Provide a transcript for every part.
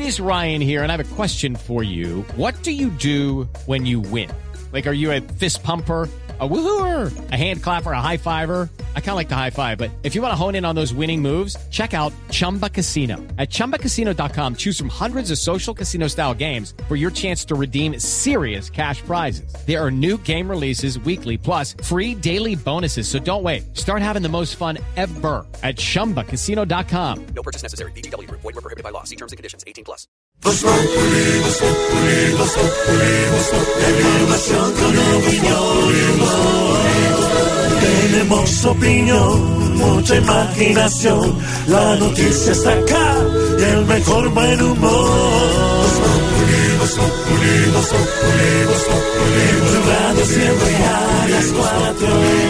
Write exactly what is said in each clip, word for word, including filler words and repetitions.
It is Ryan here, and I have a question for you. What do you do when you win? Like, are you a fist pumper, a woohooer, a hand clapper, a high fiver? I kind of like the high five, but if you want to hone in on those winning moves, check out Chumba Casino. At chumba casino dot com, choose from hundreds of social casino style games for your chance to redeem serious cash prizes. There are new game releases weekly, plus free daily bonuses. So don't wait. Start having the most fun ever at chumba casino dot com. No purchase necessary. V G W Group. Void where prohibited by law. See terms and conditions. eighteen plus. Tenemos opinión, mucha imaginación. La noticia está acá y el mejor buen humor. Tu radio siempre a las cuatro.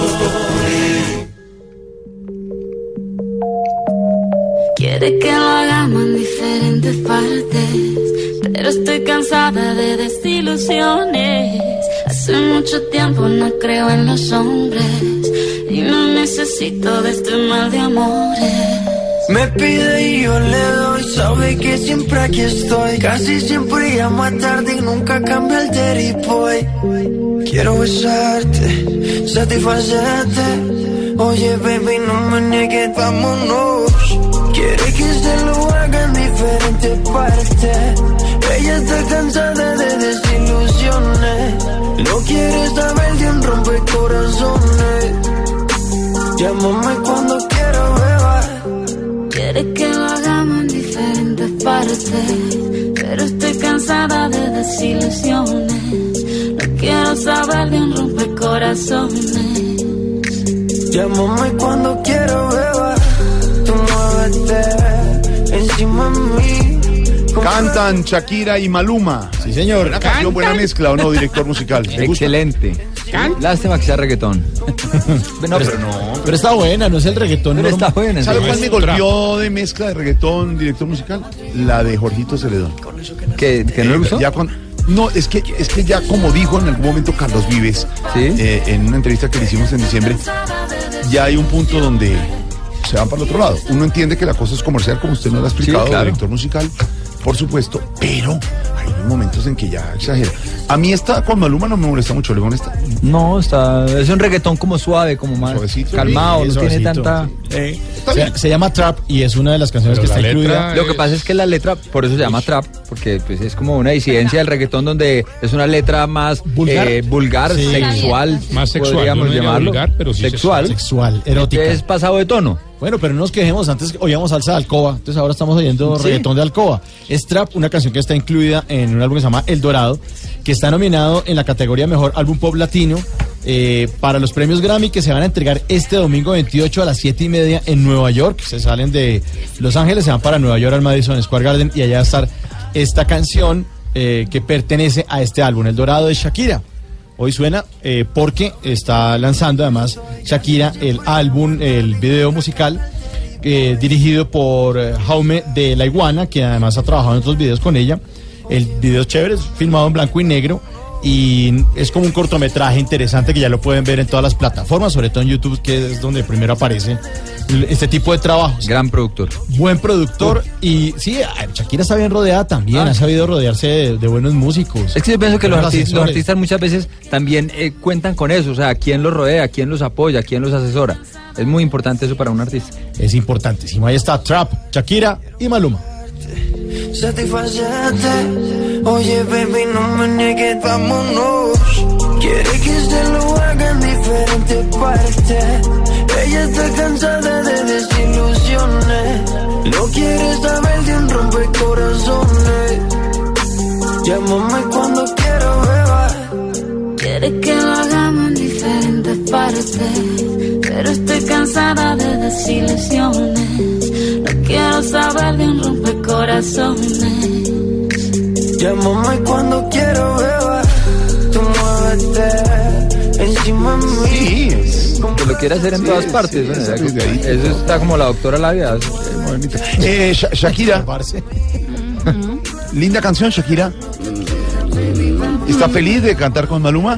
Quiere que lo hagamos en diferentes partes, pero estoy cansada de desilusiones. Hace mucho tiempo no creo en los hombres y no necesito de este mal de amores. Me pide y yo le doy, sabe que siempre aquí estoy. Casi siempre llamo a tarde y nunca cambia el deripoy. Quiero besarte, satisfacerte. Oye baby, no me niegues, vámonos. Quiere que se lo haga en diferentes partes. Ella está cansada de desilusiones. No quiere saber de un rompecorazones. Llámame cuando quiera, beba. Quiere que lo hagamos en diferentes partes, pero estoy cansada de desilusiones. No quiero saber de un rompecorazones. Llámame cuando quiera, beba. Tú muévete encima de mí. Cantan Shakira y Maluma. Sí, señor. Buena canción, buena mezcla, ¿o no, director musical? Excelente. Lástima que sea reggaetón. No, pero no. Pero está buena, no es el reggaetón. Pero no, está buena. ¿Sabe sí. cuál me golpeó de mezcla de reggaetón, director musical? La de Jorgito Celedón. ¿Que, que no le gustó? Ya con, no, es que, es que ya como dijo en algún momento Carlos Vives, ¿sí? eh, en una entrevista que le hicimos en diciembre, ya hay un punto donde se van para el otro lado. Uno entiende que la cosa es comercial, como usted nos lo ha explicado, sí, claro. Director musical, por supuesto, pero hay momentos en que ya exagera. A mí esta con Maluma no me molesta mucho, ¿le molesta? No, está, es un reggaetón como suave, como más suavecito, calmado, sí, no suavecito, tiene tanta... Sí. Eh, se, se llama Trap y es una de las canciones pero que está incluida. Es... Lo que pasa es que la letra, por eso se llama Trap, porque pues, es como una disidencia del reggaetón donde es una letra más vulgar, eh, vulgar sí. sexual, más sexual, podríamos no llamarlo, vulgar, pero sí sexual, sexual, erótica. Es pasado de tono. Bueno, pero no nos quejemos, antes oíamos salsa de Alcoba, entonces ahora estamos oyendo ¿sí? reggaetón de Alcoba. Es Trap, una canción que está incluida en un álbum que se llama El Dorado, que está nominado en la categoría Mejor Álbum Pop Latino eh, para los premios Grammy que se van a entregar este domingo veintiocho a las siete y media en Nueva York. Se salen de Los Ángeles, se van para Nueva York al Madison Square Garden y allá va a estar esta canción eh, que pertenece a este álbum, El Dorado de Shakira. Hoy suena eh, porque está lanzando además Shakira el álbum, el video musical eh, dirigido por eh, Jaume de la Iguana, que además ha trabajado en otros videos con ella. El video es chévere, es filmado en blanco y negro y es como un cortometraje interesante que ya lo pueden ver en todas las plataformas, sobre todo en YouTube, que es donde primero aparece este tipo de trabajos. Gran productor. Buen productor. Y sí, Shakira está bien rodeada también, ah. ha sabido rodearse de, de buenos músicos. Es que yo pienso que los artistas, los artistas muchas veces también eh, cuentan con eso, o sea, quién los rodea, quién los apoya, quién los asesora. Es muy importante eso para un artista. Es importantísimo. Ahí está Trap, Shakira y Maluma. Satisfacerte, oye baby, no me niegues, vámonos. Quiere que se lo haga en diferentes partes. Ella está cansada de desilusiones. No quiere saber de un rompecorazones. Llámame cuando quiera, beba. Quiere que lo hagamos en diferentes partes, pero estoy cansada de desilusiones. No quiero saber de un rompecorazones. Llámame cuando quiera, beba. Tú muévete encima de mí. Sí, que lo quiere hacer en sí, todas partes. Sí, bueno, sí, eso, eso está como la doctora Labia. Eh, Sh- Shakira. Linda canción, Shakira. ¿Está feliz de cantar con Maluma?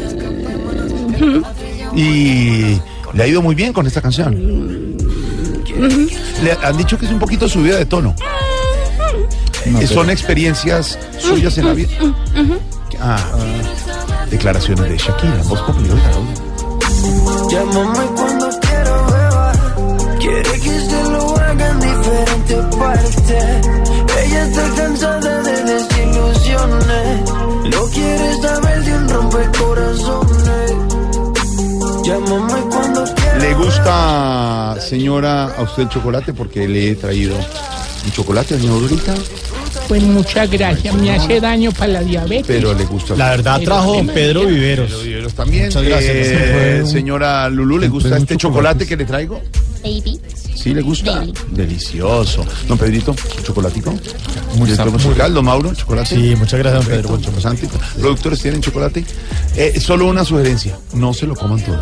Y le ha ido muy bien con esta canción. Le han dicho que es un poquito subida de tono. No, ¿Son pero... experiencias suyas en la vida? Ah, declaraciones de Shakira, Voz Populi. Llámame cuando quiero beber. Quiere que se lo haga en diferentes partes. Ella está cansada de desilusiones. No quiere saber de un rompecorazones. Llámame cuando quiero. ¿Le gusta, señora, a usted el chocolate? Porque le he traído un chocolate, señor Durita. Pues muchas gracias, me hace daño para la diabetes. Pero le gusta. La verdad trajo don Pedro Viveros. Pedro Viveros también. Muchas gracias. Eh, señora Lulú, ¿le gusta este chocolate que le traigo? Baby. ¿Sí le gusta? Deli. Delicioso. Don Pedrito, chocolatico. Muy musical. Don Mauro, chocolate. Sí, muchas gracias, don Pedro. Mucho más. Productores tienen chocolate. Eh, solo una sugerencia, no se lo coman todo.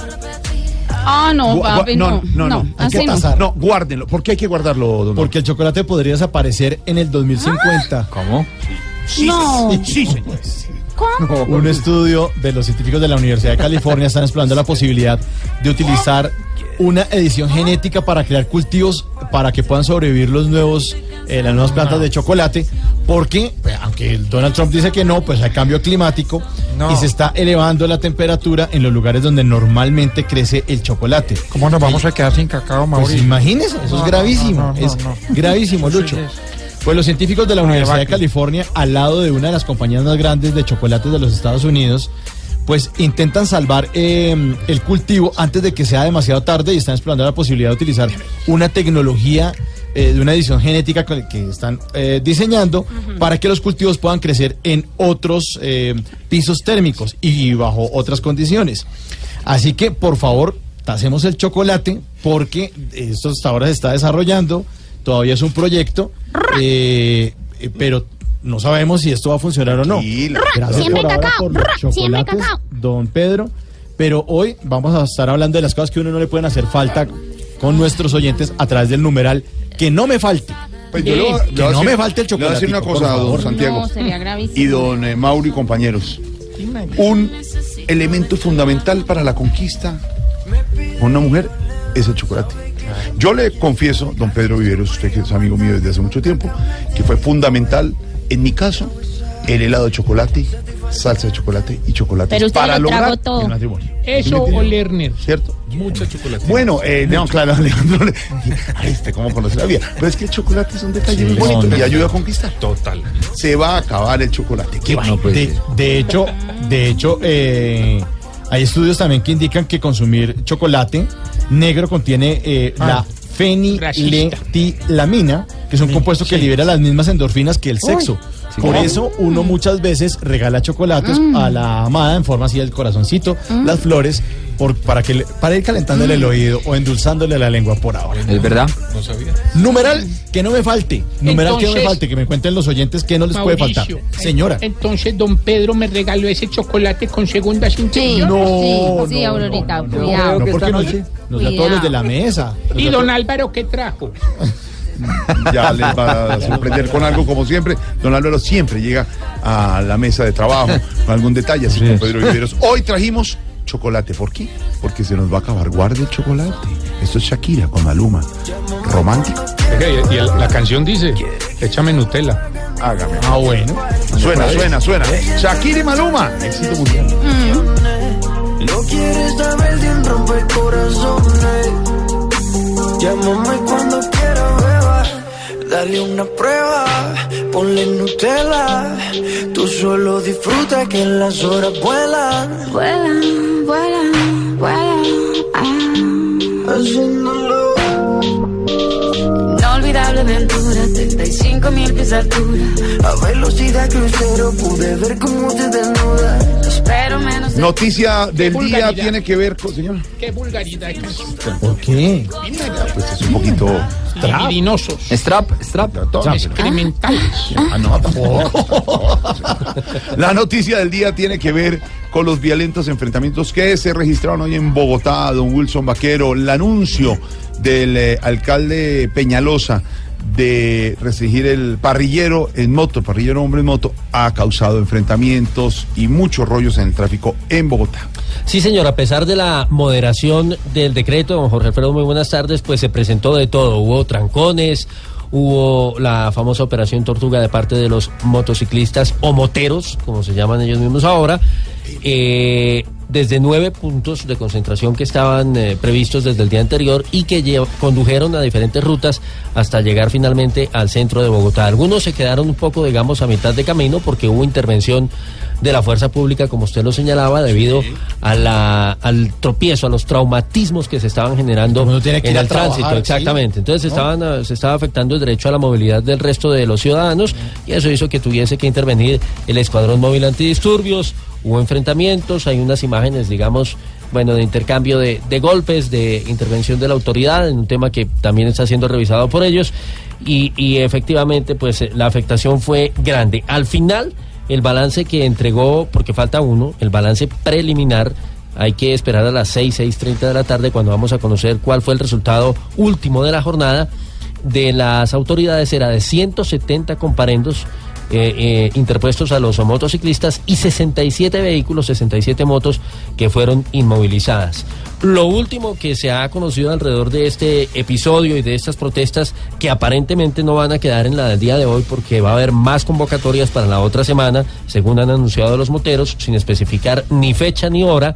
Ah, no, papi, no, no, no, no, no, así no. No, guárdenlo. ¿Por qué hay que guardarlo, don? Porque el chocolate podría desaparecer en el dos mil cincuenta. ¿Cómo? Sí, No. sí, sí, señor. ¿Cómo? Un estudio de los científicos de la Universidad de California están explorando la posibilidad de utilizar una edición genética para crear cultivos para que puedan sobrevivir los nuevos, eh, las nuevas plantas de chocolate, porque, pues, aunque el Donald Trump dice que no, pues hay cambio climático no. y se está elevando la temperatura en los lugares donde normalmente crece el chocolate. ¿Cómo nos vamos a quedar sin cacao, Mauricio? Pues imagínese, eso no, es gravísimo, no, no, no, es no. gravísimo, Lucho. Pues los científicos de la Universidad de California, al lado de una de las compañías más grandes de chocolates de los Estados Unidos, pues intentan salvar eh, el cultivo antes de que sea demasiado tarde y están explorando la posibilidad de utilizar una tecnología eh, de una edición genética que están eh, diseñando uh-huh. para que los cultivos puedan crecer en otros eh, pisos térmicos y bajo otras condiciones. Así que, por favor, tasemos el chocolate porque esto hasta ahora se está desarrollando, todavía es un proyecto, eh, pero no sabemos si esto va a funcionar o no. Gracias siempre por ahora cacao, por los siempre chocolates, cacao. don Pedro. Pero hoy vamos a estar hablando de las cosas que a uno no le pueden hacer falta con nuestros oyentes a través del numeral que no me falte. Pues yo le voy, que le voy no decir, me falte el chocolate. Le voy a decir una cosa, don Santiago. No, sería gravísimo. Y don eh, Mauro y compañeros. Un elemento fundamental para la conquista de una mujer es el chocolate. Yo le confieso, don Pedro Viveros, usted que es amigo mío desde hace mucho tiempo, que fue fundamental, en mi caso, el helado de chocolate, salsa de chocolate y chocolate. Pero usted para lo lograr trago todo. el matrimonio. Eso o Lerner. ¿Cierto? Mucho chocolate. Bueno, eh, no, claro, Alejandro. Ay, este, ¿cómo conoce la vida? Pero es que el chocolate es un detalle muy bonito no, no, y ayuda a conquistar. Total. Se va a acabar el chocolate. ¿Qué no, pues, de, de hecho, de hecho, eh, hay estudios también que indican que consumir chocolate negro contiene eh, ah. la feniletilamina, que es un compuesto sí. que libera las mismas endorfinas que el sexo. Uy, sí, Por claro. eso uno muchas veces regala chocolates mm. a la amada en forma así del corazoncito, mm. las flores, por, para que le, para ir calentándole mm. el oído o endulzándole la lengua por ahora. ¿Es verdad? No sabía. Numeral que no me falte. Numeral entonces, que no me falte, que me cuenten los oyentes que no les Mauricio, puede faltar. Señora. Entonces don Pedro me regaló ese chocolate con segundas intenciones. No, sí, sí, no, Aurorita, no, cuidado. No, no, porque noche, nos da todos los de la mesa. ¿Y don Álvaro qué trajo? Ya les va a sorprender con algo como siempre. Don Álvaro siempre llega a la mesa de trabajo con algún detalle, así como Pedro Viveros. Hoy trajimos chocolate. ¿Por qué? Porque se nos va a acabar. Guarde el chocolate. Esto es Shakira con Maluma. Romántico. Y el, la canción dice, échame Nutella. Hágame. Ah, bueno. Suena, suena, suena. Shakira y Maluma. Éxito mundial. Mm. No quieres saber de un rompecorazones. Llámame cuando quiera beber. Dale una prueba. Ponle Nutella. Tú solo disfruta que las horas vuelan. Vuelan, vuelan, vuelan. Ah. Haciéndolo. Inolvidable aventura, treinta y cinco mil pies de altura. A velocidad crucero pude ver cómo te desnudas. Espero menos. De... Noticia del día tiene que ver con, señor. Qué vulgaridad. ¿Por qué? Pues es un poquito libidinosos. Strap, strap. Excrementales. Ah, no, tampoco. La noticia del día tiene que ver con los violentos enfrentamientos que se registraron hoy en Bogotá. Don Wilson Vaquero, el anuncio del eh, alcalde Peñalosa de restringir el parrillero en moto, el parrillero hombre en moto, ha causado enfrentamientos y muchos rollos en el tráfico en Bogotá. Sí, señor, a pesar de la moderación del decreto, don Jorge Alfredo, muy buenas tardes, pues se presentó de todo. Hubo trancones, hubo la famosa Operación Tortuga de parte de los motociclistas o moteros, como se llaman ellos mismos ahora, eh, desde nueve puntos de concentración que estaban eh, previstos desde el día anterior y que llev- condujeron a diferentes rutas hasta llegar finalmente al centro de Bogotá. Algunos se quedaron un poco, digamos, a mitad de camino porque hubo intervención de la fuerza pública, como usted lo señalaba, debido sí. a la, al tropiezo, a los traumatismos que se estaban generando en el tránsito. Exactamente. ¿Sí? Entonces ¿no? estaban, se estaba afectando el derecho a la movilidad del resto de los ciudadanos y eso hizo que tuviese que intervenir el Escuadrón Móvil Antidisturbios. Hubo enfrentamientos, hay unas imágenes, digamos, bueno, de intercambio de, de golpes, de intervención de la autoridad, en un tema que también está siendo revisado por ellos, y, y efectivamente, pues, la afectación fue grande. Al final, el balance que entregó, porque falta uno, el balance preliminar, hay que esperar a las seis, seis treinta de la tarde, cuando vamos a conocer cuál fue el resultado último de la jornada, de las autoridades era de ciento setenta comparendos, Eh, eh, interpuestos a los motociclistas y sesenta y siete vehículos, sesenta y siete motos que fueron inmovilizadas. Lo último que se ha conocido alrededor de este episodio y de estas protestas, que aparentemente no van a quedar en la del día de hoy porque va a haber más convocatorias para la otra semana, según han anunciado los moteros, sin especificar ni fecha ni hora,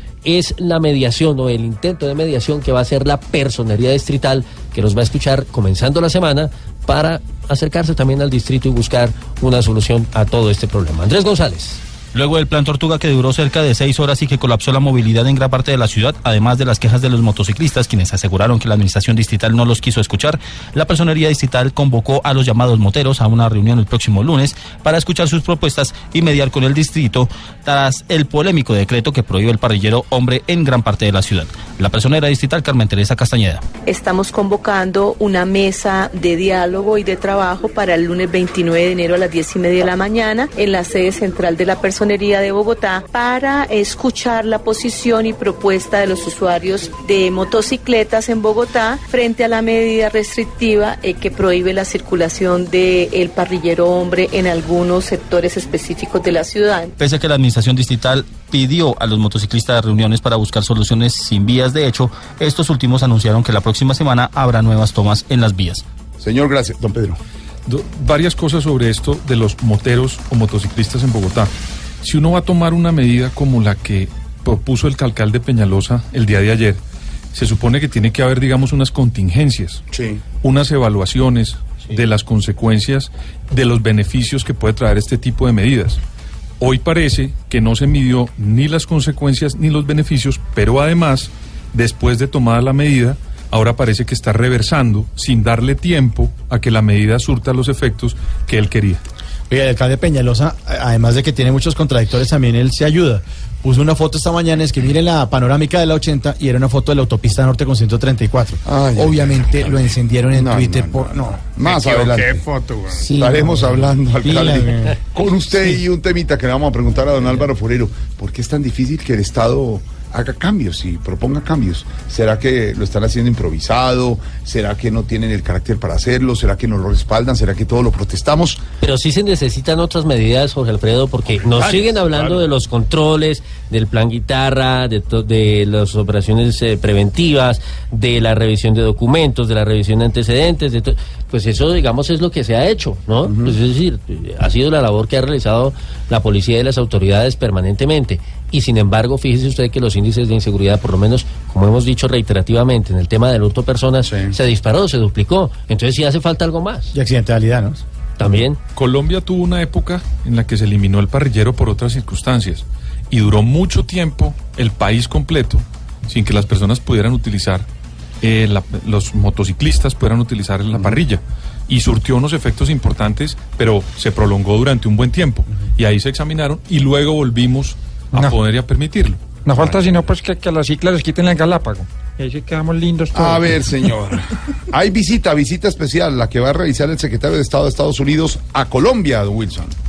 es la mediación o el intento de mediación que va a hacer la personería distrital, que nos va a escuchar comenzando la semana para acercarse también al distrito y buscar una solución a todo este problema. Andrés González. Luego del plan Tortuga, que duró cerca de seis horas y que colapsó la movilidad en gran parte de la ciudad, además de las quejas de los motociclistas, quienes aseguraron que la administración distrital no los quiso escuchar, la personería distrital convocó a los llamados moteros a una reunión el próximo lunes para escuchar sus propuestas y mediar con el distrito tras el polémico decreto que prohíbe el parrillero hombre en gran parte de la ciudad. La personera distrital, Carmen Teresa Castañeda. Estamos convocando una mesa de diálogo y de trabajo para el lunes veintinueve de enero a las diez y media de la mañana en la sede central de la personería de Bogotá para escuchar la posición y propuesta de los usuarios de motocicletas en Bogotá frente a la medida restrictiva eh, que prohíbe la circulación del parrillero hombre en algunos sectores específicos de la ciudad. Pese a que la administración distrital pidió a los motociclistas reuniones para buscar soluciones sin vías de hecho, estos últimos anunciaron que la próxima semana habrá nuevas tomas en las vías. Señor, gracias. Don Pedro. Do, varias cosas sobre esto de los moteros o motociclistas en Bogotá. Si uno va a tomar una medida como la que propuso el alcalde Peñalosa el día de ayer, se supone que tiene que haber, digamos, unas contingencias, sí. unas evaluaciones sí. de las consecuencias, de los beneficios que puede traer este tipo de medidas. Hoy parece que no se midió ni las consecuencias ni los beneficios, pero además, después de tomada la medida, ahora parece que está reversando sin darle tiempo a que la medida surta los efectos que él quería. Oiga, el alcalde Peñalosa, además de que tiene muchos contradictores, también él se ayuda. Puso una foto esta mañana, es que miren la panorámica de la ochenta y era una foto de la autopista norte con ciento treinta y cuatro. Ay, Obviamente ay, ay, lo encendieron en no, Twitter no, no, por... No, más adelante. ¿Qué foto, güey? Sí, estaremos no, hablando, alcalde, pila, con usted sí. y un temita que le vamos a preguntar a don Álvaro Forero. ¿Por qué es tan difícil que el Estado haga cambios y proponga cambios? ¿Será que lo están haciendo improvisado? ¿Será que no tienen el carácter para hacerlo? ¿Será que no lo respaldan? ¿Será que todo lo protestamos? Pero sí se necesitan otras medidas, Jorge Alfredo, porque nos claro, siguen hablando claro. de los controles, del plan guitarra, de, to- de las operaciones eh, preventivas, de la revisión de documentos, de la revisión de antecedentes, de to- pues eso, digamos, es lo que se ha hecho, ¿no? Uh-huh. Pues es decir, ha sido la labor que ha realizado la policía y las autoridades permanentemente. Y sin embargo, fíjese usted que los índices de inseguridad, por lo menos, como hemos dicho reiterativamente, en el tema del hurto de personas, sí. se disparó, se duplicó. Entonces sí hace falta algo más. Y accidentalidad, ¿no? También. Colombia tuvo una época en la que se eliminó el parrillero por otras circunstancias. Y duró mucho tiempo el país completo sin que las personas pudieran utilizar, eh, la, los motociclistas pudieran utilizar la uh-huh. parrilla. Y surtió unos efectos importantes, pero se prolongó durante un buen tiempo. Uh-huh. Y ahí se examinaron y luego volvimos a no. poder ya permitirlo. No falta sino pues que, que a las ciclas les quiten el galápago. Y ahí sí quedamos lindos todos. A ver, señor. Hay visita, visita especial, la que va a realizar el secretario de Estado de Estados Unidos a Colombia, don Wilson.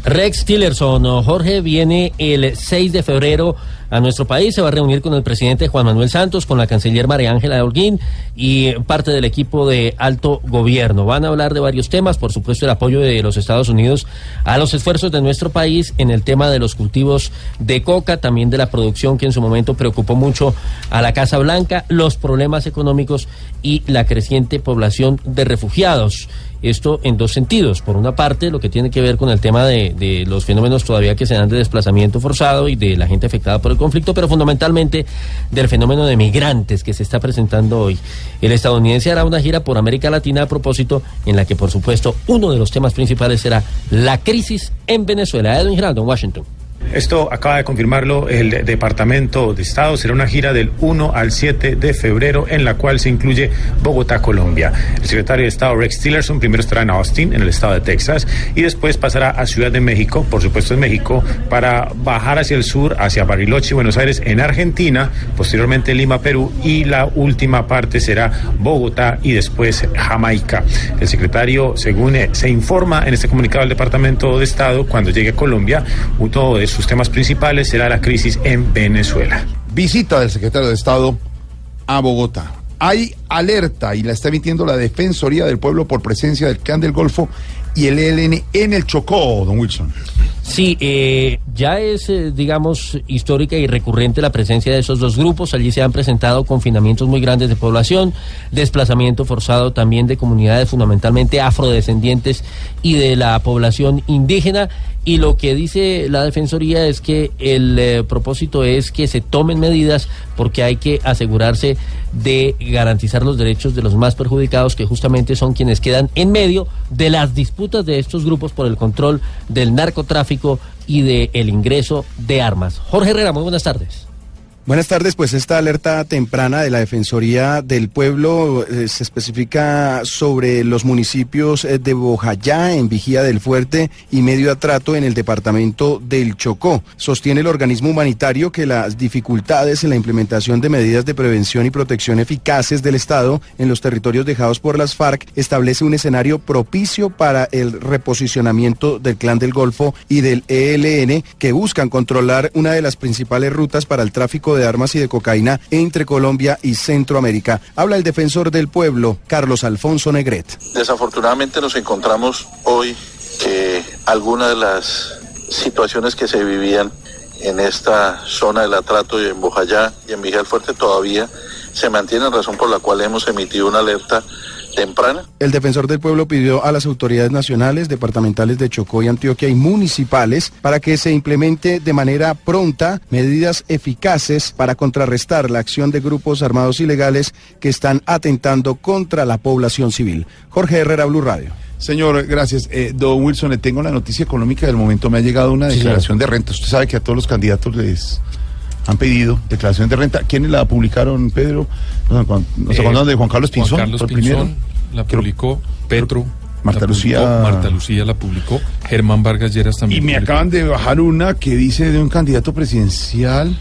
Rex Tillerson, Jorge, viene el seis de febrero a nuestro país, se va a reunir con el presidente Juan Manuel Santos, con la canciller María Ángela Holguín y parte del equipo de alto gobierno. Van a hablar de varios temas, por supuesto el apoyo de los Estados Unidos a los esfuerzos de nuestro país en el tema de los cultivos de coca, también de la producción que en su momento preocupó mucho a la Casa Blanca, los problemas económicos y la creciente población de refugiados. Esto en dos sentidos. Por una parte, lo que tiene que ver con el tema de, de los fenómenos todavía que se dan de desplazamiento forzado y de la gente afectada por el conflicto, pero fundamentalmente del fenómeno de migrantes que se está presentando hoy. El estadounidense hará una gira por América Latina a propósito, en la que, por supuesto, uno de los temas principales será la crisis en Venezuela. Edwin Giraldo, en Washington. Esto acaba de confirmarlo el Departamento de Estado. Será una gira del uno al siete de febrero en la cual se incluye Bogotá, Colombia. El secretario de Estado Rex Tillerson primero estará en Austin, en el estado de Texas, y después pasará a Ciudad de México, por supuesto en México, para bajar hacia el sur, hacia Bariloche y Buenos Aires en Argentina, posteriormente Lima, Perú, y la última parte será Bogotá y después Jamaica. El secretario, según se informa en este comunicado del Departamento de Estado, cuando llegue a Colombia, uno de sus temas principales será la crisis en Venezuela. Visita del secretario de Estado a Bogotá. Hay alerta y la está emitiendo la Defensoría del Pueblo por presencia del Clan del Golfo y el E L N en el Chocó, don Wilson. Sí, eh, ya es, eh, digamos, histórica y recurrente la presencia de esos dos grupos. Allí se han presentado confinamientos muy grandes de población, desplazamiento forzado también de comunidades fundamentalmente afrodescendientes y de la población indígena. Y lo que dice la Defensoría es que el eh, propósito es que se tomen medidas porque hay que asegurarse de garantizar los derechos de los más perjudicados, que justamente son quienes quedan en medio de las disputas de estos grupos por el control del narcotráfico y del ingreso de armas. Jorge Herrera, muy buenas tardes. Buenas tardes, pues esta alerta temprana de la Defensoría del Pueblo eh, se especifica sobre los municipios eh, de Bojayá, en Vigía del Fuerte y Medio Atrato en el departamento del Chocó. Sostiene el organismo humanitario que las dificultades en la implementación de medidas de prevención y protección eficaces del Estado en los territorios dejados por las FARC establece un escenario propicio para el reposicionamiento del Clan del Golfo y del E L N, que buscan controlar una de las principales rutas para el tráfico de armas y de cocaína entre Colombia y Centroamérica. Habla el defensor del pueblo, Carlos Alfonso Negret. Desafortunadamente nos encontramos hoy que algunas de las situaciones que se vivían en esta zona del Atrato y en Bojayá y en Vigía del Fuerte todavía se mantienen, razón por la cual hemos emitido una alerta temprana. El defensor del pueblo pidió a las autoridades nacionales, departamentales de Chocó y Antioquia y municipales para que se implemente de manera pronta medidas eficaces para contrarrestar la acción de grupos armados ilegales que están atentando contra la población civil. Jorge Herrera, Blue Radio. Señor, gracias. Eh, don Wilson, le tengo la noticia económica del momento. Me ha llegado una declaración sí, claro. de renta. Usted sabe que a todos los candidatos les han pedido declaración de renta. ¿Quiénes la publicaron, Pedro? ¿Nos acordamos de Juan Carlos Pinzón? Juan Carlos Pinzón primero? La publicó, Petro. Marta Lucía. Publicó, Marta Lucía la publicó. Germán Vargas Lleras también. Y me publicó. Acaban de bajar una que dice de un candidato presidencial.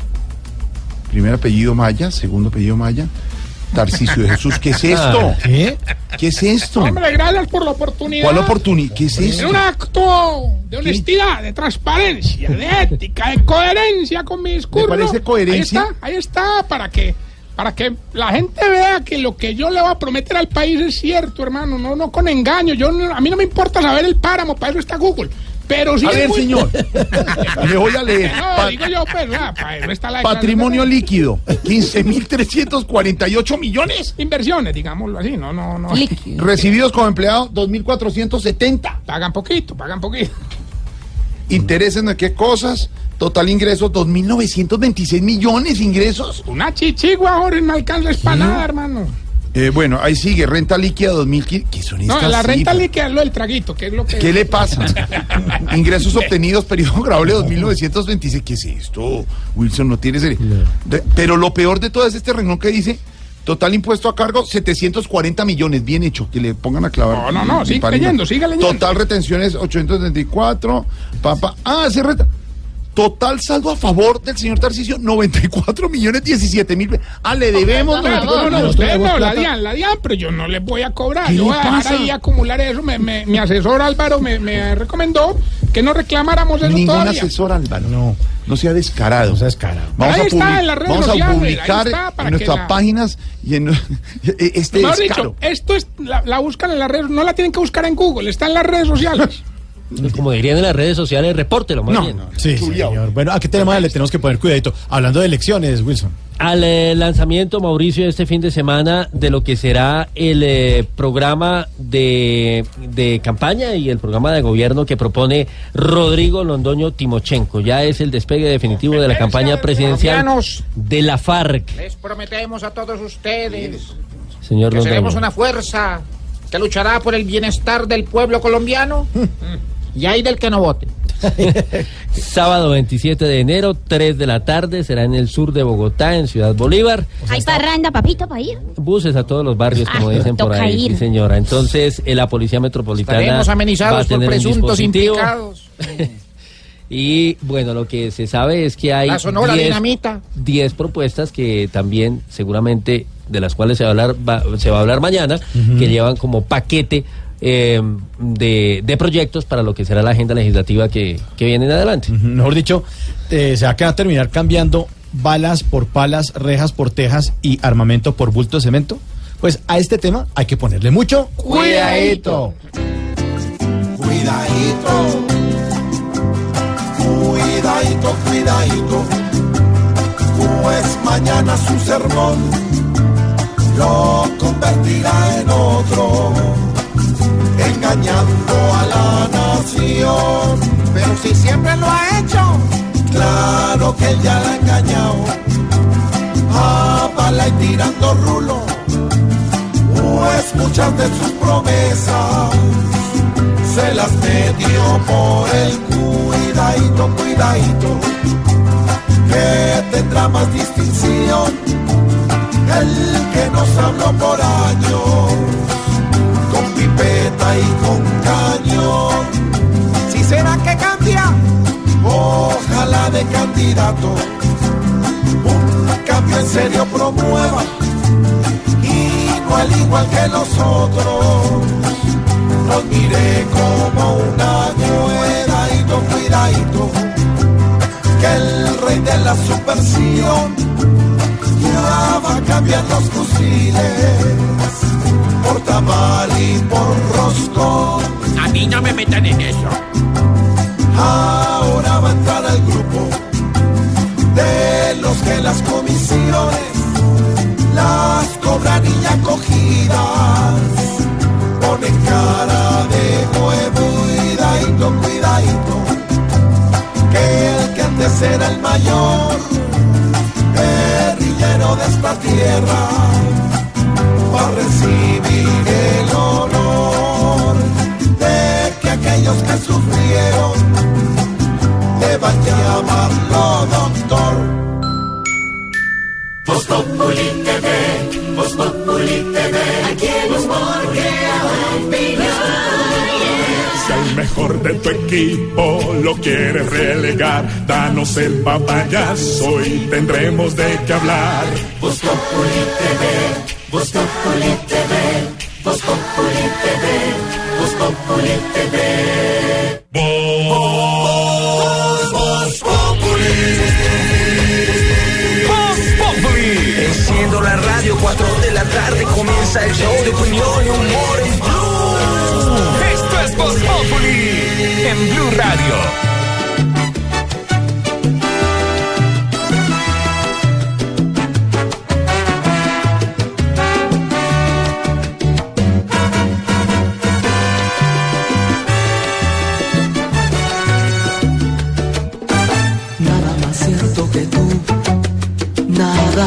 Primer apellido Maya, segundo apellido Maya. Tarcisio de Jesús. ¿Qué es esto? ¿Qué? ¿Qué es esto? Hombre, gracias por la oportunidad. ¿Cuál oportunidad? ¿Qué es esto? Es un acto de honestidad, ¿Qué? de transparencia, de ética, de coherencia con mi discurso. ¿Me parece coherencia? Ahí está, ahí está, para que, para que la gente vea que lo que yo le voy a prometer al país es cierto, hermano, no, no con engaño. Yo no, a mí no me importa saber el páramo, para eso está Google. Pero sí a ver, muy... señor, le voy a leer. No, pa digo yo, pues, ah, para eso está la patrimonio líquido, quince mil trescientos cuarenta y ocho millones. Inversiones, digámoslo así, no, no, no. Recibidos como empleado, dos mil cuatrocientos setenta. Pagan poquito, pagan poquito. Intereses en qué cosas, total ingresos, dos mil novecientos veintiséis millones ingresos. Una chichigua ahora no alcanza para nada, hermano. Eh, bueno, ahí sigue, renta líquida dos mil quince. ¿Qué son estas? No, la renta cifras? líquida es lo del traguito, que es lo que... ¿Qué le pasa? Ingresos obtenidos, periodo grabable dos mil novecientos veintiséis. ¿Qué es esto? Wilson, no tiene serie. De, pero lo peor de todo es este renglón que dice, total impuesto a cargo, setecientos cuarenta millones. Bien hecho, que le pongan a clavar. No, no, no, sigue leyendo, sigue leyendo. Total retenciones, ochocientos setenta y cuatro. Papa, ah, se reta. Total saldo a favor del señor Tarcisio, noventa y cuatro millones diecisiete mil. Ah, le debemos. No, no, no, no, usted no, la DIAN, la DIAN, pero yo no les voy a cobrar. Yo voy a dejar pasa? ahí acumular eso. Me, me, mi asesor Álvaro me, me recomendó que no reclamáramos eso Ningún todavía. asesor, Álvaro. No, no sea descarado. No sea descarado. Vamos, Ahí a, está, public- en las redes vamos a sociales, publicar ahí está, para en que nuestras la- páginas y en este Mejor descaro. dicho, esto es, la, la buscan en las redes, no la tienen que buscar en Google, está en las redes sociales. Como dirían en las redes sociales, repórtelo más No, bien. no, sí, señor. Bueno, ¿a qué tema le tenemos que poner cuidadito? Hablando de elecciones, Wilson. Al eh, lanzamiento, Mauricio, este fin de semana de lo que será el eh, programa de, de campaña y el programa de gobierno que propone Rodrigo Londoño Timochenko. Ya es el despegue definitivo de la campaña presidencial colombianos. de la FARC. Les prometemos a todos ustedes Señor que Londoño. seremos una fuerza que luchará por el bienestar del pueblo colombiano y hay del que no vote. Sábado veintisiete de enero, tres de la tarde, será en el sur de Bogotá, en Ciudad Bolívar. ¿Hay parranda, papito, para ir? Buses a todos los barrios, como Ah, dicen por toca ahí, ir. sí señora. Entonces, eh, la Policía Metropolitana Estaremos va a amenizados por tener un presuntos dispositivo. implicados. Y bueno, lo que se sabe es que hay La Sonora diez Dinamita. diez propuestas que también seguramente de las cuales se va a hablar va- se va a hablar mañana, Ujú. que llevan como paquete eh, de, de proyectos para lo que será la agenda legislativa que, que viene en adelante. Mejor dicho, eh, se va a terminar cambiando balas por palas, rejas por tejas y armamento por bulto de cemento. Pues a este tema hay que ponerle mucho cuidadito. Cuidadito, cuidadito, cuidadito, pues mañana su sermón lo convertirá en otro, engañando a la nación. Pero si siempre lo ha hecho, claro que él ya la ha engañado, a bala y tirando rulo, pues muchas de sus promesas se las metió por el cuidadito, cuidadito, que tendrá más distinción el que nos habló por años, con pipeta y con cañón. Si será que cambia, ojalá de candidato un cambio en serio promueva, y no al igual que los otros nos mire como una cuidadito, cuidadito, que el rey de la subversión ya va a cambiar los fusiles por tamal y por roscón. A mí no me metan en eso. Ahora va a entrar al grupo de los que las comisiones las cobran y ya cogidas ponen cara de huevo. Cuidadito, cuidadito, que el que antes era el mayor guerrillero de esta tierra va a recibir el honor de que aquellos que sufrieron deban llamarlo doctor. Voz Populi T V, Voz Populi T V, aquí el humor crea opinión. Si al mejor de tu equipo lo quieres relegar, danos el papayazo y tendremos de qué hablar. Voz Populi T V, Voz Populi T V, Voz Populi T V, Voz Populi T V. Voz, Voz Populi. Voz Populi. Enciendo la radio, cuatro de la tarde comienza el show de opinión y humor en Blue. Esto es Voz Populi en Blue Radio. Nada más cierto que tú, nada,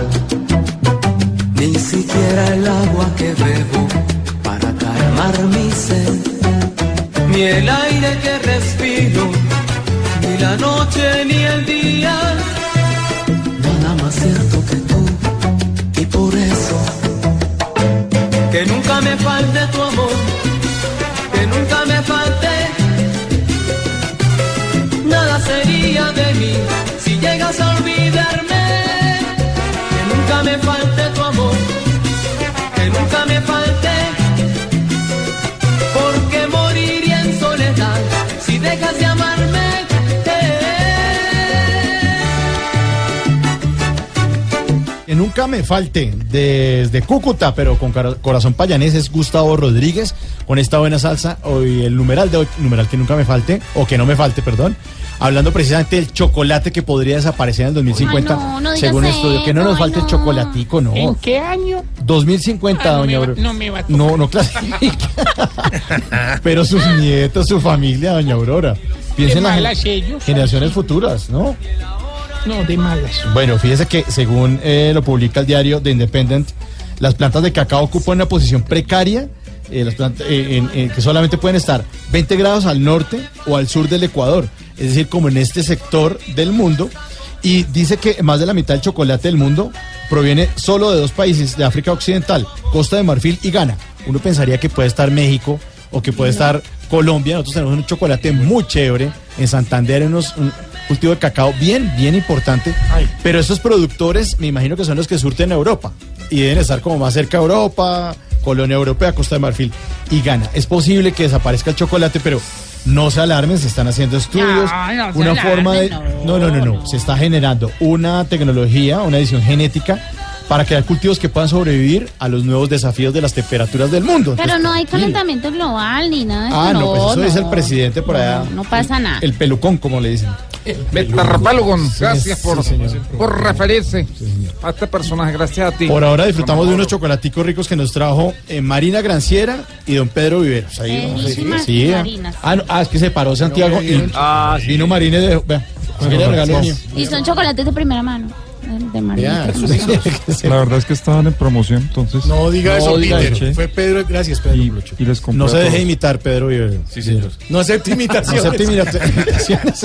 ni siquiera el agua que bebo para calmar mi sed, ni el aire que respiro, ni la noche ni el día. Nada más cierto que tú, y por eso que nunca me falte tu amor, que nunca me falte. Nada sería de nunca me falte, desde Cúcuta, pero con corazón payanés, es Gustavo Rodríguez, con esta buena salsa. Hoy el numeral de hoy, numeral que nunca me falte, o que no me falte, perdón, hablando precisamente del chocolate que podría desaparecer en el dos mil cincuenta, Ay, no, no según digas estudio. Que no nos eso, falte ay, el chocolatico, no. ¿En qué año? dos mil cincuenta, Ah, no doña me va- Aurora. no me va a tocar. No, no clasifica. Pero sus nietos, su familia, doña Aurora. Piensen en las malas gen- ellos, generaciones futuras, ¿no? No, de malas. Bueno, fíjese que según eh, lo publica el diario The Independent, las plantas de cacao ocupan una posición precaria, eh, las plantas, eh, en- en que solamente pueden estar veinte grados al norte o al sur del Ecuador, es decir, como en este sector del mundo, y dice que más de la mitad del chocolate del mundo proviene solo de dos países de África Occidental, Costa de Marfil y Ghana. Uno pensaría que puede estar México o que puede estar Colombia. Nosotros tenemos un chocolate muy chévere en Santander, unos, un cultivo de cacao bien, bien importante. Pero estos productores, me imagino que son los que surten a Europa y deben estar como más cerca a Europa, Colonia Europea, Costa de Marfil y Ghana. Es posible que desaparezca el chocolate, pero no se alarmen, se están haciendo estudios. No, no se una alarmen, forma de. No, no, no, no. Se está generando una tecnología, una edición genética para crear cultivos que puedan sobrevivir a los nuevos desafíos de las temperaturas del mundo. Pero Entonces, no hay tranquilo. calentamiento global ni nada de eso. Ah, no, pues eso no, dice el presidente por allá. No pasa nada. El pelucón, como le dicen. Betarrapalugón, Sí, gracias sí, por, señor. por referirse a este personaje, gracias a ti. Por ahora disfrutamos de unos chocolaticos ricos que nos trajo eh, Marina Granciera y don Pedro Viveros. Ahí, Bellísimas sí, Marinas. ah, no, ah, es que se paró Santiago y vino Marina y dejó. Vea, aquí le regaló el mío. Y son chocolates de primera mano. De, de María. La verdad es que estaban en promoción, entonces. No diga eso, Peter. Fue Fue Pedro, gracias, Pedro. Y, y les compré No se a deje todos. imitar, Pedro Viveros. Sí, señor. No acepte imitaciones. No acepte imita- imitaciones.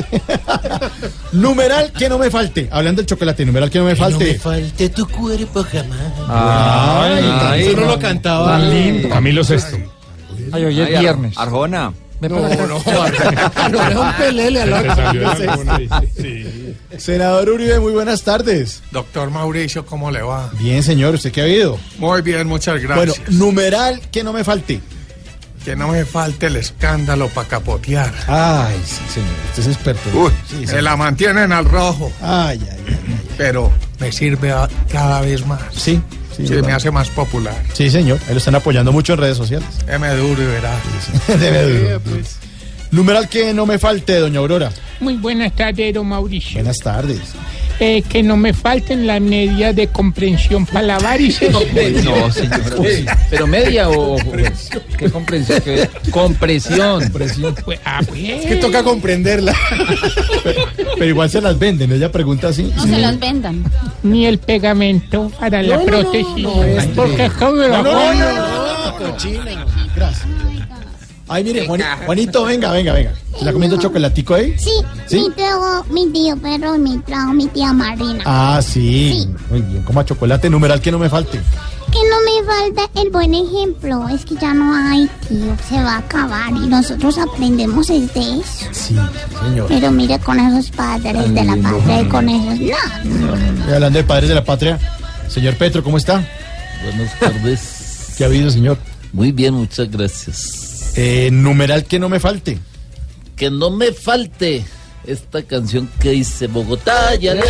Numeral que no me falte. Hablando del chocolate, numeral que no me falte. falte tu cuerpo jamás. Ay, Ay, eso no no. lo cantaba. Tan lindo. Camilo Sesto. Ay, hoy es Ay, Ar- viernes. Arjona. No, no, no era un pelele al lado. Senador Uribe, muy buenas tardes. Doctor Mauricio, ¿cómo le va? Bien, señor, ¿usted qué ha habido? Muy bien, muchas Bueno, gracias. numeral que no me falte. Que no me falte el escándalo para capotear. Ay, sí, señor, usted es experto. Uy, Sí, me señor. la mantienen al rojo, Ay, ay, ay. pero me sirve a- cada vez más. Sí, sí. Sí, verdad. me hace más popular. Sí, señor, ahí lo están apoyando mucho en redes sociales. M duro y verá. Debe duro. Numeral que no me falte, doña Aurora. Muy buenas tardes, don Mauricio. Buenas tardes. Eh, que no me falten las medidas de comprensión para la varices. No, señor. ¿Pero media o, o- qué comprensión? ¿Qué? Compresión. Pues, ah, pues. Es que toca comprenderla. pero, pero igual se las venden, ella pregunta así. No se las vendan. Ni el pegamento para la No, no, no, prótesis. no, este- Porque acabo de No, la no, no, joya. no, no, cochino. Gracias. Ay, mire, Juani- Juanito, venga, venga, venga. ¿Se está comiendo chocolatico ahí? Sí, ¿Sí? mi trajo mi tío Pedro y mi trajo mi tía Marina. Ah, sí. Muy bien, coma chocolate, numeral que no me falte. Que no me falta el buen ejemplo. Es que ya no hay, tío. Se va a acabar y nosotros aprendemos es de eso. Sí, señor. Pero mire con esos padres de la patria y con esos... No, Y hablando de padres de la patria, señor Petro, ¿cómo está? Buenas tardes. ¿Qué ha habido, señor? Muy bien, muchas gracias. Eh, numeral que no me falte. Que no me falte esta canción que dice Bogotá, ya le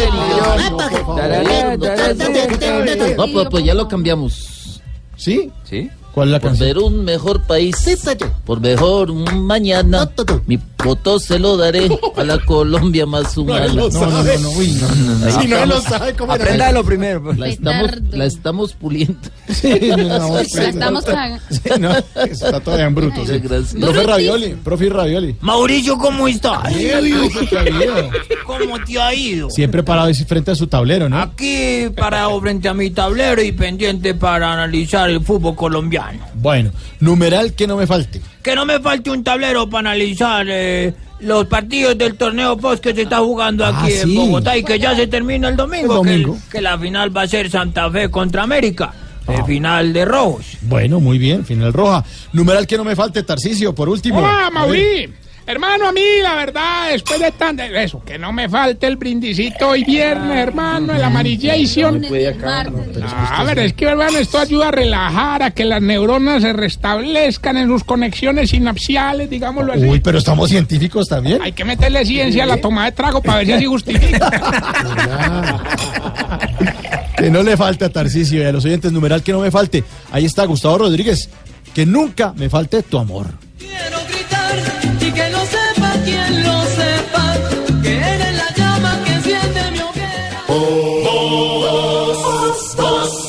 No, pues, pues ya lo cambiamos. ¿Sí? ¿Sí? ¿Cuál es la Por canción? ver un mejor país, por mejor un mañana, mi voto se lo daré a la Colombia más humana. No, no, no, no, uy, no, no, no. Ahí Si no estamos. lo sabe, ¿cómo era? Aprenda de lo primero. La estamos, la estamos puliendo. Sí, no, no, la estamos cagando. Sí, no, eso está todavía en bruto. Sí. Muchas gracias. Profe Ravioli, profe Ravioli. Mauricio, ¿cómo estás? ¿Qué ha habido? ¿Cómo te ha ido? Siempre parado ahí frente a su tablero, ¿no? Aquí parado frente a mi tablero y pendiente para analizar el fútbol colombiano. Bueno, numeral que no me falte. Que no me falte un tablero para analizar eh, los partidos del torneo post que se está jugando aquí Ah, en sí. Bogotá y que ya se termina el domingo. El domingo. Que, el- que la final va a ser Santa Fe contra América. El final de rojos. Bueno, muy bien, final roja. Numeral que no me falte, Tarcisio, por último. Hola, A Mauri. ver. Hermano, a mí, la verdad, después de tan... de eso, que no me falte el brindisito hoy viernes, hermano, el amarillation. A ver, es que, hermano, esto ayuda a relajar, a que las neuronas se restablezcan en sus conexiones sinapsiales, digámoslo así. Uy, pero estamos científicos también. Hay que meterle ciencia a la toma de trago para ver si así justifica. Que no le falte a Tarcisio y a los oyentes, numeral que no me falte. Ahí está Gustavo Rodríguez. Que nunca me falte tu amor. Quiero gritar y que lo sepa quien lo sepa, que eres la llama que enciende mi hoguera. Oh, oh, oh, oh,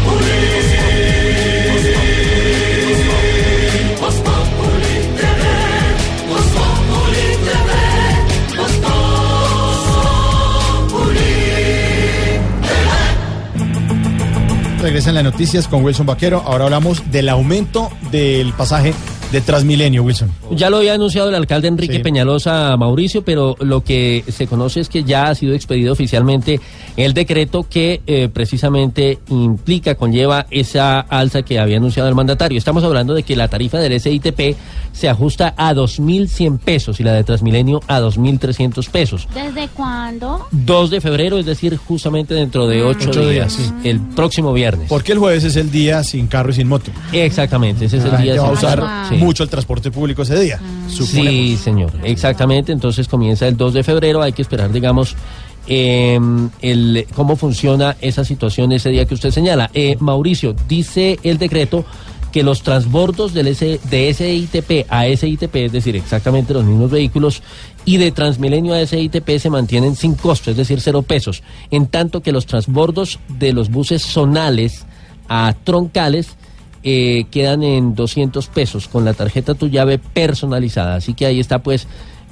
Regresan las noticias con Wilson Vaquero. Ahora hablamos del aumento del pasaje de Transmilenio, Wilson. Ya lo había anunciado el alcalde Enrique sí. Peñalosa, Mauricio, pero lo que se conoce es que ya ha sido expedido oficialmente el decreto que eh, precisamente implica, conlleva esa alza que había anunciado el mandatario. Estamos hablando de que la tarifa del S I T P se ajusta a dos mil cien pesos y la de Transmilenio a dos mil trescientos pesos. ¿Desde cuándo? dos de febrero, es decir, justamente dentro de ocho Ocho días, días, sí. el próximo viernes. Porque el jueves es el día sin carro y sin moto. Exactamente, ese es el La día gente va a sin usar carro. Sí. mucho el transporte público ese día. Sí, señor, exactamente. Entonces comienza el dos de febrero. Hay que esperar, digamos, eh, el cómo funciona esa situación ese día que usted señala. Eh, Mauricio, dice el decreto que los transbordos del S, de S I T P a S I T P, es decir, exactamente los mismos vehículos, y de Transmilenio a S I T P se mantienen sin costo, es decir, cero pesos, en tanto que los transbordos de los buses zonales a troncales eh, quedan en doscientos pesos con la tarjeta Tu Llave personalizada. Así que ahí está, pues,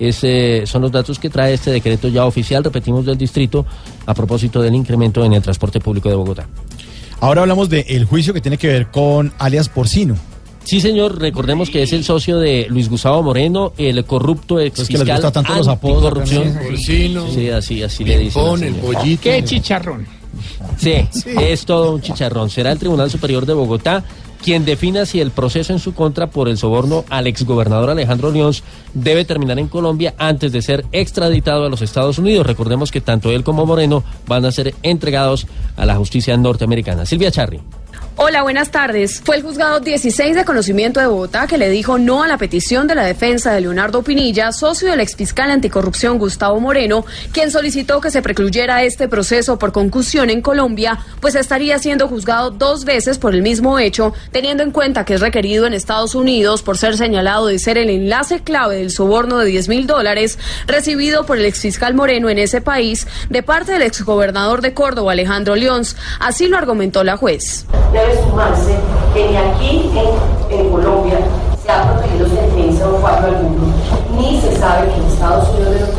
ese son los datos que trae este decreto ya oficial, repetimos, del distrito, a propósito del incremento en el transporte público de Bogotá. Ahora hablamos del juicio que tiene que ver con alias Porcino. Sí, señor, recordemos que es el socio de Luis Gustavo Moreno, el corrupto ex fiscal. Es que les gusta tanto los apodos. Anticorrupción. Porcino. Sí, así, así le dicen. Pon el pollito. Qué chicharrón. Sí, sí, es todo un chicharrón. Será el Tribunal Superior de Bogotá quien defina si el proceso en su contra por el soborno al exgobernador Alejandro Leons debe terminar en Colombia antes de ser extraditado a los Estados Unidos. Recordemos que tanto él como Moreno van a ser entregados a la justicia norteamericana. Silvia Charri. Hola, buenas tardes. Fue el juzgado dieciséis de conocimiento de Bogotá que le dijo no a la petición de la defensa de Leonardo Pinilla, socio del exfiscal anticorrupción Gustavo Moreno, quien solicitó que se precluyera este proceso por concusión en Colombia, pues estaría siendo juzgado dos veces por el mismo hecho, teniendo en cuenta que es requerido en Estados Unidos por ser señalado de ser el enlace clave del soborno de diez mil dólares recibido por el exfiscal Moreno en ese país de parte del exgobernador de Córdoba, Alejandro Leons. Así lo argumentó la juez. Debe sumarse que ni aquí en, en Colombia se ha protegido sentencia o fallo alguno, ni se sabe que en Estados Unidos de los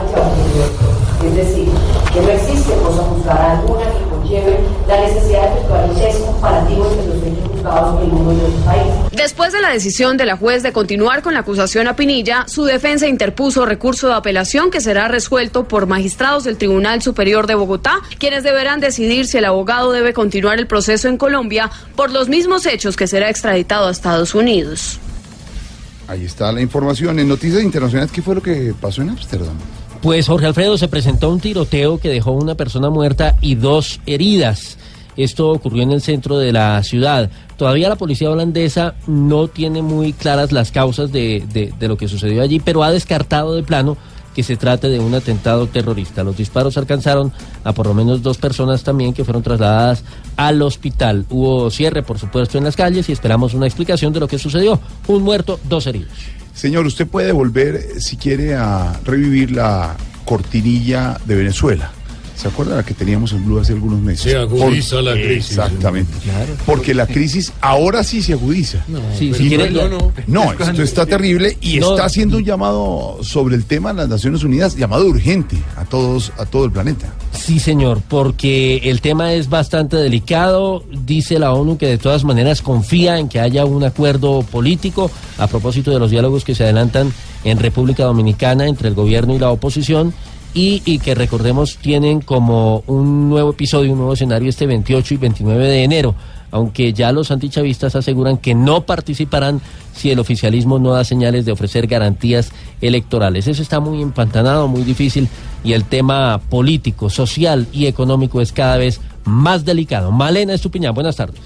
casos, es decir, que no existe cosa juzgada alguna que conlleve la necesidad de efectuar un test comparativo entre los hechos juzgados en uno y otro país. Después de la decisión de la juez de continuar con la acusación a Pinilla, su defensa interpuso recurso de apelación que será resuelto por magistrados del Tribunal Superior de Bogotá, quienes deberán decidir si el abogado debe continuar el proceso en Colombia por los mismos hechos que será extraditado a Estados Unidos. Ahí está la información. En Noticias Internacionales, ¿qué fue lo que pasó en Ámsterdam? Pues, Jorge Alfredo, se presentó un tiroteo que dejó una persona muerta y dos heridas. Esto ocurrió en el centro de la ciudad. Todavía la policía holandesa no tiene muy claras las causas de, de, de lo que sucedió allí, pero ha descartado de plano que se trate de un atentado terrorista. Los disparos alcanzaron a por lo menos dos personas también que fueron trasladadas al hospital. Hubo cierre, por supuesto, en las calles y esperamos una explicación de lo que sucedió. Un muerto, dos heridos. Señor, usted puede volver, si quiere, a revivir la cortinilla de Venezuela. ¿Se acuerda la que teníamos en Blue hace algunos meses? Se agudiza Por... la crisis. Exactamente. Claro. Porque la crisis ahora sí se agudiza. No, sí, si quiere, no, no. no, esto está terrible y no. está haciendo un llamado sobre el tema de las Naciones Unidas, llamado urgente a todos, a todo el planeta. Sí, señor, porque el tema es bastante delicado. Dice la ONU que de todas maneras confía en que haya un acuerdo político a propósito de los diálogos que se adelantan en República Dominicana entre el gobierno y la oposición. Y, y que recordemos tienen como un nuevo episodio, un nuevo escenario este veintiocho y veintinueve de enero, aunque ya los antichavistas aseguran que no participarán si el oficialismo no da señales de ofrecer garantías electorales. Eso está muy empantanado, muy difícil, y el tema político, social y económico es cada vez más delicado. Malena Estupiñán, buenas tardes.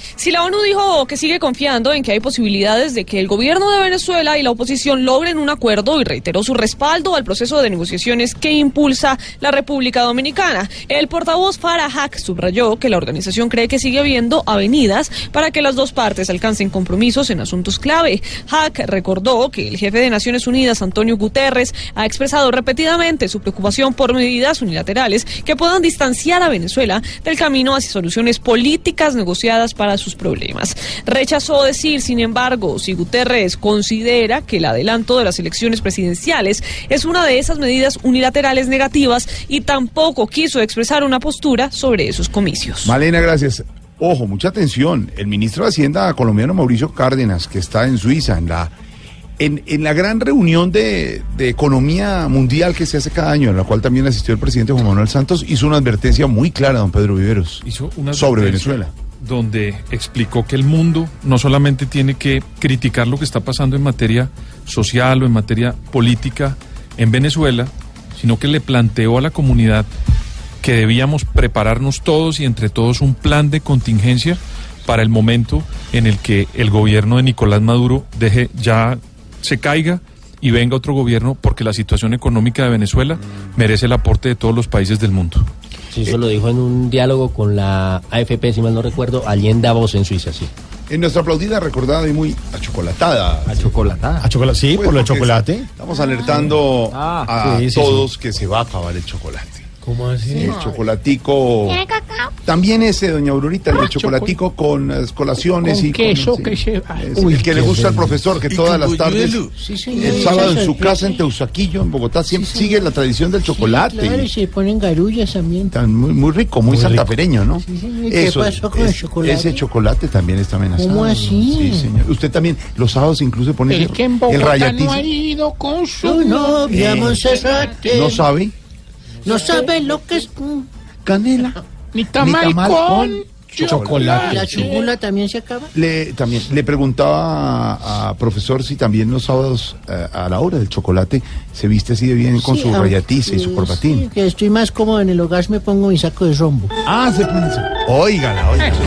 Si la ONU dijo que sigue confiando en que hay posibilidades de que el gobierno de Venezuela y la oposición logren un acuerdo y reiteró su respaldo al proceso de negociaciones que impulsa la República Dominicana. El portavoz Farah Haq subrayó que la organización cree que sigue habiendo avenidas para que las dos partes alcancen compromisos en asuntos clave. Haq recordó que el jefe de Naciones Unidas, Antonio Guterres, ha expresado repetidamente su preocupación por medidas unilaterales que puedan distanciar a Venezuela del camino hacia soluciones políticas negociadas para sus problemas. Rechazó decir, sin embargo, si Guterres considera que el adelanto de las elecciones presidenciales es una de esas medidas unilaterales negativas y tampoco quiso expresar una postura sobre esos comicios. Malena, gracias. Ojo, mucha atención. El ministro de Hacienda colombiano Mauricio Cárdenas, que está en Suiza, en la en, en la gran reunión de, de economía mundial que se hace cada año, en la cual también asistió el presidente Juan Manuel Santos, hizo una advertencia muy clara, don Pedro Viveros, hizo una sobre Venezuela. Donde explicó que el mundo no solamente tiene que criticar lo que está pasando en materia social o en materia política en Venezuela, sino que le planteó a la comunidad que debíamos prepararnos todos y entre todos un plan de contingencia para el momento en el que el gobierno de Nicolás Maduro deje ya se caiga y venga otro gobierno, porque la situación económica de Venezuela merece el aporte de todos los países del mundo. Sí, eso lo dijo en un diálogo con la A F P, si mal no recuerdo, allí en Davos, en Suiza, sí. En nuestra aplaudida, recordada y muy achocolatada. Achocolatada. ¿A chocolate? Sí, Pues por lo de porque chocolate. Estamos alertando Ah, a sí, sí, todos sí. que se va a acabar el chocolate. ¿Cómo así? El chocolatico. ¿Tiene cacao? También ese, doña Aurorita, el de Ah, chocolatico con las colaciones Con y queso, con, que se... Ay, Es el que le gusta al profesor, que Y todas con las tardes, buñuelo. Sí, señor. el Sí, sábado esa en su sorpresa. casa en Teusaquillo, en Bogotá, siempre sigue la tradición del chocolate. Claro, y se ponen garullas también. Tan muy, muy rico, muy, Muy santafereño, ¿no? Sí, señor. ¿Y qué Eso, pasó con el es- chocolate? Ese chocolate también está amenazado. ¿Cómo así? Sí, señor. Usted también, los sábados incluso pone Es que en el Bogotá rayatizo. no ha ido con su Su novia, Eh, Monserrate. ¿No sabe? No sabe lo que es mm, Canela. Ni tamal, Ni tamal con, con chocolate. la chugula también se acaba. Le, también, le preguntaba a, a profesor si también los sábados eh, a la hora del chocolate se viste así de bien con Sí, su aunque- rayatiza y su corbatín. sí, que estoy más cómodo en el hogar, me pongo mi saco de rombo. Ah, se pone eso. Óigala, óigala.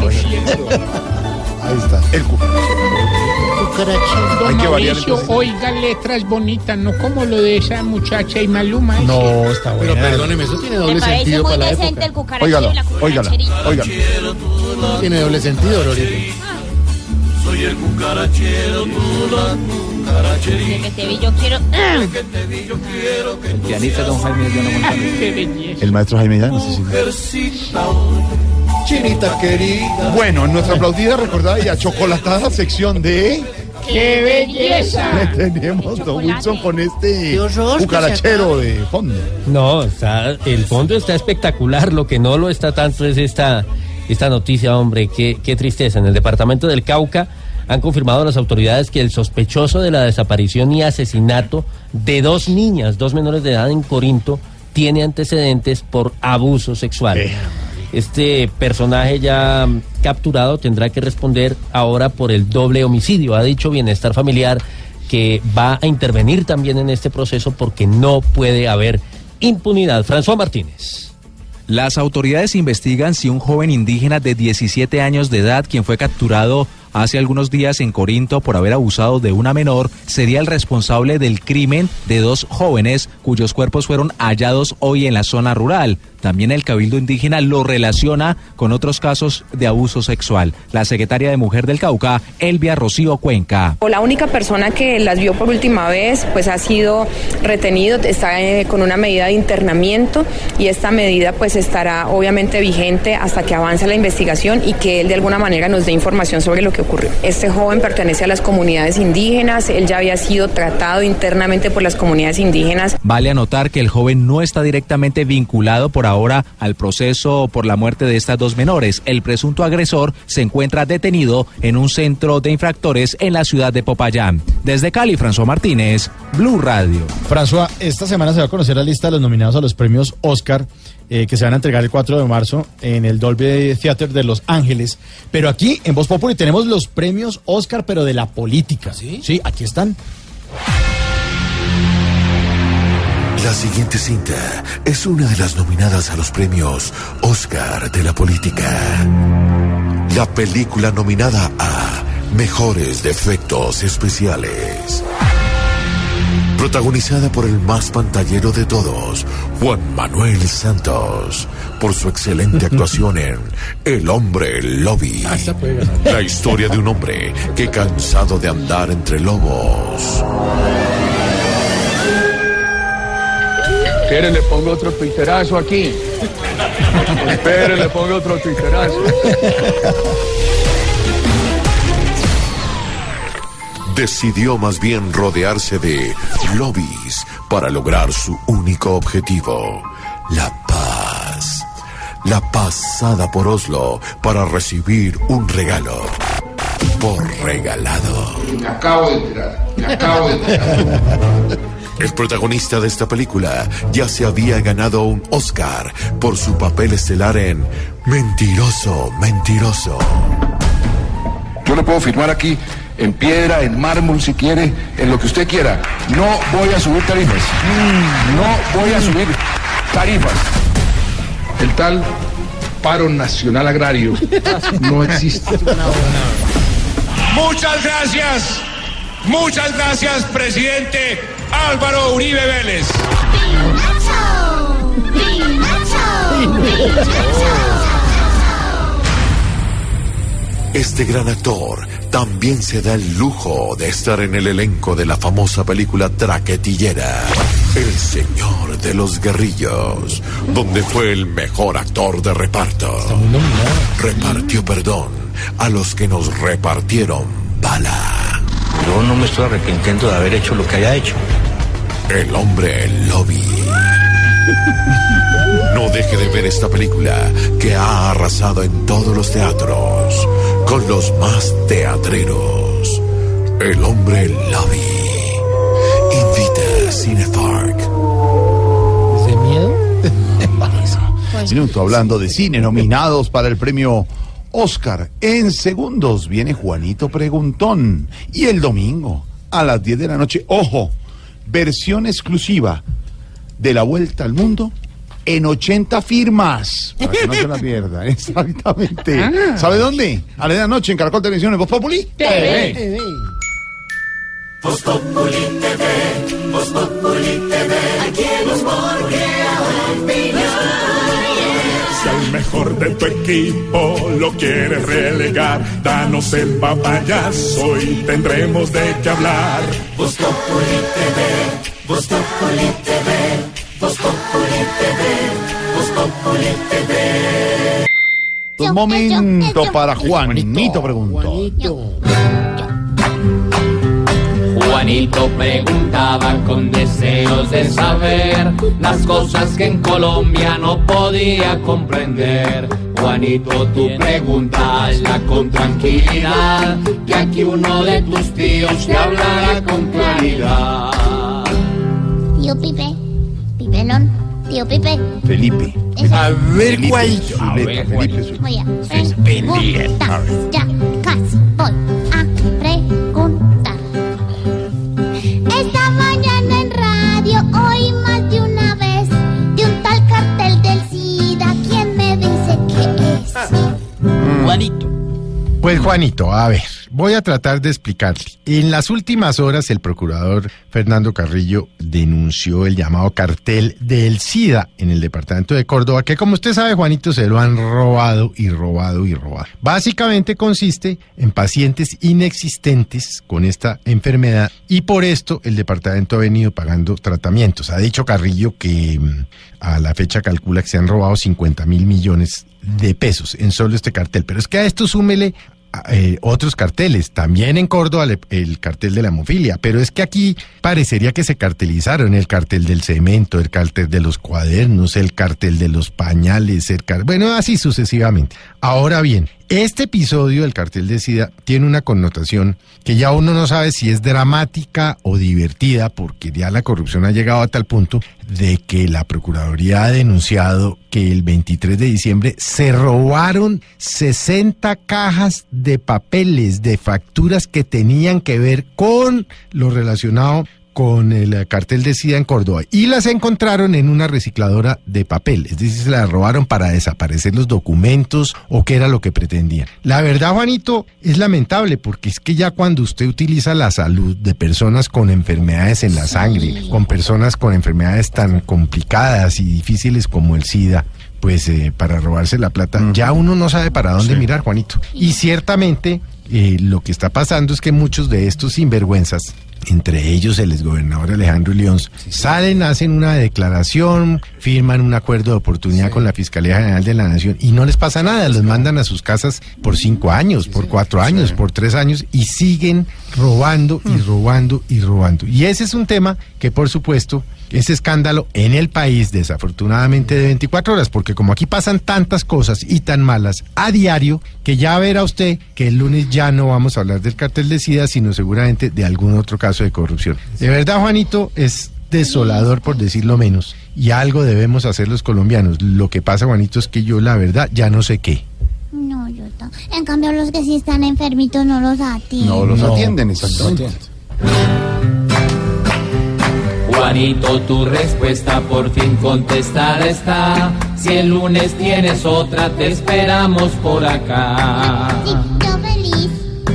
Ahí está. El cu- Cucarachero. Hay que Don variar Mauricio, entonces. oiga letras bonitas, no como lo de esa muchacha y Maluma. ese. No, está bueno. Pero perdóneme, eso tiene doble Me parece sentido muy para la decente época. el cucarachero Óigalo, y la óigala, cucaracherita. óigala. Tiene doble sentido, Aurorita. Soy el cucarachero, tú la cucaracherita. Desde que te vi yo quiero... Que te vi, yo quiero que El pianista don Jaime Llano Montaner. Qué belleza. El maestro Jaime Llanos, sí, sí. mujercita, chinita querida. Bueno, en nuestra aplaudida, recordada y achocolatada sección de... ¡Qué belleza! Le tenemos, don Wilson, con este Qué horror que se cucarachero acabe. de fondo. No, está, el fondo está espectacular, lo que no lo está tanto es esta, esta noticia, hombre, qué, qué tristeza. En el departamento del Cauca han confirmado las autoridades que el sospechoso de la desaparición y asesinato de dos niñas, dos menores de edad en Corinto, tiene antecedentes por abuso sexual. Eh. Este personaje ya mm, capturado tendrá que responder ahora por el doble homicidio. Ha dicho Bienestar Familiar que va a intervenir también en este proceso porque no puede haber impunidad. François Martínez. Las autoridades investigan si un joven indígena de diecisiete años de edad, quien fue capturado hace algunos días en Corinto por haber abusado de una menor, sería el responsable del crimen de dos jóvenes cuyos cuerpos fueron hallados hoy en la zona rural. También el Cabildo Indígena lo relaciona con otros casos de abuso sexual. La secretaria de Mujer del Cauca, Elvia Rocío Cuenca. La única persona que las vio por última vez pues ha sido retenido, está eh, con una medida de internamiento y esta medida pues estará obviamente vigente hasta que avance la investigación y que él de alguna manera nos dé información sobre lo que ocurrió. Este joven pertenece a las comunidades indígenas, él ya había sido tratado internamente por las comunidades indígenas. Vale anotar que el joven no está directamente vinculado por ahora al proceso por la muerte de estas dos menores. El presunto agresor se encuentra detenido en un centro de infractores en la ciudad de Popayán. Desde Cali, François Martínez, Blue Radio. François, esta semana se va a conocer la lista de los nominados a los premios Oscar, eh, que se van a entregar el cuatro de marzo en el Dolby Theater de Los Ángeles. Pero aquí, en Voz Populi, tenemos los premios Oscar, pero de la política. Sí, sí, aquí están. La siguiente cinta es una de las nominadas a los premios Oscar de la política. la película nominada a Mejores Efectos Especiales. Protagonizada por el más pantallero de todos, Juan Manuel Santos, por su excelente actuación en El Hombre Lobby. La historia de un hombre que, cansado de andar entre lobos, Espere, le pongo otro twitterazo aquí. Espere, le pongo otro twitterazo. decidió más bien rodearse de lobbies para lograr su único objetivo, la paz. La pasada por Oslo para recibir un regalo. Por regalado. Me acabo de enterar, me acabo de enterar. El protagonista de esta película ya se había ganado un Oscar por su papel estelar en Mentiroso, Mentiroso. Yo lo puedo firmar aquí, en piedra, en mármol, si quiere, en lo que usted quiera. No voy a subir tarifas. No voy a subir tarifas. El tal paro nacional agrario no existe. Muchas gracias, muchas gracias, presidente Álvaro Uribe Vélez. Este gran actor también se da el lujo de estar en el elenco de la famosa película traquetillera El Señor de los Guerrillos, donde fue el mejor actor de reparto. Repartió perdón a los que nos repartieron bala. Yo no me estoy arrepintiendo de haber hecho lo que haya hecho. El Hombre Lobby. No deje de ver esta película que ha arrasado en todos los teatros con los más teatreros. El Hombre Lobby. Invita Cinepark. ¿De miedo? Minuto hablando de cine, nominados para el premio Oscar. En segundos viene Juanito Preguntón. Y el domingo, a las diez de la noche, ojo, versión exclusiva de La Vuelta al Mundo en ochenta firmas. Para que no se la pierda, exactamente. Ah. ¿Sabe dónde? A la de la noche en Caracol Televisión, en Voz Populi T V. Voz Populi T V, Voz Populi T V, aquí en Voz Si al mejor de tu equipo lo quieres relegar, danos el papayazo y tendremos de qué hablar. Voz Populi T V, Voz Populi T V, Voz Populi T V, Voz Populi T V. Un momento para Juanito Preguntó. Juanito. Juanito preguntaba con deseos de saber las cosas que en Colombia no podía comprender. Juanito, tu pregunta hazla con tranquilidad, que aquí uno de tus tíos te hablará con claridad. Tío Pipe, Pipelón, tío Pipe. Felipe. A ver, Juanito. A ver, Felipe. Voy a preguntar, ya casi voy a preguntar. Esta mañana en radio oí más de una vez de un tal cartel del SIDA. ¿Quién me dice qué es? Juanito. Pues Juanito, a ver, voy a tratar de explicarle. En las últimas horas el procurador Fernando Carrillo denunció el llamado cartel del SIDA en el departamento de Córdoba, que como usted sabe, Juanito, se lo han robado y robado y robado. Básicamente consiste en pacientes inexistentes con esta enfermedad y por esto el departamento ha venido pagando tratamientos. Ha dicho Carrillo que a la fecha calcula que se han robado cincuenta mil millones de pesos en solo este cartel, pero es que a esto súmele Eh, otros carteles, también en Córdoba el, el cartel de la hemofilia, pero es que aquí parecería que se cartelizaron el cartel del cemento, el cartel de los cuadernos, el cartel de los pañales, el car... bueno, así sucesivamente. Ahora bien, este episodio del cartel de SIDA tiene una connotación que ya uno no sabe si es dramática o divertida, porque ya la corrupción ha llegado a tal punto de que la Procuraduría ha denunciado que el veintitrés de diciembre se robaron sesenta cajas de papeles, de facturas que tenían que ver con lo relacionado con el cartel de SIDA en Córdoba y las encontraron en una recicladora de papel, es decir, se las robaron para desaparecer los documentos o qué era lo que pretendían. La verdad, Juanito, es lamentable porque es que ya cuando usted utiliza la salud de personas con enfermedades en la sangre, con personas con enfermedades tan complicadas y difíciles como el SIDA, pues eh, para robarse la plata, uh-huh. ya uno no sabe para dónde sí. mirar, Juanito. Y ciertamente eh, lo que está pasando es que muchos de estos sinvergüenzas, entre ellos el exgobernador Alejandro León, sí, sí. salen, hacen una declaración, firman un acuerdo de oportunidad sí. con la Fiscalía General de la Nación y no les pasa nada, los mandan a sus casas por cinco años, sí, por sí. cuatro años, sí. por tres años y siguen robando y robando y robando. Y ese es un tema que, por supuesto, ese escándalo en el país, desafortunadamente, de veinticuatro horas, porque como aquí pasan tantas cosas y tan malas a diario, que ya verá usted que el lunes ya no vamos a hablar del cartel de SIDA, sino seguramente de algún otro caso de corrupción. De verdad, Juanito, es desolador por decirlo menos, y algo debemos hacer los colombianos. Lo que pasa, Juanito, es que yo la verdad ya no sé qué. No, yo no. En cambio, los que sí están enfermitos no los atienden. No los no. atienden, exactamente. Juanito, tu respuesta por fin contestada está. Si el lunes tienes otra, te esperamos por acá. Sí, yo feliz.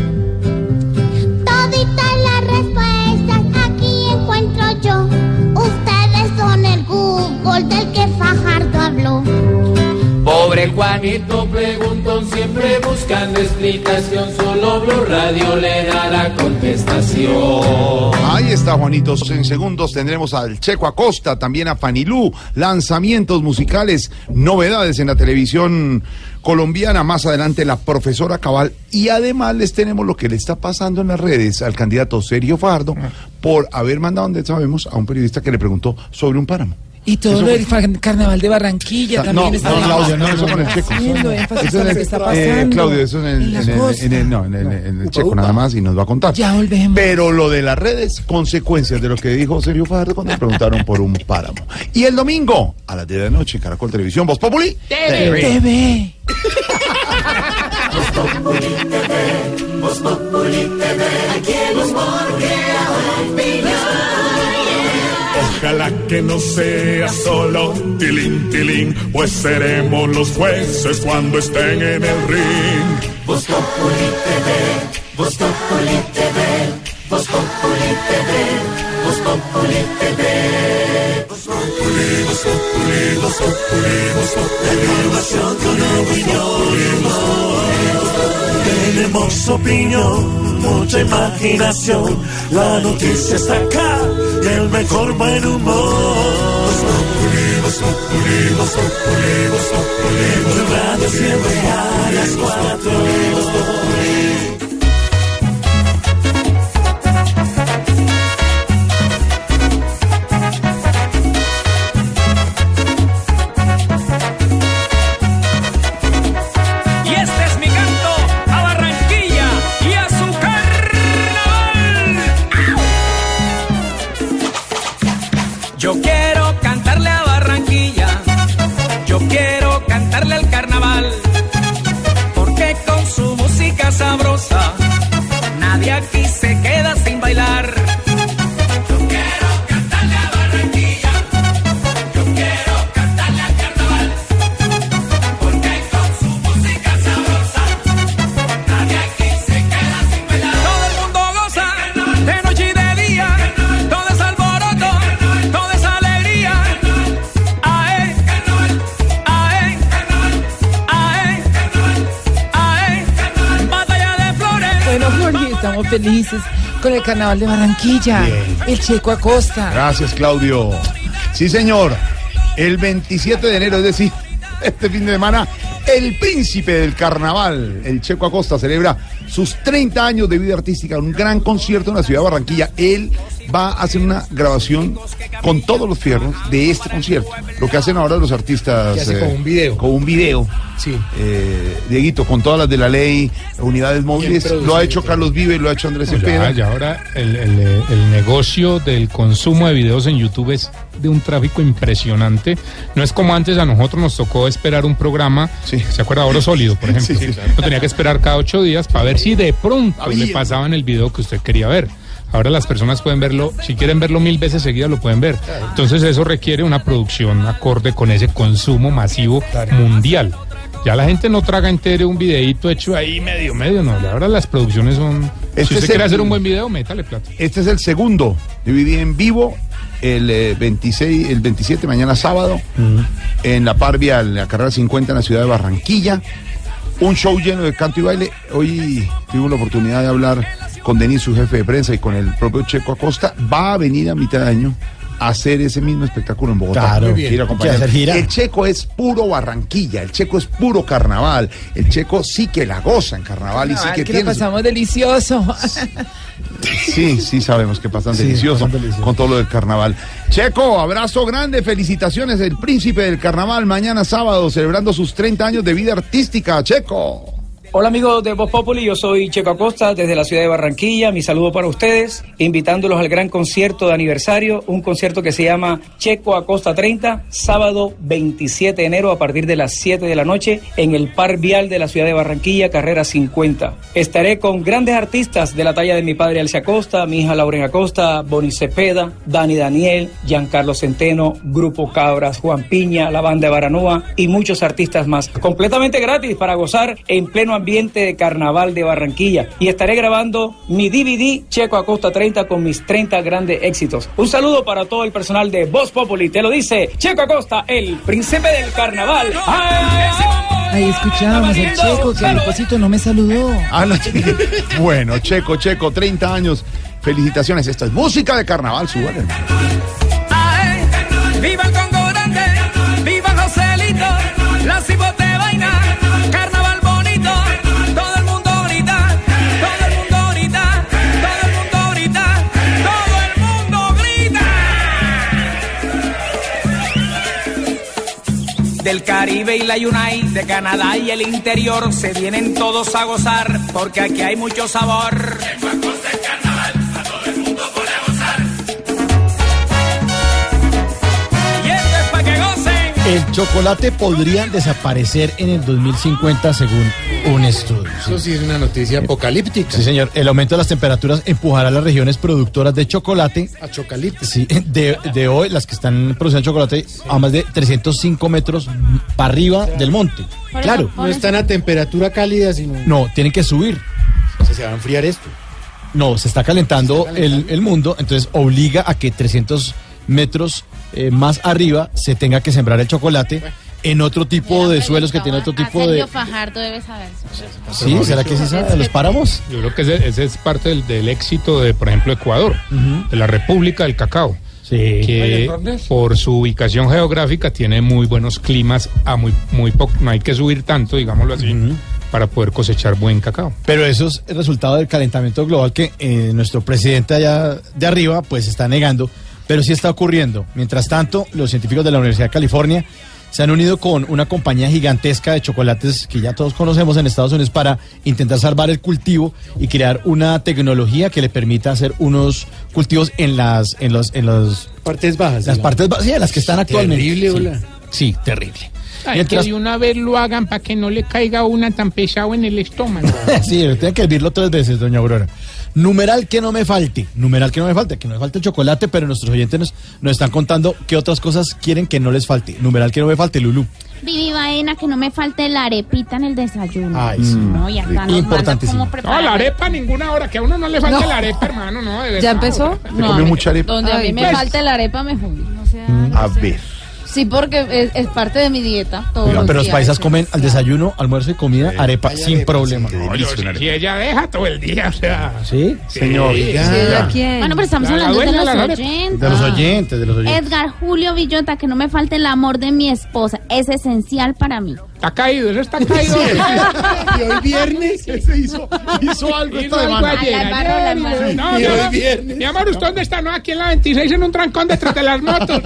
Toditas las respuestas aquí encuentro yo. Ustedes son el Google del que Fajardo habló. Pobre Juanito preguntón, siempre buscando explicación, solo Blue Radio le da la contestación. Ahí está, Juanito. En segundos tendremos al Checo Acosta, también a Fanilú, lanzamientos musicales, novedades en la televisión colombiana, más adelante la profesora Cabal, y además les tenemos lo que le está pasando en las redes al candidato Sergio Fajardo por haber mandado, donde sabemos, a un periodista que le preguntó sobre un páramo. Y todo lo del fue... carnaval de Barranquilla no, también no, está... No, Claudio, no, eso con el Checo. Haciendo énfasis eso en lo el, que está pasando. Eh, Claudio, eso en el, en, en, el, en, el, no, en, el, en el Checo nada más y nos va a contar. Ya volvemos. Pero lo de las redes, consecuencias de lo que dijo Sergio Fajardo cuando le preguntaron por un páramo. Y el domingo, a las diez de la noche, Caracol Televisión, Voz Populi T V. T V. Voz Populi T V, Voz Populi T V, aquí el humor crea opinión. Ojalá que no sea solo tilín, tilín, pues seremos los jueces cuando estén en el ring. Voz Populi T V, Voz Populi T V, Voz Populi T V, Voz Populi T V. Voz Populi, Voz Populi, Voz Populi, Voz Populi, información con opinión. Tenemos opinión, mucha imaginación, la noticia está acá y el mejor buen humor. Voz Populi, Voz Populi, Voz Populi, Voz Populi, Blue Radio siempre a las cuatro. Yo quiero cantarle a Barranquilla, yo quiero cantarle al carnaval, porque con su música sabrosa, nadie aquí se queda sin bailar. Yo quiero cantarle a Barranquilla, yo quiero cantarle al carnaval, porque con su música sabrosa, nadie aquí se queda sin bailar. Todo el mundo goza, de noche y de día, todo es alboroto, todo es alegría. Ae, ae, ae, ae, batalla de flores. Bueno, Jorge, estamos felices con el carnaval de Barranquilla. Bien. El Checo Acosta. Gracias, Claudio. Sí, señor. El veintisiete de enero, es decir, este fin de semana, el príncipe del carnaval, el Checo Acosta, celebra sus treinta años de vida artística, un gran concierto en la ciudad de Barranquilla. Él va a hacer una grabación con todos los fierros de este concierto. Lo que hacen ahora los artistas. Que hace eh, con un video. Con un video. Sí. Eh, Dieguito, con todas las de la ley, unidades móviles. Lo ha hecho Carlos Vive, lo ha hecho Andrés Cepeda. Ya, ya ahora el, el, el negocio del consumo de videos en YouTube es de un tráfico impresionante. No es como antes, a nosotros nos tocó esperar un programa. Sí. ¿Se acuerda? Oro Sólido, por ejemplo. Sí, sí, claro. Uno tenía que esperar cada ocho días para ver si de pronto Había. le pasaban el video que usted quería ver. Ahora las personas pueden verlo, si quieren verlo mil veces seguidas, lo pueden ver. Entonces eso requiere una producción acorde con ese consumo masivo mundial. Ya la gente no traga entero un videíto hecho ahí medio, medio, no. Ahora las producciones son... Este si usted es quiere el- hacer un buen video, métale plata. Este es el segundo, dividí en vivo el eh, veintiséis, el veintisiete, mañana sábado, en la par vial, en la carrera cincuenta en la ciudad de Barranquilla. Un show lleno de canto y baile. Hoy tuve la oportunidad de hablar con Denis, su jefe de prensa, y con el propio Checo Acosta. Va a venir a mitad de año a hacer ese mismo espectáculo en Bogotá. Claro, Muy bien. quiero Hay que acompañar. hacer gira. El Checo es puro Barranquilla, el Checo es puro carnaval, el Checo sí que la goza en carnaval y sí Carnaval, que que tiene... lo su- pasamos delicioso. Sí, sí sabemos que pasan Sí, delicioso, pasan delicioso. con todo lo del carnaval. Checo, abrazo grande, felicitaciones, el príncipe del carnaval, mañana sábado, celebrando sus treinta años de vida artística. Checo. Hola amigos de Voz Populi, yo soy Checo Acosta desde la ciudad de Barranquilla. Mi saludo para ustedes, invitándolos al gran concierto de aniversario, un concierto que se llama Checo Acosta treinta, sábado veintisiete de enero a partir de las siete de la noche en el Par Vial de la ciudad de Barranquilla, carrera cincuenta. Estaré con grandes artistas de la talla de mi padre Alcia Acosta, mi hija Lauren Acosta, Bonnie Cepeda, Dani Daniel, Giancarlo Centeno, Grupo Cabras, Juan Piña, la banda de Baranoa y muchos artistas más. Completamente gratis para gozar en pleno ambiente de carnaval de Barranquilla. Y estaré grabando mi D V D Checo Acosta treinta con mis treinta grandes éxitos. Un saludo para todo el personal de Voz Populi. Te lo dice Checo Acosta, el príncipe del carnaval. Ahí escuchábamos el Checo que a propósito no me saludó. Ah, no, bueno, Checo, Checo, treinta años. Felicitaciones. Esto es música de carnaval, súbale. Ay, viva el Congo grande, viva Joselito, la cipote vaina, carnaval bonito, todo el mundo grita, todo el mundo grita, todo el mundo grita, todo el mundo grita. Del Caribe y la Yunay, de Canadá y el interior, se vienen todos a gozar, porque aquí hay mucho sabor. El chocolate podría desaparecer en el dos mil cincuenta según un estudio. Eso sí es una noticia apocalíptica. Sí, señor. El aumento de las temperaturas empujará a las regiones productoras de chocolate. A chocalipto. Sí, de, de hoy, las que están produciendo chocolate a más de trescientos cinco metros para arriba del monte. Claro. No están a temperatura cálida, sino... No, tienen que subir. O sea, se va a enfriar esto. No, se está calentando, El, el mundo, entonces obliga a que trescientos metros eh, más arriba se tenga que sembrar el chocolate en otro tipo de suelos que tiene otro tipo de... Sergio Fajardo debe saber eso. Sí, ¿será que sí sabe? ¿Los páramos? Yo creo que ese, ese es parte del, del éxito de, por ejemplo, Ecuador, Ujú. de la República del Cacao. Sí. Que por su ubicación geográfica tiene muy buenos climas a muy muy poco, no hay que subir tanto, digámoslo así, para poder cosechar buen cacao. Pero eso es el resultado del calentamiento global que eh, nuestro presidente allá de arriba pues está negando, pero sí está ocurriendo. Mientras tanto, los científicos de la Universidad de California se han unido con una compañía gigantesca de chocolates que ya todos conocemos en Estados Unidos para intentar salvar el cultivo y crear una tecnología que le permita hacer unos cultivos en las en los en las partes bajas. Las partes bajas, sí, en las que están actualmente. Terrible, Sí. hola. Sí, terrible. Ay, Mientras- que de una vez lo hagan para que no le caiga una tan pesado en el estómago. Sí, tiene que hervirlo tres veces, doña Aurora. Numeral que no me falte, numeral que no me falte, que no me falte el chocolate, pero nuestros oyentes nos, nos están contando qué otras cosas quieren que no les falte. Numeral que no me falte, Lulú. Vivi Baena, que no me falte la arepita en el desayuno. Ay, sí. No, y acá nos manda Importantísimo. cómo No, preparar. la arepa ninguna hora, que a uno no le falte No. la arepa, hermano, no. de ¿Ya verdad. empezó? ¿Te comió mucha arepa? Donde a mí me Pues- falte la arepa me jodí. O sea, A ver. sí, porque es, es parte de mi dieta. Todos Oiga, los pero los días. paisas comen al desayuno, almuerzo y comida, arepa Hay sin arepa, problema. sí, No, yo sí, si ella deja todo el día, o sea. ¿Sí? Señor. ¿Sí, ella quién? Bueno, pero estamos La- la hablando de dueña los de la arepa. oyentes. De los oyentes, de los oyentes. Edgar Julio Villota, que no me falte el amor de mi esposa. Es esencial para mí. Está caído, eso está caído. Y hoy viernes. Ese hizo, hizo algo Hizo esta algo semana. ayer, la embarró, la ayer, embarró. no, Y no, hoy no. viernes. Mi amor, ¿usted dónde está? No, aquí en la veintiséis en un trancón detrás de las motos.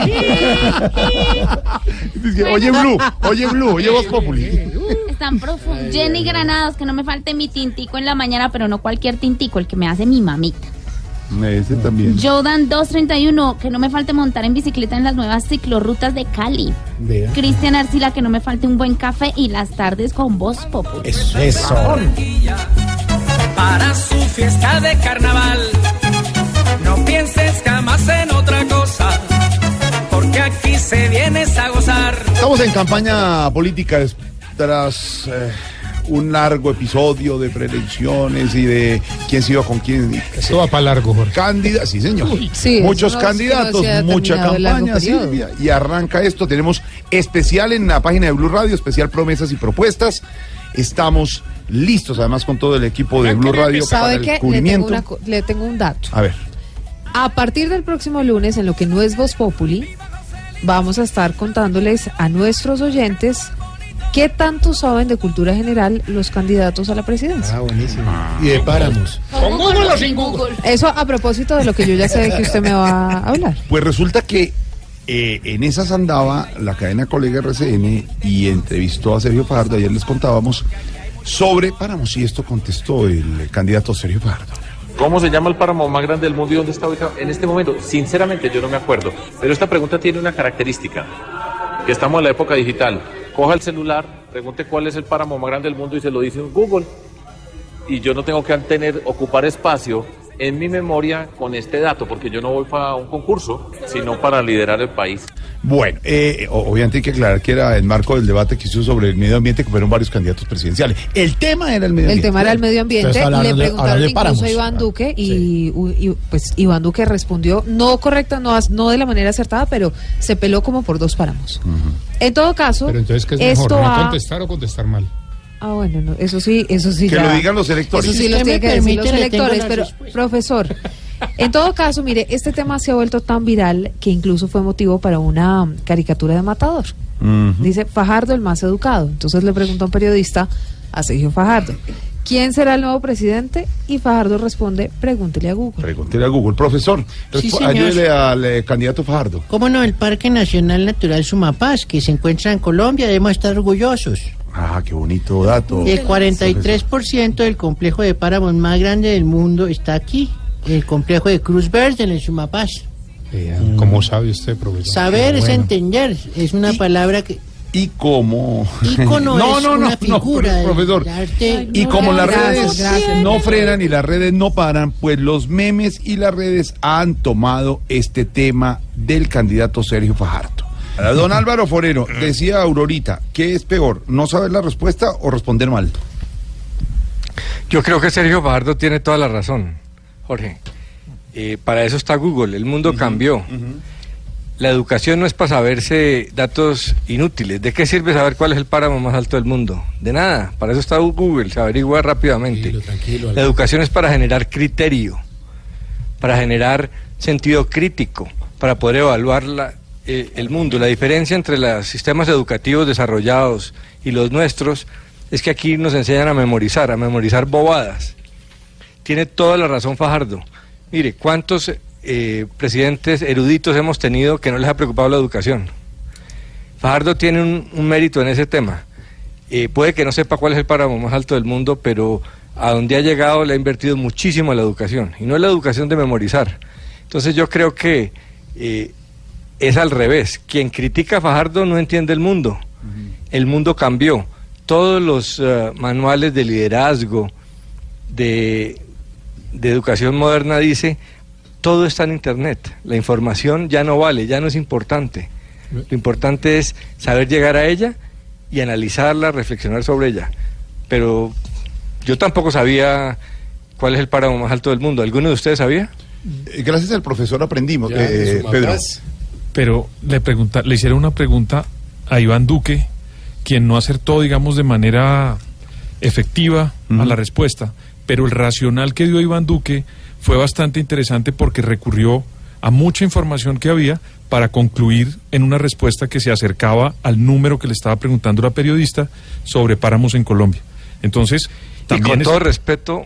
Dice, Oye, Blue, oye, Blue, oye, Voz Populi. Están profundos. Jenny Granados, que no me falte mi tintico en la mañana, pero no cualquier tintico, el que me hace mi mamita. Ese también. Jordan doscientos treinta y uno, que no me falte montar en bicicleta en las nuevas ciclorrutas de Cali. Vea. Cristian Arcila, que no me falte un buen café y las tardes con Voz Populi. Eso, eso. Para su fiesta de carnaval, No pienses jamás en otra cosa, porque aquí se vienes a gozar. Estamos en campaña política tras eh, un largo episodio de preelecciones y de quién se iba con quién. Esto va para largo, Jorge. Cándida, sí, señor. Sí, Muchos eso no- candidatos, eso no se ha mucha terminado el largo campaña, periodo. Silvia. Y arranca esto. Tenemos especial en la página de Blue Radio, especial promesas y propuestas. Estamos listos, además, con todo el equipo de Blue Radio para ¿Sabe el qué? Le tengo, cubrimiento. una co- le tengo un dato. A ver. A partir del próximo lunes, en lo que no es Voz Populi, vamos a estar contándoles a nuestros oyentes qué tanto saben de cultura general los candidatos a la presidencia. Ah, buenísimo. Y de páramos. ¿Con Google o sin Google? Eso a propósito de lo que yo ya sé que usted me va a hablar. Pues resulta que eh, en esas andaba la cadena Colega R C N y entrevistó a Sergio Fajardo. Ayer les contábamos sobre páramos y esto contestó el candidato Sergio Fajardo. ¿Cómo se llama el páramo más grande del mundo y dónde está ubicado? En este momento, sinceramente, yo no me acuerdo. Pero esta pregunta tiene una característica, que estamos en la época digital. Coja el celular, pregunte cuál es el páramo más grande del mundo y se lo dice en Google. Y yo no tengo que tener, ocupar espacio en mi memoria con este dato, porque yo no voy para un concurso, sino para liderar el país. Bueno, eh, obviamente hay que aclarar que era el marco del debate que hizo sobre el medio ambiente, que fueron varios candidatos presidenciales. El tema era el medio El ambiente. tema era el medio ambiente. Entonces, Le hablaron de- preguntaron hablaron de incluso a páramos. Iván Duque y, u- y, pues Iván Duque respondió no correcta, no, as- no de la manera acertada, pero se peló como por dos páramos. En todo caso, Pero entonces, ¿qué es esto mejor? ¿No ha- contestar o contestar mal? Ah, bueno, no, eso sí, eso sí. Que ya- lo digan los electores. Eso sí Si los usted tiene me que decir los permite, le tengo electores, la pero respuesta. profesor, en todo caso, mire, este tema se ha vuelto tan viral que incluso fue motivo para una um, caricatura de Matador. Dice Fajardo el más educado. Entonces le pregunta a un periodista a Sergio Fajardo, ¿quién será el nuevo presidente? Y Fajardo responde, pregúntele a Google. Pregúntele a Google. Profesor, Sí, respo- señor. ayúdele al eh, candidato Fajardo. ¿Cómo no? El Parque Nacional Natural Sumapaz, que se encuentra en Colombia, debemos estar orgullosos. Ah, qué bonito dato. El cuarenta y tres por ciento del complejo de páramos más grande del mundo está aquí, el complejo de Cruz Verde en el Sumapaz. ¿Cómo sabe usted, profesor? Saber Qué es bueno. entender, es una palabra que... ¿Y cómo? Ícono no, es no, no, una no, figura del- profesor. del arte. Y como las Gracias, redes gracias. no frenan y las redes no paran, pues los memes y las redes han tomado este tema del candidato Sergio Fajardo. Ahora, don Álvaro Forero, decía Aurorita, ¿qué es peor, no saber la respuesta o responder mal? Yo creo que Sergio Fajardo tiene toda la razón, Jorge. Eh, para eso está Google, el mundo cambió. La educación no es para saberse datos inútiles. ¿De qué sirve saber cuál es el páramo más alto del mundo? De nada, para eso está Google, se averigua rápidamente. tranquilo, La educación es para generar criterio, para generar sentido crítico, para poder evaluar la, eh, el mundo. La diferencia entre los sistemas educativos desarrollados y los nuestros es que aquí nos enseñan a memorizar, a memorizar bobadas. Tiene toda la razón Fajardo. Mire, ¿cuántos eh, presidentes eruditos hemos tenido que no les ha preocupado la educación? Fajardo tiene un, un mérito en ese tema. Eh, puede que no sepa cuál es el páramo más alto del mundo, pero a donde ha llegado le ha invertido muchísimo a la educación. Y no es la educación de memorizar. Entonces yo creo que eh, es al revés. Quien critica a Fajardo no entiende el mundo. El mundo cambió. Todos los uh, manuales de liderazgo, de, de educación moderna dice, todo está en Internet. La información ya no vale, ya no es importante. Lo importante es saber llegar a ella y analizarla, reflexionar sobre ella. Pero yo tampoco sabía cuál es el páramo más alto del mundo. ¿Alguno de ustedes sabía? Eh, Gracias al profesor aprendimos, Ya, eh, eso, Pedro. Mapas. Pero le pregunta, le hicieron una pregunta a Iván Duque, quien no acertó, digamos, de manera efectiva a la respuesta, pero el racional que dio Iván Duque fue bastante interesante porque recurrió a mucha información que había para concluir en una respuesta que se acercaba al número que le estaba preguntando la periodista sobre páramos en Colombia. Entonces, Y también con es- todo respeto,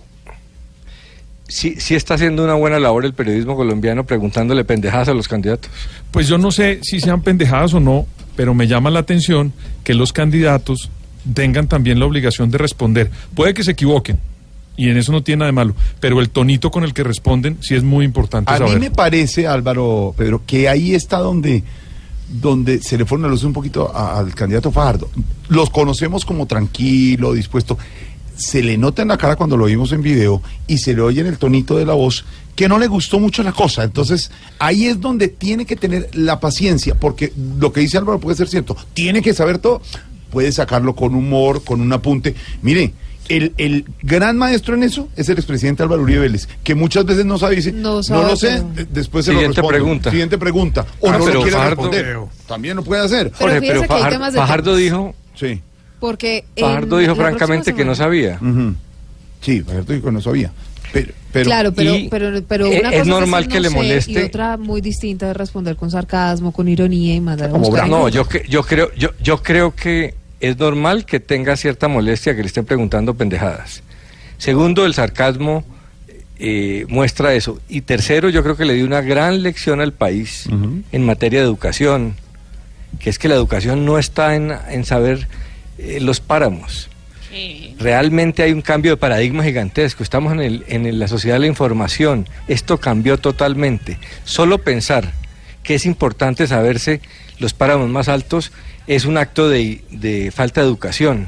sí, sí está haciendo una buena labor el periodismo colombiano preguntándole pendejadas a los candidatos. Pues yo no sé si sean pendejadas o no, pero me llama la atención que los candidatos tengan también la obligación de responder. Puede que se equivoquen, y en eso no tiene nada de malo, pero el tonito con el que responden sí es muy importante A saber. mí me parece, Álvaro, Pedro, que ahí está donde, donde se le fueron la luz un poquito a- al candidato Fajardo. Los conocemos como tranquilo, dispuesto. se le nota en la cara cuando lo vimos en video y se le oye en el tonito de la voz que no le gustó mucho la cosa. Entonces, ahí es donde tiene que tener la paciencia, porque lo que dice Álvaro puede ser cierto. Tiene que saber todo, puede sacarlo con humor, con un apunte. Mire, el, el gran maestro en eso es el expresidente Álvaro Uribe Vélez, que muchas veces no sabe, dice, no, sabe, no lo sé, pero... después se Siguiente lo responde. pregunta. Siguiente pregunta. O ah, no pero lo quiere Fajardo, responder. También lo puede hacer. Pero, Jorge, pero Fajardo, Fajardo dijo... Sí. Porque Fajardo dijo francamente que no sabía. Uh-huh. Sí, Fajardo dijo que no sabía. Pero, pero, claro, pero, pero, pero una es cosa normal es que, que no le moleste. Y otra muy distinta es responder con sarcasmo, con ironía y mandar a Como buscar. No, yo, yo, creo, yo, yo creo que es normal que tenga cierta molestia que le estén preguntando pendejadas. Segundo, el sarcasmo eh, muestra eso. Y tercero, yo creo que le dio una gran lección al país uh-huh. en materia de educación, que es que la educación no está en, en saber eh, los páramos. Sí. Realmente hay un cambio de paradigma gigantesco. Estamos en, el, en la sociedad de la información. Esto cambió totalmente. Solo pensar que es importante saberse los páramos más altos es un acto de, de falta de educación.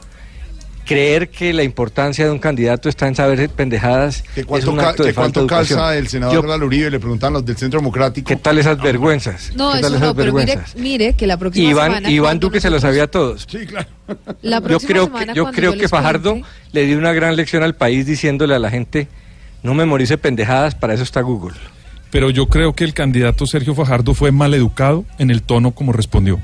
Creer que la importancia de un candidato está en saber pendejadas ¿Que cuánto, es un acto ca- de que cuánto falta de educación. calza el senador Álvaro Uribe? Le preguntan los del Centro Democrático. ¿Qué tal esas vergüenzas? No, ¿Qué eso tal no, esas pero mire, vergüenzas? mire que la próxima Iván, semana... Iván Duque se lo sabía a todos. Sí, claro. La yo creo que, yo creo yo que Fajardo cuente... le dio una gran lección al país diciéndole a la gente, no memorice pendejadas, para eso está Google. Pero yo creo que el candidato Sergio Fajardo fue maleducado en el tono como respondió.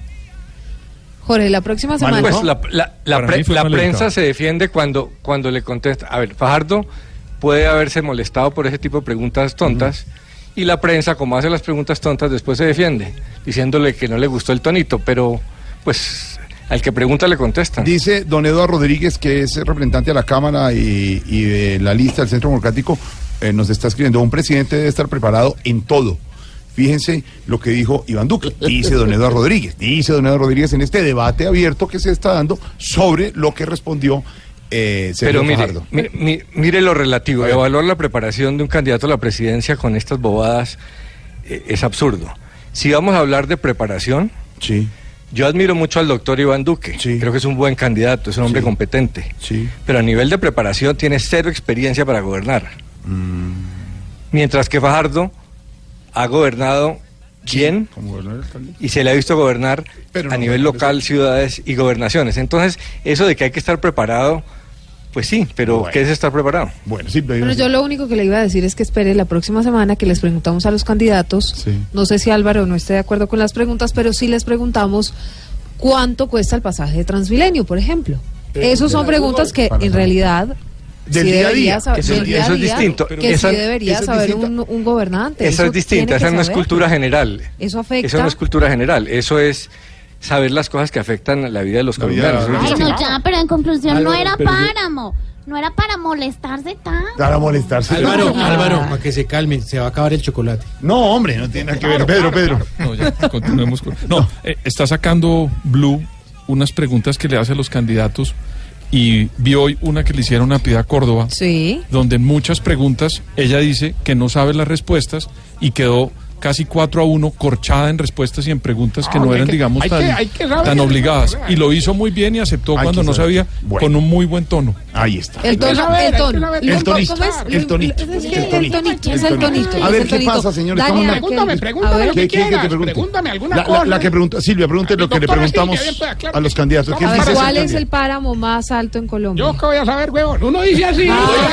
Jorge, la próxima semana... Pues la, la, la, pre, la prensa se defiende cuando, cuando le contesta. A ver, Fajardo puede haberse molestado por ese tipo de preguntas tontas, uh-huh. y la prensa, como hace las preguntas tontas, después se defiende, diciéndole que no le gustó el tonito, pero pues al que pregunta le contestan. Dice don Eduardo Rodríguez, que es representante de la Cámara y, y de la lista del Centro Democrático, eh, nos está escribiendo, un presidente debe estar preparado en todo. Fíjense lo que dijo Iván Duque, dice don Eduardo Rodríguez, dice don Eduardo Rodríguez en este debate abierto que se está dando sobre lo que respondió eh, Sergio Pero mire, Fajardo. mire, mire lo relativo, evaluar la preparación de un candidato a la presidencia con estas bobadas eh, es absurdo. Si vamos a hablar de preparación, sí. yo admiro mucho al doctor Iván Duque, sí. creo que es un buen candidato, es un hombre sí. competente, sí. pero a nivel de preparación tiene cero experiencia para gobernar. Mm. Mientras que Fajardo ha gobernado bien y se le ha visto gobernar Pero a no, nivel local, eso. ciudades y gobernaciones. Entonces, eso de que hay que estar preparado, pues sí, pero bueno. ¿qué es estar preparado? Bueno, sí, pero bueno, yo lo único que le iba a decir es que espere la próxima semana que les preguntamos a los candidatos, sí. no sé si Álvaro no esté de acuerdo con las preguntas, pero sí les preguntamos cuánto cuesta el pasaje de Transmilenio, por ejemplo. Pero, Esas son preguntas que en realidad... Del sí día a día. Saber, eso, del día eso día, es distinto. Que esa, sí debería eso saber es un, un gobernante. Eso, eso es distinto, esa no es cultura general. Eso afecta. Eso no es cultura general, eso es saber las cosas que afectan la vida de los la colombianos. Ay, no, ya, pero en conclusión Álvaro, no era pero páramo. No era para molestarse tanto. Para molestarse. Álvaro, no. Álvaro, para que se calmen, se va a acabar el chocolate. No, hombre, no tiene nada que ver. Pedro, Pedro. No, ya, continuemos con... No, eh, está sacando Blue unas preguntas que le hace a los candidatos. Y vi hoy una que le hicieron a Piedad Córdoba, sí. donde en muchas preguntas ella dice que no sabe las respuestas y quedó casi cuatro a uno corchada en respuestas y en preguntas que ah, no eran, que, digamos, tan, que, que tan obligadas. Y lo hizo muy bien y aceptó hay cuando no sabía, bueno. con un muy buen tono. Ahí está. El tono, el tono. El tonito. El tonito. Es el tonito. A ver, ¿qué pasa, señores? Pregúntame, pregúntame lo que quieras. Pregúntame alguna cosa. La que pregunta, Silvia, pregunte lo que le preguntamos a los candidatos. ¿Cuál es el páramo más alto en Colombia? Yo que voy a saber, huevón. Uno dice así.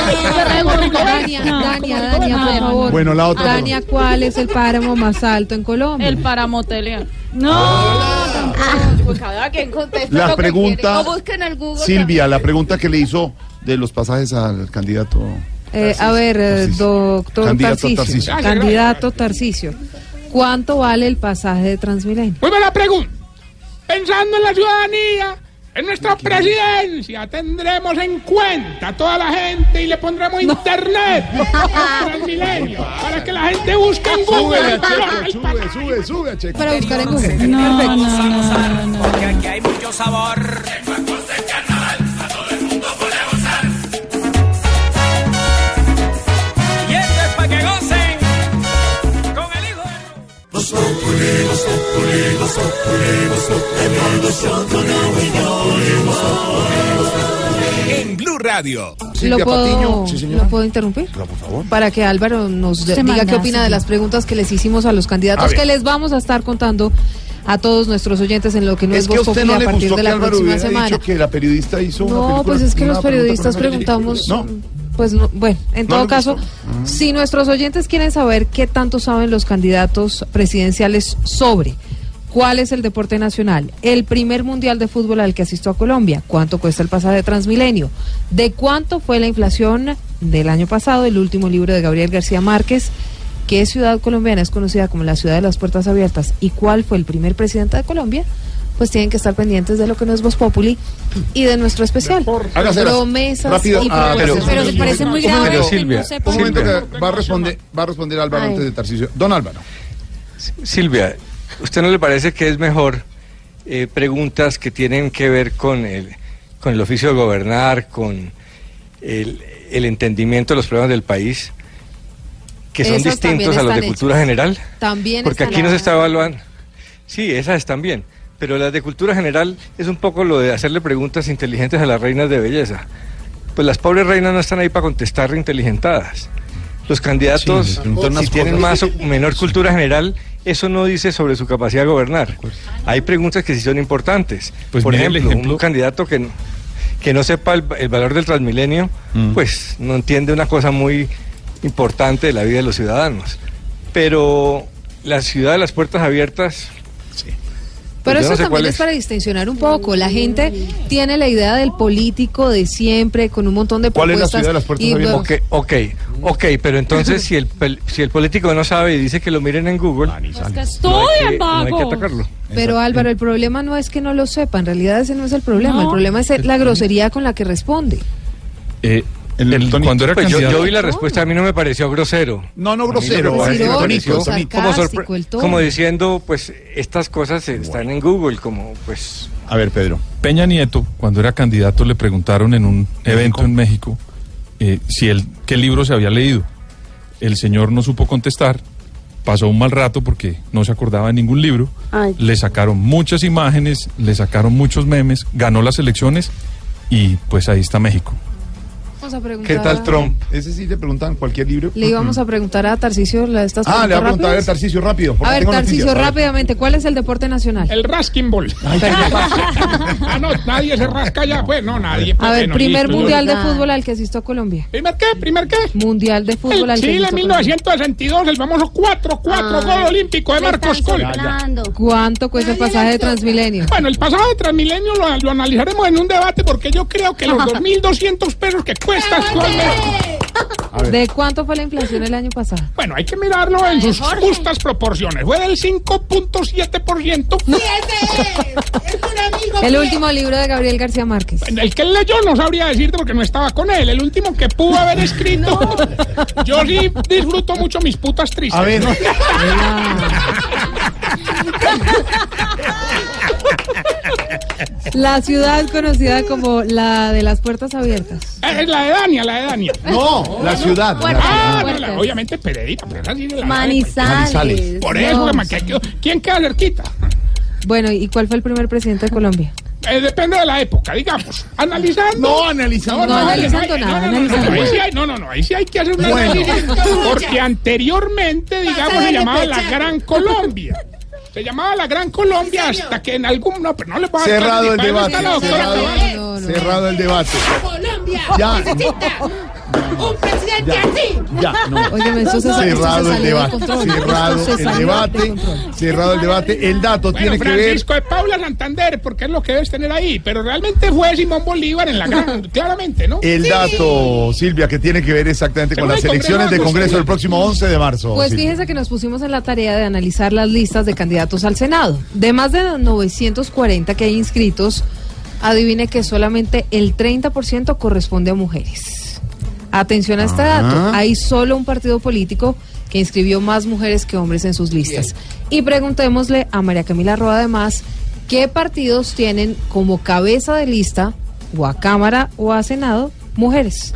Dania, Dania, Dania, por favor. Bueno, la otra. Dania, ¿cuál es el páramo más alto en Colombia? El Paramotelea. No, no tampoco. Cada quien contesta la lo pregunta, que o busquen el Google. Silvia, también. La pregunta que le hizo de los pasajes al candidato. Eh, a ver, Tarcisio. doctor candidato Tarcisio. Tarcisio. Candidato Tarcisio. ¿Cuánto vale el pasaje de Transmilenio? Muy buena pregunta. Pensando en la ciudadanía, en nuestra presidencia, tendremos en cuenta a toda la gente y le pondremos no. internet en Transmilenio para que la gente busque en Google. Sube, sube, sube, sube, Checo. Para buscar en Google. No, no, no, no, porque aquí hay mucho sabor. Y esto es para que gocen con el hijo de... En Blue Radio. Radio. ¿Lo puedo, ¿Lo puedo interrumpir? Claro, por favor. Para que Álvaro nos de- Se diga qué manda, opina sí. de las preguntas que les hicimos a los A candidatos, ver. que les vamos a estar contando a todos nuestros oyentes en lo que no es, Es que a Voz usted Populi no a le partir gustó de que la Álvaro próxima hubiera semana. dicho que la periodista hizo una No, película, pues es que una los pregunta periodistas con una- preguntamos, No. pues no, bueno, en ¿No todo le caso, gustó? si nuestros oyentes quieren saber qué tanto saben los candidatos presidenciales sobre cuál es el deporte nacional, el primer mundial de fútbol al que asistió a Colombia, cuánto cuesta el pasaje de Transmilenio, de cuánto fue la inflación del año pasado, el último libro de Gabriel García Márquez, qué ciudad colombiana es conocida como la ciudad de las puertas abiertas y cuál fue el primer presidente de Colombia, pues tienen que estar pendientes de lo que no es Voz Populi y de nuestro especial. Hágaselas. Promesas Rápido, y ah, propuestas. pero- Pero se parece muy Un grave momento, que Silvia, no sepa. Un momento Silvia. que va a responder, va a responder Álvaro Ay. antes de Tarcisio. Don Álvaro. Silvia, ¿usted no le parece que es mejor eh, preguntas que tienen que ver con el, con el oficio de gobernar, con el, el entendimiento de los problemas del país, que son Esas también distintos a los de están cultura hechas. general? También Porque están aquí no se hechas. está evaluando. Sí, esas están bien, pero las de cultura general es un poco lo de hacerle preguntas inteligentes a las reinas de belleza. Pues las pobres reinas no están ahí para contestar inteligentada. Los candidatos, Sí, les preguntan si unas tienen cosas. más o menor cultura general, eso no dice sobre su capacidad de gobernar. Hay preguntas que sí son importantes. Pues Por mire el ejemplo, ejemplo- un candidato que, no- que no sepa el, el valor del Transmilenio, Mm. pues no entiende una cosa muy importante de la vida de los ciudadanos. Pero la ciudad de las puertas abiertas... Pero pues yo eso no sé también cuál es para distensionar un poco. La gente tiene la idea del político de siempre, con un montón de ¿Cuál es la propuestas. ciudad de las puertas y, abiertas? bueno, Ok, ok, ok, pero entonces si el, pel- si el político no sabe y dice que lo miren en Google, Es que no hay estoy que, en no hay que vago. atacarlo. Pero Álvaro, el problema no es que no lo sepa, en realidad ese no es el problema. No. El problema es la grosería con la que responde. Eh, El el- Tony- cuando era Pues yo, candidato... yo vi la respuesta, a mí no me pareció grosero. No, no A mí lo que grosero. me Es pareció- irónico, me pareció como, sarcástico, sorpre- el tono. como diciendo, pues estas cosas están en Google, como pues... A ver, Pedro. Peña Nieto, cuando era candidato, le preguntaron en un evento en México eh, si él, qué libro se había leído. El señor no supo contestar, pasó un mal rato porque no se acordaba de ningún libro, Ay. le sacaron muchas imágenes, le sacaron muchos memes, ganó las elecciones y pues ahí está México. Vamos a preguntar ¿Qué tal a- Trump? Ese sí te preguntan cualquier libro. Le íbamos a preguntar a Tarcisio la- estas Ah, le voy a preguntas preguntar a ver, rápidas. Tarcisio, rápido. porque A ver, tengo Tarcisio, noticias. A ver. rápidamente, ¿cuál es el deporte nacional? El Raskin Ball. Ah, no, nadie se rasca ya, pues, no, nadie. pues, A ver, bueno, primer listo, mundial de Ah. fútbol al que asistió Colombia. ¿Primer qué? ¿Primer qué? Mundial de fútbol El al que Chile asistió mil Colombia. novecientos sesenta y dos, el famoso cuatro cuatro Ay, gol olímpico de me Marcos están Col. soplando. ¿Cuánto cuesta el pasaje de Transmilenio? Bueno, el pasado de Transmilenio lo, lo analizaremos en un debate porque yo creo que los dos mil doscientos pesos que cuesta actualmente. ¿De cuánto fue la inflación el año pasado? Bueno, hay que mirarlo en sus justas proporciones. Fue del cinco punto siete por ciento. El último libro de Gabriel García Márquez. El que él leyó no sabría decirte porque no estaba con él. El último que pudo haber escrito. Yo sí disfruto mucho mis putas tristes. A ver. ¿no? La ciudad conocida como la de las puertas abiertas. Es la de Dania, la de Dania. No, la ciudad. Puertas, Ah, no, puertas. la- obviamente Pereira, pero esa sí es la- Manizales. Por eso, No. que ma- que- que- ¿quién queda cerquita? Bueno, ¿y cuál fue el primer presidente de Colombia? Eh, depende de la época, digamos. Analizando. No, analizando No, nada. analizando ahí- nada, no, no, no, analizando. ahí sí hay- no, no, no, ahí sí hay que hacer una Bueno. análisis, porque anteriormente, digamos, se llamaba la Gran Colombia. Se llamaba la Gran Colombia hasta que en algún... No, pero no le voy a dar Cerrado el clase, ni para debate. eso está la doctora Cerrado, Cabal. No, no. cerrado el debate. Colombia Ya. necesita un presidente así. Ya, no. Óyeme, eso se, eso se Cerrado el salió de debate. control. Cerrado Eso se el salió de debate. control. Cerrado el debate. El dato Bueno, tiene que ver. Francisco de Paula Santander, porque es lo que debes tener ahí, pero realmente fue Simón Bolívar en la gran, claramente, ¿no? El dato, Silvia, que tiene que ver exactamente con Pero las el elecciones Congreso de va a Congreso del próximo once de marzo. Pues Silvia. fíjese que nos pusimos en la tarea de analizar las listas de candidatos al Senado. De más de novecientos cuarenta que hay inscritos, adivine que solamente el treinta por ciento corresponde a mujeres. Atención a este Ah. dato. Hay solo un partido político que inscribió más mujeres que hombres en sus listas. Y preguntémosle a María Camila Roa además, ¿qué partidos tienen como cabeza de lista, o a Cámara o a Senado, mujeres?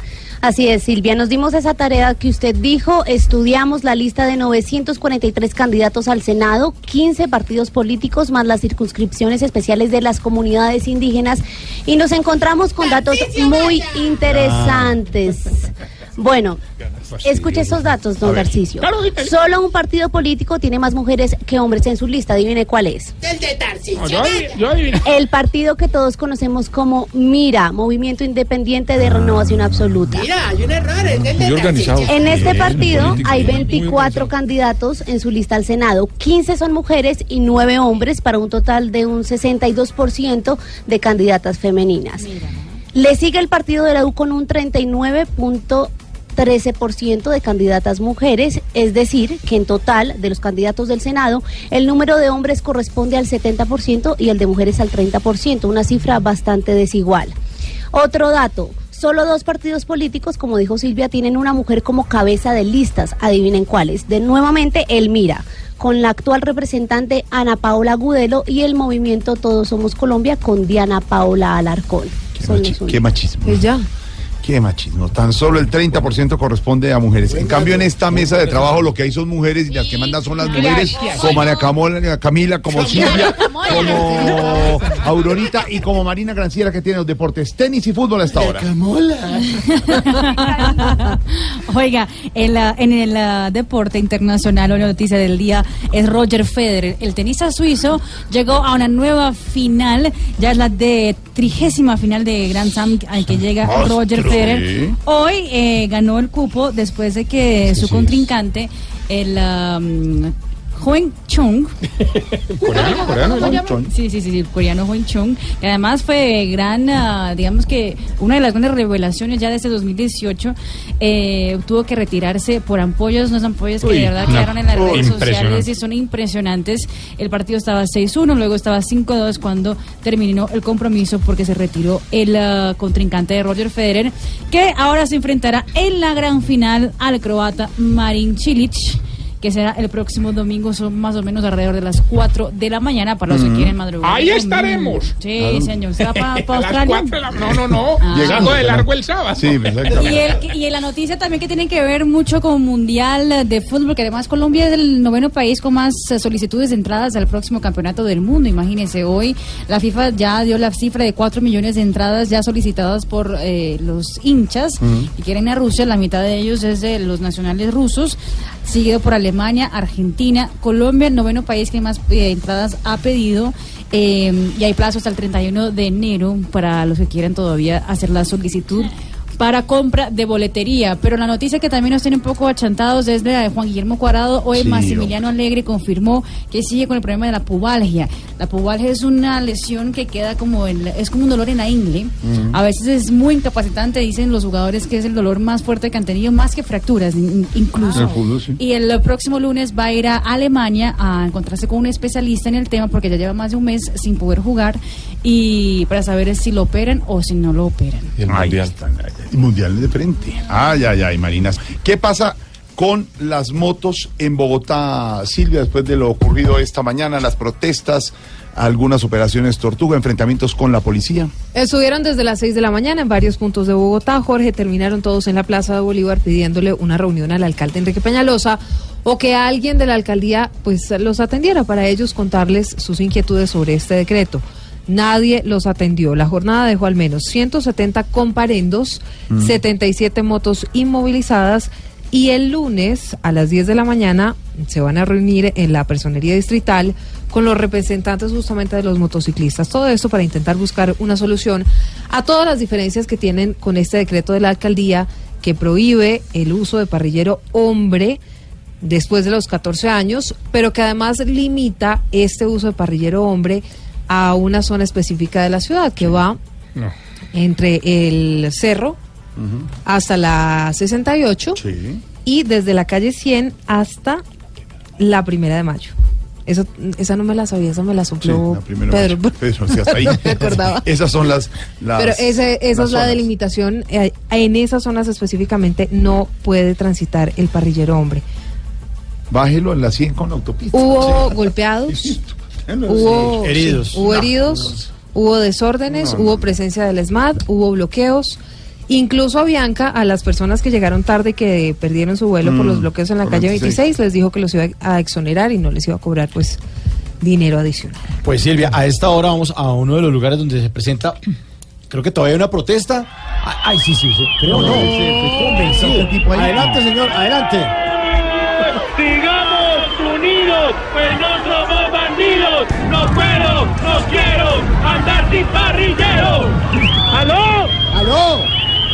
Así es, Silvia, nos dimos esa tarea que usted dijo, estudiamos la lista de novecientos cuarenta y tres candidatos al Senado, quince partidos políticos más las circunscripciones especiales de las comunidades indígenas y nos encontramos con datos muy interesantes. Bueno, escuche esos datos, don Tarcisio. Solo un partido político tiene más mujeres que hombres en su lista. Adivine cuál es. El de Tarcisio. Yo, yo adivino. El partido que todos conocemos como MIRA, Movimiento Independiente de Renovación Absoluta. Mira, hay un error, es el de organizado. Tarcisio. En este Bien, partido político, hay muy veinticuatro candidatos en su lista al Senado. quince son mujeres y nueve hombres para un total de un sesenta y dos por ciento de candidatas femeninas. Mira. Le sigue el partido de la U con un treinta y nueve punto trece por ciento de candidatas mujeres, es decir, que en total de los candidatos del Senado, el número de hombres corresponde al setenta por ciento y el de mujeres al treinta por ciento, una cifra bastante desigual. Otro dato, solo dos partidos políticos, como dijo Silvia, tienen una mujer como cabeza de listas, adivinen cuáles, de nuevamente el MIRA, con la actual representante Ana Paola Gudelo y el movimiento Todos Somos Colombia con Diana Paola Alarcón. Qué, machi qué machismo. Pues ya. Qué machismo. Tan solo el treinta por ciento corresponde a mujeres. En cambio, en esta mesa de trabajo lo que hay son mujeres y las que mandan son las mujeres, como María Camila, Camila como Silvia, como Aurorita y como Marina Granciera, que tiene los deportes, tenis y fútbol hasta ahora. Oiga, en, la, en el uh, deporte internacional, la noticia del día es Roger Federer. El tenista suizo llegó a una nueva final, ya es la de trigésima final de Grand Slam al que llega Roger Federer. Hoy eh, ganó el cupo después de que sí, su sí. contrincante, el um, Hoeng Chung, coreano, coreano, ¿Cómo sí, sí, sí, el coreano Hoeng Chung, que además fue gran, uh, digamos que una de las grandes revelaciones ya de este dos mil dieciocho, eh, tuvo que retirarse por ampollas, unas ampollas que Uy, de verdad no, quedaron en las redes sociales y son impresionantes. El partido estaba seis uno, luego estaba cinco dos cuando terminó el compromiso porque se retiró el uh, contrincante de Roger Federer, que ahora se enfrentará en la gran final al croata Marin Cilic, que será el próximo domingo, son más o menos alrededor de las cuatro de la mañana para los mm. que quieren madrugar. Ahí estaremos. Sí, claro. Señor. ¿Se va para pa Australia? La... No, no, no. Ah. Llegando de largo el sábado. Sí, y, el, y la noticia también que tiene que ver mucho con Mundial de Fútbol, que además Colombia es el noveno país con más solicitudes de entradas al próximo campeonato del mundo. Imagínense, hoy la FIFA ya dio la cifra de cuatro millones de entradas ya solicitadas por eh, los hinchas mm. que quieren ir a Rusia. La mitad de ellos es de los nacionales rusos, seguido por Alemania, Argentina, Colombia, el noveno país que más eh, entradas ha pedido, eh, y hay plazo hasta el treinta y uno de enero para los que quieran todavía hacer la solicitud para compra de boletería. Pero la noticia que también nos tiene un poco achantados es de Juan Guillermo Cuadrado. Hoy sí, Maximiliano Alegre confirmó que sigue con el problema de la pubalgia. La pubalgia es una lesión que queda como el, es como un dolor en la ingle. Uh-huh. A veces es muy incapacitante, dicen los jugadores que es el dolor más fuerte que han tenido, más que fracturas incluso. Ah, fútbol, sí. Y el próximo lunes va a ir a Alemania a encontrarse con un especialista en el tema porque ya lleva más de un mes sin poder jugar y para saber si lo operan o si no lo operan. Y el mundial. Mundial de frente. Ay, ay, ay, Marinas. ¿Qué pasa con las motos en Bogotá, Silvia, después de lo ocurrido esta mañana, las protestas, algunas operaciones Tortuga, enfrentamientos con la policía? Estuvieron desde las seis de la mañana en varios puntos de Bogotá, Jorge, terminaron todos en la Plaza de Bolívar pidiéndole una reunión al alcalde Enrique Peñalosa o que alguien de la alcaldía pues los atendiera para ellos contarles sus inquietudes sobre este decreto. Nadie los atendió. La jornada dejó al menos ciento setenta comparendos, mm. setenta y siete motos inmovilizadas y el lunes a las diez de la mañana se van a reunir en la personería distrital con los representantes justamente de los motociclistas. Todo esto para intentar buscar una solución a todas las diferencias que tienen con este decreto de la alcaldía que prohíbe el uso de parrillero hombre después de los catorce años, pero que además limita este uso de parrillero hombre a una zona específica de la ciudad que va no. entre el Cerro uh-huh. hasta la sesenta y ocho sí. y desde la calle cien hasta la Primera de Mayo. Eso, esa no me la sabía, esa me la sopló sí, la Pedro. Mayo. Pedro, sí, hasta ahí. No me acordaba. Esas son las, las Pero ese, esa las es la zonas. delimitación. Eh, en esas zonas específicamente no puede transitar el parrillero hombre. Bájelo en la cien con la autopista. Hubo sí. golpeados. No, hubo sí. heridos, sí, hubo no, heridos, no, no, no. hubo desórdenes, no, no, hubo presencia del ESMAD, hubo bloqueos Incluso a Bianca, a las personas que llegaron tarde y que perdieron su vuelo mm, por los bloqueos en la calle veintiséis, veintiséis, les dijo que los iba a exonerar y no les iba a cobrar pues dinero adicional. Pues Silvia, a esta hora vamos a uno de los lugares donde se presenta, creo que todavía hay una protesta. Ay, sí, sí, sí. Creo no, no, estoy convencido. Tipo ahí. Adelante, señor, adelante. Sigamos unidos, pues no somos bandidos. No puedo, no quiero andar sin parrillero. ¿Aló? ¿Aló?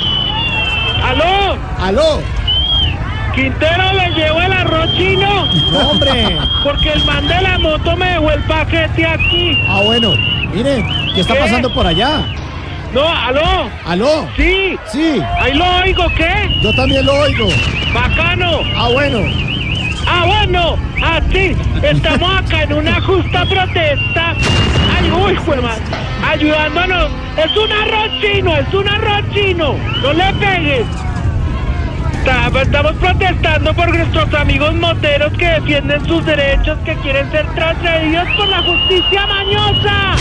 ¿Aló? ¿Aló? ¿Quintero le llevó el arroz chino? No, hombre. Porque el man de la moto me dejó el paquete aquí. Ah, bueno. Mire, ¿qué está ¿Qué? pasando por allá? No, ¿aló? ¿Aló? Sí. Sí. Ahí lo oigo, ¿qué? Yo también lo oigo. Bacano. Ah, bueno. Ah, bueno. Ah, sí. Estamos acá en una justa protesta. Ay, uy, jueman. Ayudándonos. Es un arroz chino, es un arroz chino. No le pegues. Estamos protestando por nuestros amigos moteros que defienden sus derechos, que quieren ser transgredidos por la justicia mañosa.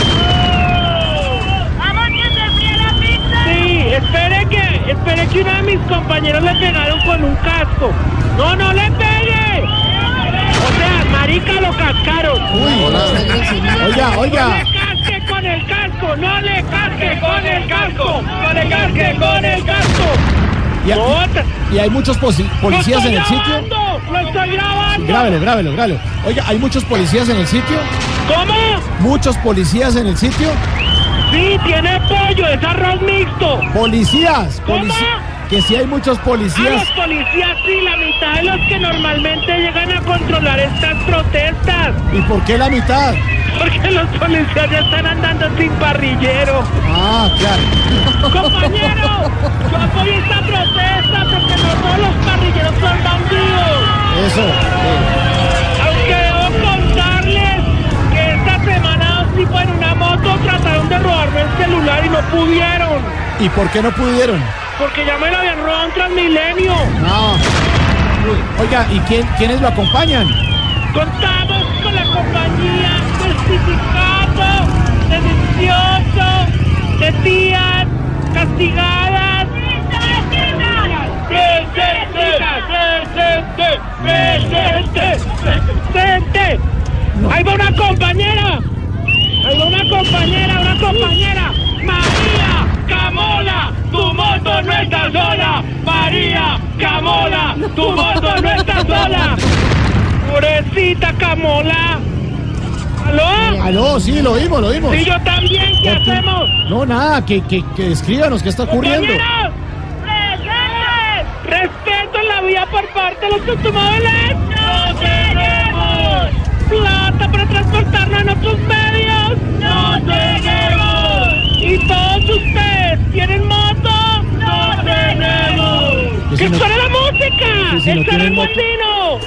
¡Vamos que se fríe la pizza! Sí, espere que, espere que uno de mis compañeros le pegaron con un casco. ¡No, no le pegue! O sea, marica, lo cascaron. Uy, hola. Oiga, oiga. No le casque con el casco, no le casque con el casco, no le casque con el casco. ¿Y, hay, ¿Y hay muchos policías en el sitio? ¡Lo estoy grabando! Grábelo, grábelo, grábelo. Oiga, ¿hay muchos policías en el sitio? ¿Cómo? ¿Muchos policías en el sitio? Sí, tiene pollo, es arroz mixto. ¿Policías? ¿Cómo? Polici que sí hay muchos policías. A los policías sí, la mitad de los que normalmente llegan a controlar estas protestas. ¿Y por qué la mitad? Porque los policías ya están andando sin parrillero. Ah, claro. Compañero, yo apoyo esta protesta porque no todos los parrilleros son bandidos. Eso. Sí. Aunque debo contarles que esta semana dos tipos en una moto trataron de robarme el celular y no pudieron. ¿Y por qué no pudieron? Porque ya me lo habían robado en Transmilenio. No. Oiga, ¿y quién, quiénes lo acompañan? Contamos con la compañía del sindicato, de delicioso, de tías castigadas. ¡Presente! ¡Presente! ¡Presente! Ahí va una compañera. Ahí va una compañera, una compañera. María Camola, tu moto no está sola. María Camola, tu moto no está sola. Pobrecita Camola. ¿Aló? Aló, sí, lo oímos, lo oímos. Sí, yo también, ¿qué hacemos? No, nada, que, que, que escríbanos, ¿qué está ocurriendo? ¡Compañeros! ¡Respeto en la vía por parte de los automóviles! ¡No tenemos! ¡Plata para transportarnos en otros medios! ¡No tenemos! ¿Y todos ustedes tienen moto? ¡No tenemos! ¡Que si no, suene la música! Si si ¡El no charango andino!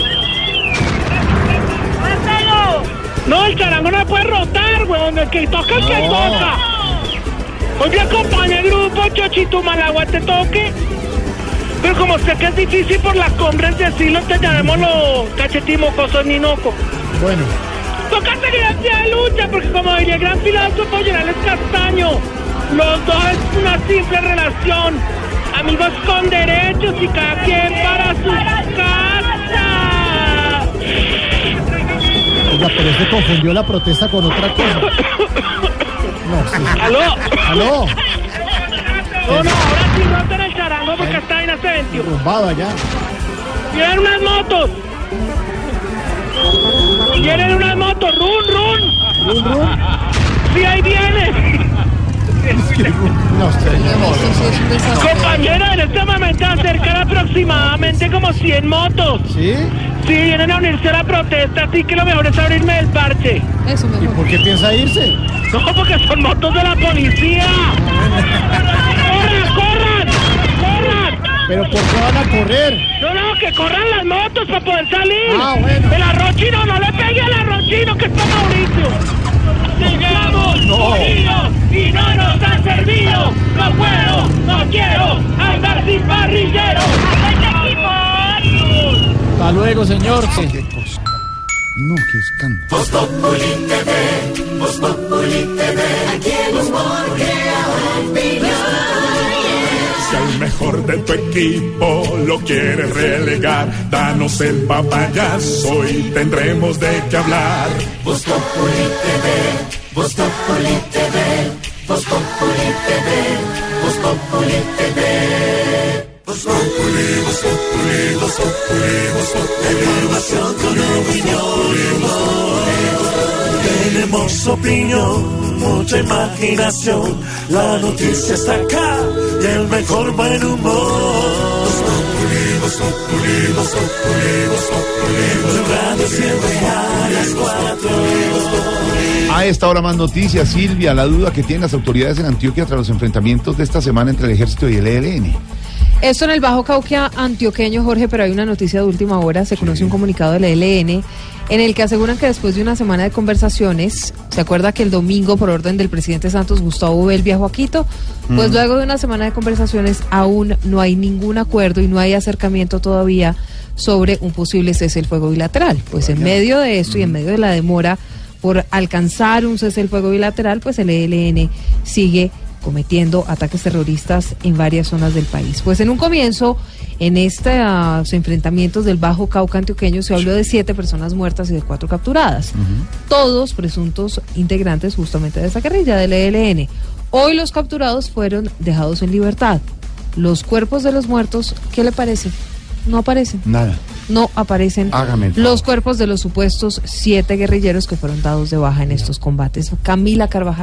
No, el charango no puede rotar, weón. El que toca, el que no. toca. Oye, acompaña el grupo Chochito Malagua, te toque. Pero como sé que es difícil por las compras decirlo, te llamémoslo cachetimocoso ninoco. Bueno. Toca seguir en pie de lucha, porque como diría el gran filósofo Gerales Castaño, los dos es una simple relación. Amigos con derechos y cada quien para su casa. Oiga, pero este confundió la protesta con otra cosa. No, sí, sí. ¿Aló? ¿Aló? No, no, ahora sí rotan el charango porque está en Ascencio. Rumbado allá. Vienen unas motos. Vienen unas motos. Run, run. Run, run. Sí, ahí vienen. No, usted no. Compañera, en este momento acercan aproximadamente como cien motos. ¿Sí? Sí, vienen a unirse a la protesta, así que lo mejor es abrirme del parche. Eso mejor. ¿Y por qué piensa irse? No, porque son motos de la policía. ¡Corran, corran! ¡Corran! ¿Pero por qué van a correr? No, no, que corran las motos para poder salir. Ah, bueno. El arroz chino, no le pegue al arroz chino, que está Mauricio. Llegamos no. unidos y no nos han servido. No puedo, no quiero andar sin parrillero. Hasta luego, señor. No, qué escándalo. Voz Populi T V, Voz Populi T V, aquí el humor crea opinión. mejor de tu equipo lo quieres relegar. Danos el papayazo y tendremos de qué hablar. Voz Populi T V, Voz Populi T V, Voz Populi T V, Voz Populi T V. Voz Populi, Voz Populi, Voz Populi, Voz Populi. Información con opinión. Tenemos opinión, mucha imaginación. La noticia está acá y el mejor buen humor. Voz Populi, Voz Populi, Voz Populi, Voz Populi. Tu radio siempre a las cuatro. A esta hora más noticias, Silvia, la duda que tienen las autoridades en Antioquia tras los enfrentamientos de esta semana entre el ejército y el E L N. Esto en el Bajo Cauca antioqueño, Jorge, pero hay una noticia de última hora. Se conoce un comunicado del E L N en el que aseguran que después de una semana de conversaciones, ¿se acuerda que el domingo, por orden del presidente Santos, Gustavo Bel viajó a Quito? Pues mm. luego de una semana de conversaciones aún no hay ningún acuerdo y no hay acercamiento todavía sobre un posible cese del fuego bilateral. Pues en medio de esto mm. y en medio de la demora por alcanzar un cese del fuego bilateral, pues el E L N sigue cometiendo ataques terroristas en varias zonas del país. Pues en un comienzo, en estos enfrentamientos del Bajo Cauca antioqueño, se habló de siete personas muertas y de cuatro capturadas, uh-huh. todos presuntos integrantes justamente de esa guerrilla del E L N. Hoy los capturados fueron dejados en libertad. Los cuerpos de los muertos, ¿qué le parece? No aparecen. Nada. No aparecen Hágame los cuerpos de los supuestos siete guerrilleros que fueron dados de baja en estos combates. Camila Carvajal.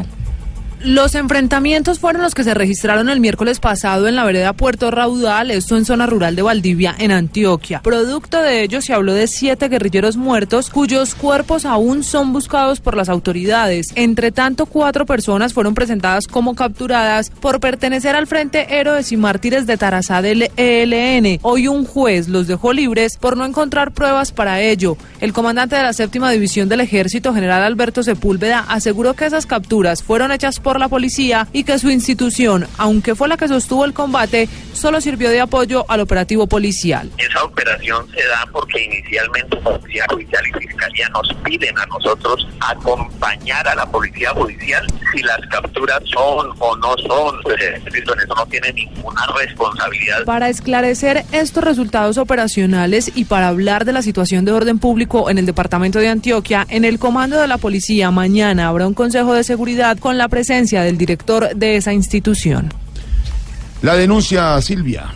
Los enfrentamientos fueron los que se registraron el miércoles pasado en la vereda Puerto Raudal, esto en zona rural de Valdivia, en Antioquia. Producto de ello se habló de siete guerrilleros muertos, cuyos cuerpos aún son buscados por las autoridades. Entre tanto, cuatro personas fueron presentadas como capturadas por pertenecer al Frente Héroes y Mártires de Tarazá del E L N. Hoy un juez los dejó libres por no encontrar pruebas para ello. El comandante de la séptima división del Ejército, general Alberto Sepúlveda, aseguró que esas capturas fueron hechas por la policía y que su institución, aunque fue la que sostuvo el combate, solo sirvió de apoyo al operativo policial. Esa operación se da porque inicialmente Policía Judicial y Fiscalía nos piden a nosotros acompañar a la Policía Judicial si las capturas son o no son. Pues el ejército en eso no tiene ninguna responsabilidad. Para esclarecer estos resultados operacionales y para hablar de la situación de orden público en el departamento de Antioquia, en el comando de la policía mañana habrá un consejo de seguridad con la presencia del director de esa institución. La denuncia, Silvia.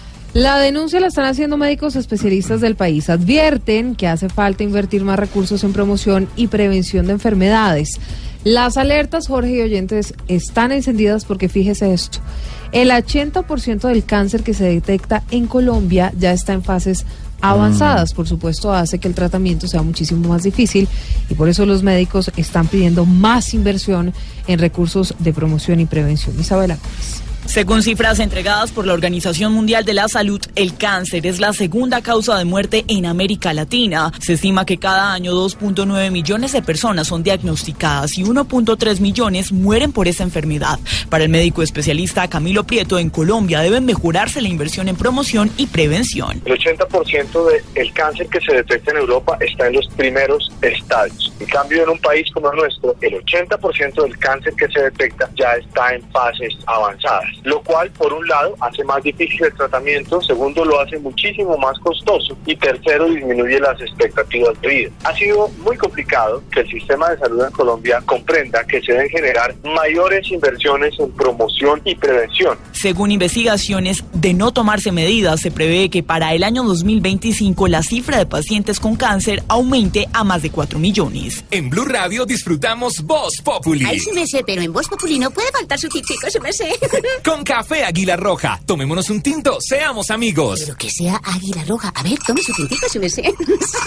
La denuncia la están haciendo médicos especialistas del país. Advierten que hace falta invertir más recursos en promoción y prevención de enfermedades. Las alertas, Jorge y oyentes, están encendidas porque fíjese esto. El ochenta por ciento del cáncer que se detecta en Colombia ya está en fases avanzadas. Por supuesto, hace que el tratamiento sea muchísimo más difícil y por eso los médicos están pidiendo más inversión en recursos de promoción y prevención. Isabela Gómez. Según cifras entregadas por la Organización Mundial de la Salud, el cáncer es la segunda causa de muerte en América Latina. Se estima que cada año dos punto nueve millones de personas son diagnosticadas y uno punto tres millones mueren por esa enfermedad. Para el médico especialista Camilo Prieto, en Colombia debe mejorarse la inversión en promoción y prevención. El ochenta por ciento del cáncer que se detecta en Europa está en los primeros estadios. En cambio, en un país como el nuestro, el ochenta por ciento del cáncer que se detecta ya está en fases avanzadas. Lo cual, por un lado, hace más difícil el tratamiento, segundo, lo hace muchísimo más costoso y tercero, disminuye las expectativas de vida. Ha sido muy complicado que el sistema de salud en Colombia comprenda que se deben generar mayores inversiones en promoción y prevención. Según investigaciones, de no tomarse medidas, se prevé que para el año dos mil veinticinco la cifra de pacientes con cáncer aumente a más de cuatro millones. En Blue Radio disfrutamos Voz Populi. Ay, sí me sé, pero en Voz Populi no puede faltar su tintico, sí me sé. Con café Águila Roja. Tomémonos un tinto, seamos amigos. Pero que sea Águila Roja. A ver, tome su tintico, sí me sé.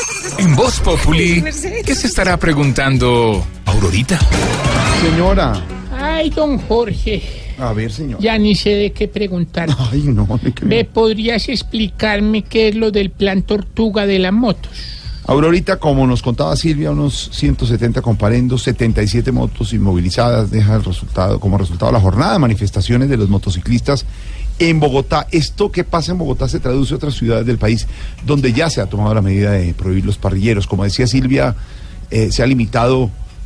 En Voz Populi, Sí me sé. ¿qué se estará preguntando Aurorita? Señora. Ay, don Jorge. A ver, señor. Ya ni sé de qué preguntar. Ay, no. ¿de qué ¿Me podrías explicarme qué es lo del plan Tortuga de las motos? Aurorita, como nos contaba Silvia, unos ciento setenta comparendos, setenta y siete motos inmovilizadas, deja el resultado, como resultado la jornada de manifestaciones de los motociclistas en Bogotá. Esto que pasa en Bogotá se traduce a otras ciudades del país donde ya se ha tomado la medida de prohibir los parrilleros. Como decía Silvia, eh, se ha limitado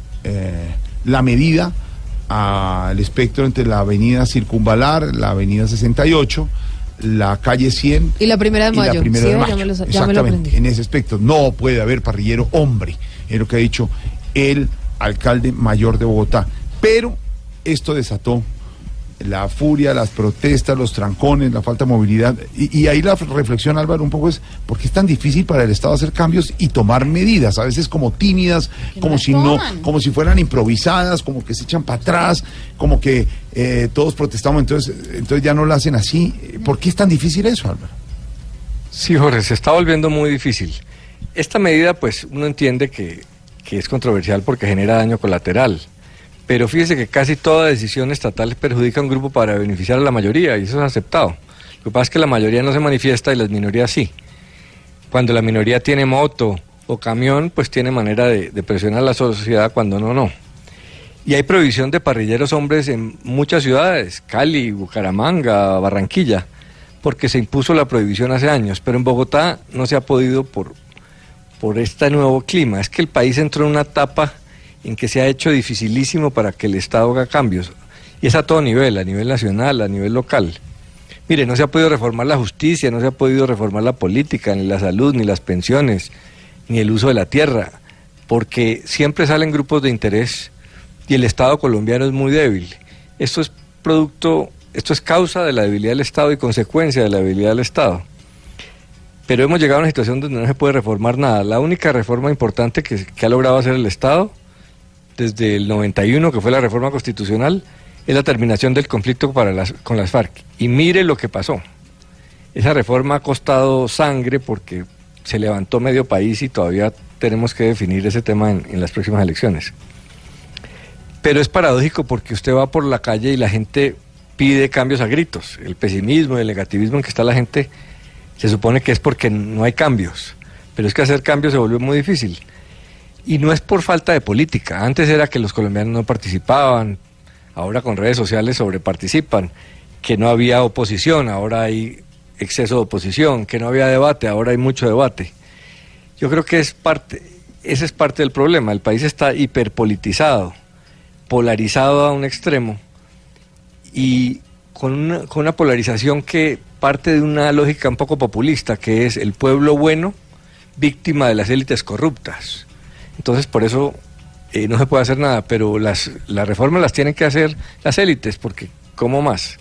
eh, la medida al espectro entre la avenida Circunvalar, la avenida sesenta y ocho, la calle cien y la primera de y la mayo. primera Sí, de ya mayo. me lo- ya me lo Exactamente, aprendí. en ese aspecto. No puede haber parrillero hombre, es lo que ha dicho el alcalde mayor de Bogotá. Pero esto desató la furia, las protestas, los trancones, la falta de movilidad. Y, y ahí la reflexión, Álvaro, un poco es ¿por qué es tan difícil para el Estado hacer cambios y tomar medidas? A veces como tímidas, como las si no, toman. como si fueran improvisadas, como que se echan para atrás, como que eh, todos protestamos, entonces, entonces ya no lo hacen así. ¿Por qué es tan difícil eso, Álvaro? Sí, Jorge, se está volviendo muy difícil. Esta medida, pues, uno entiende que, que es controversial porque genera daño colateral. Pero fíjese que casi toda decisión estatal perjudica a un grupo para beneficiar a la mayoría, y eso es aceptado. Lo que pasa es que la mayoría no se manifiesta y las minorías sí. Cuando la minoría tiene moto o camión, pues tiene manera de, de presionar a la sociedad, cuando no, no. Y hay prohibición de parrilleros hombres en muchas ciudades, Cali, Bucaramanga, Barranquilla, porque se impuso la prohibición hace años, pero en Bogotá no se ha podido por, por este nuevo clima. Es que el país entró en una etapa en que se ha hecho dificilísimo para que el Estado haga cambios, y es a todo nivel, a nivel nacional, a nivel local. Mire, no se ha podido reformar la justicia, no se ha podido reformar la política, ni la salud, ni las pensiones, ni el uso de la tierra, porque siempre salen grupos de interés y el Estado colombiano es muy débil. Esto es producto, esto es causa de la debilidad del Estado y consecuencia de la debilidad del Estado. Pero hemos llegado a una situación donde no se puede reformar nada. La única reforma importante que, que ha logrado hacer el Estado desde el noventa y uno, que fue la reforma constitucional, es la terminación del conflicto para las, con las FARC. Y mire lo que pasó. Esa reforma ha costado sangre porque se levantó medio país y todavía tenemos que definir ese tema en, en las próximas elecciones. Pero es paradójico porque usted va por la calle y la gente pide cambios a gritos. El pesimismo, el negativismo en que está la gente, se supone que es porque no hay cambios. Pero es que hacer cambios se volvió muy difícil. Y no es por falta de política. Antes era que los colombianos no participaban, ahora con redes sociales sobreparticipan, que no había oposición, ahora hay exceso de oposición, que no había debate, ahora hay mucho debate. Yo creo que es parte, ese es parte del problema. El país está hiperpolitizado, polarizado a un extremo y con una, con una polarización que parte de una lógica un poco populista, que es el pueblo bueno víctima de las élites corruptas. Entonces, por eso eh, no se puede hacer nada, pero las, las reformas las tienen que hacer las élites, porque ¿cómo más?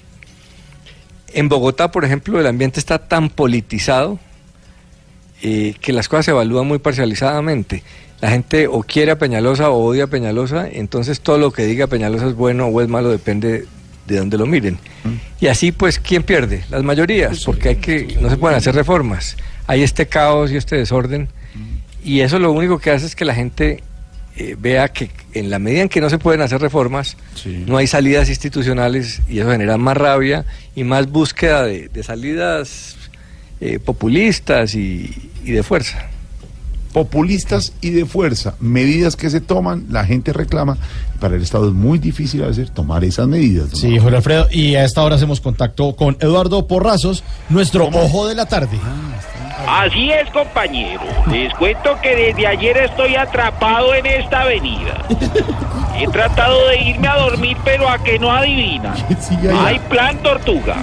En Bogotá, por ejemplo, el ambiente está tan politizado eh, que las cosas se evalúan muy parcializadamente. La gente o quiere a Peñalosa o odia a Peñalosa, entonces todo lo que diga Peñalosa es bueno o es malo, depende de dónde lo miren. Y así, pues, ¿quién pierde? Las mayorías, porque hay que, no se pueden hacer reformas. Hay este caos y este desorden. Y eso lo único que hace es que la gente eh, vea que en la medida en que no se pueden hacer reformas, sí, no hay salidas institucionales, y eso genera más rabia y más búsqueda de, de salidas eh, populistas y, y de fuerza. Populistas y de fuerza, medidas que se toman, la gente reclama, para el Estado es muy difícil a veces tomar esas medidas, ¿no? Sí, Jorge Alfredo, y a esta hora hacemos contacto con Eduardo Porrazos, nuestro ojo de la tarde. Así es, compañero. Les cuento que desde ayer estoy atrapado en esta avenida. He tratado de irme a dormir, pero a que no adivinan. Hay plan tortuga.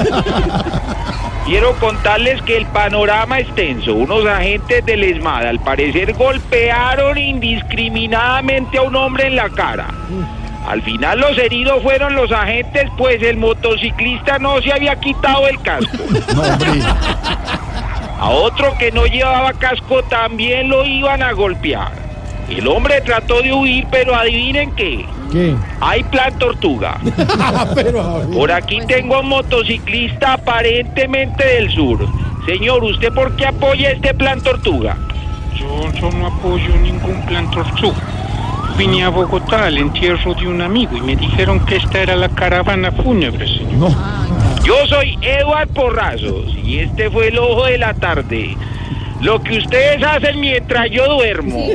Quiero contarles que el panorama es tenso. Unos agentes del ESMAD, al parecer, golpearon indiscriminadamente a un hombre en la cara. Al final los heridos fueron los agentes, pues el motociclista no se había quitado el casco. No, hombre. A otro que no llevaba casco también lo iban a golpear. El hombre trató de huir, pero adivinen qué. ¿Qué? Hay plan tortuga. Pero, por aquí tengo a un motociclista aparentemente del sur. Señor, ¿usted por qué apoya este plan tortuga? Yo, yo no apoyo ningún plan tortuga. Vine a Bogotá al entierro de un amigo y me dijeron que esta era la caravana fúnebre, señor. No. Yo soy Eduard Porrazos y este fue el ojo de la tarde. Lo que ustedes hacen mientras yo duermo.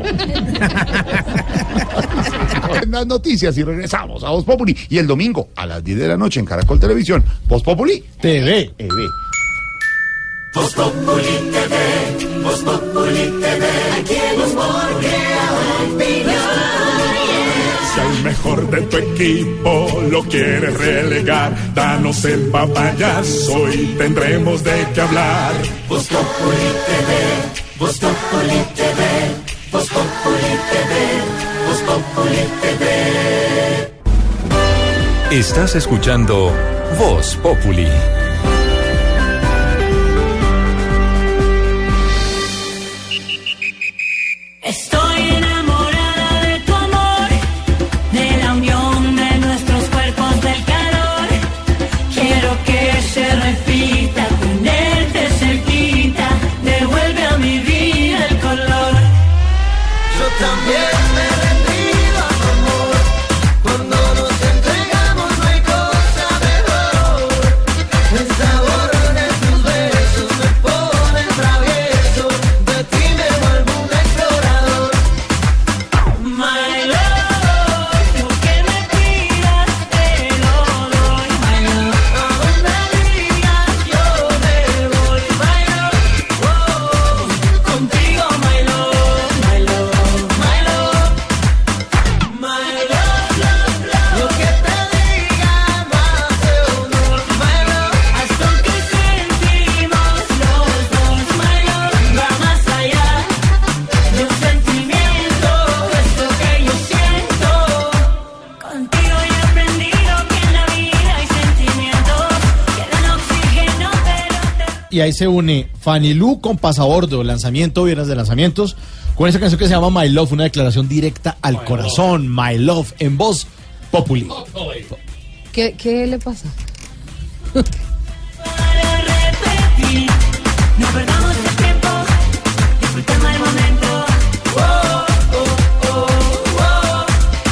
En las noticias y regresamos a Voz Populi. Y el domingo a las diez de la noche en Caracol Televisión, Voz Populi T V. T V. Voz Populi T V, Voz Populi T V, aquí en Voz Populi, opinión. Si al mejor de tu equipo lo quieres relegar, danos el papayazo y tendremos de qué hablar. Voz Populi T V, Voz Populi T V, Voz Populi T V, Voz Populi T V. Estás escuchando Voz Populi. Estoy enamorada de tu amor, de la unión de nuestros cuerpos, del calor. Quiero que se repita, tenerte cerquita, devuelve a mi vida el color. Yo también me he rendido a tu amor, cuando nos entregamos no hay cosa mejor. El sabor de tus besos me pone travieso, de ti me vuelvo un explorador. My love, lo que me pidas te lo doy. My love, a donde digas yo me voy. My love, oh, contigo my love, my love, my love. My love, love, love, lo que te diga más de honor. My love, hasta que sentimos los dos. My love, va más allá de un sentimiento, esto que yo siento. Contigo he aprendido que en la vida hay sentimientos que dan oxígeno, pero te... Y ahí se une Fanny Lu con Pasabordo, lanzamiento, viernes de lanzamientos, con esa canción que se llama My Love, una declaración directa al corazón. My Love, en Voz Populi. ¿Qué, qué le pasa? repetir. No perdamos el tiempo, disfrutemos el momento. Oh, oh, oh, oh.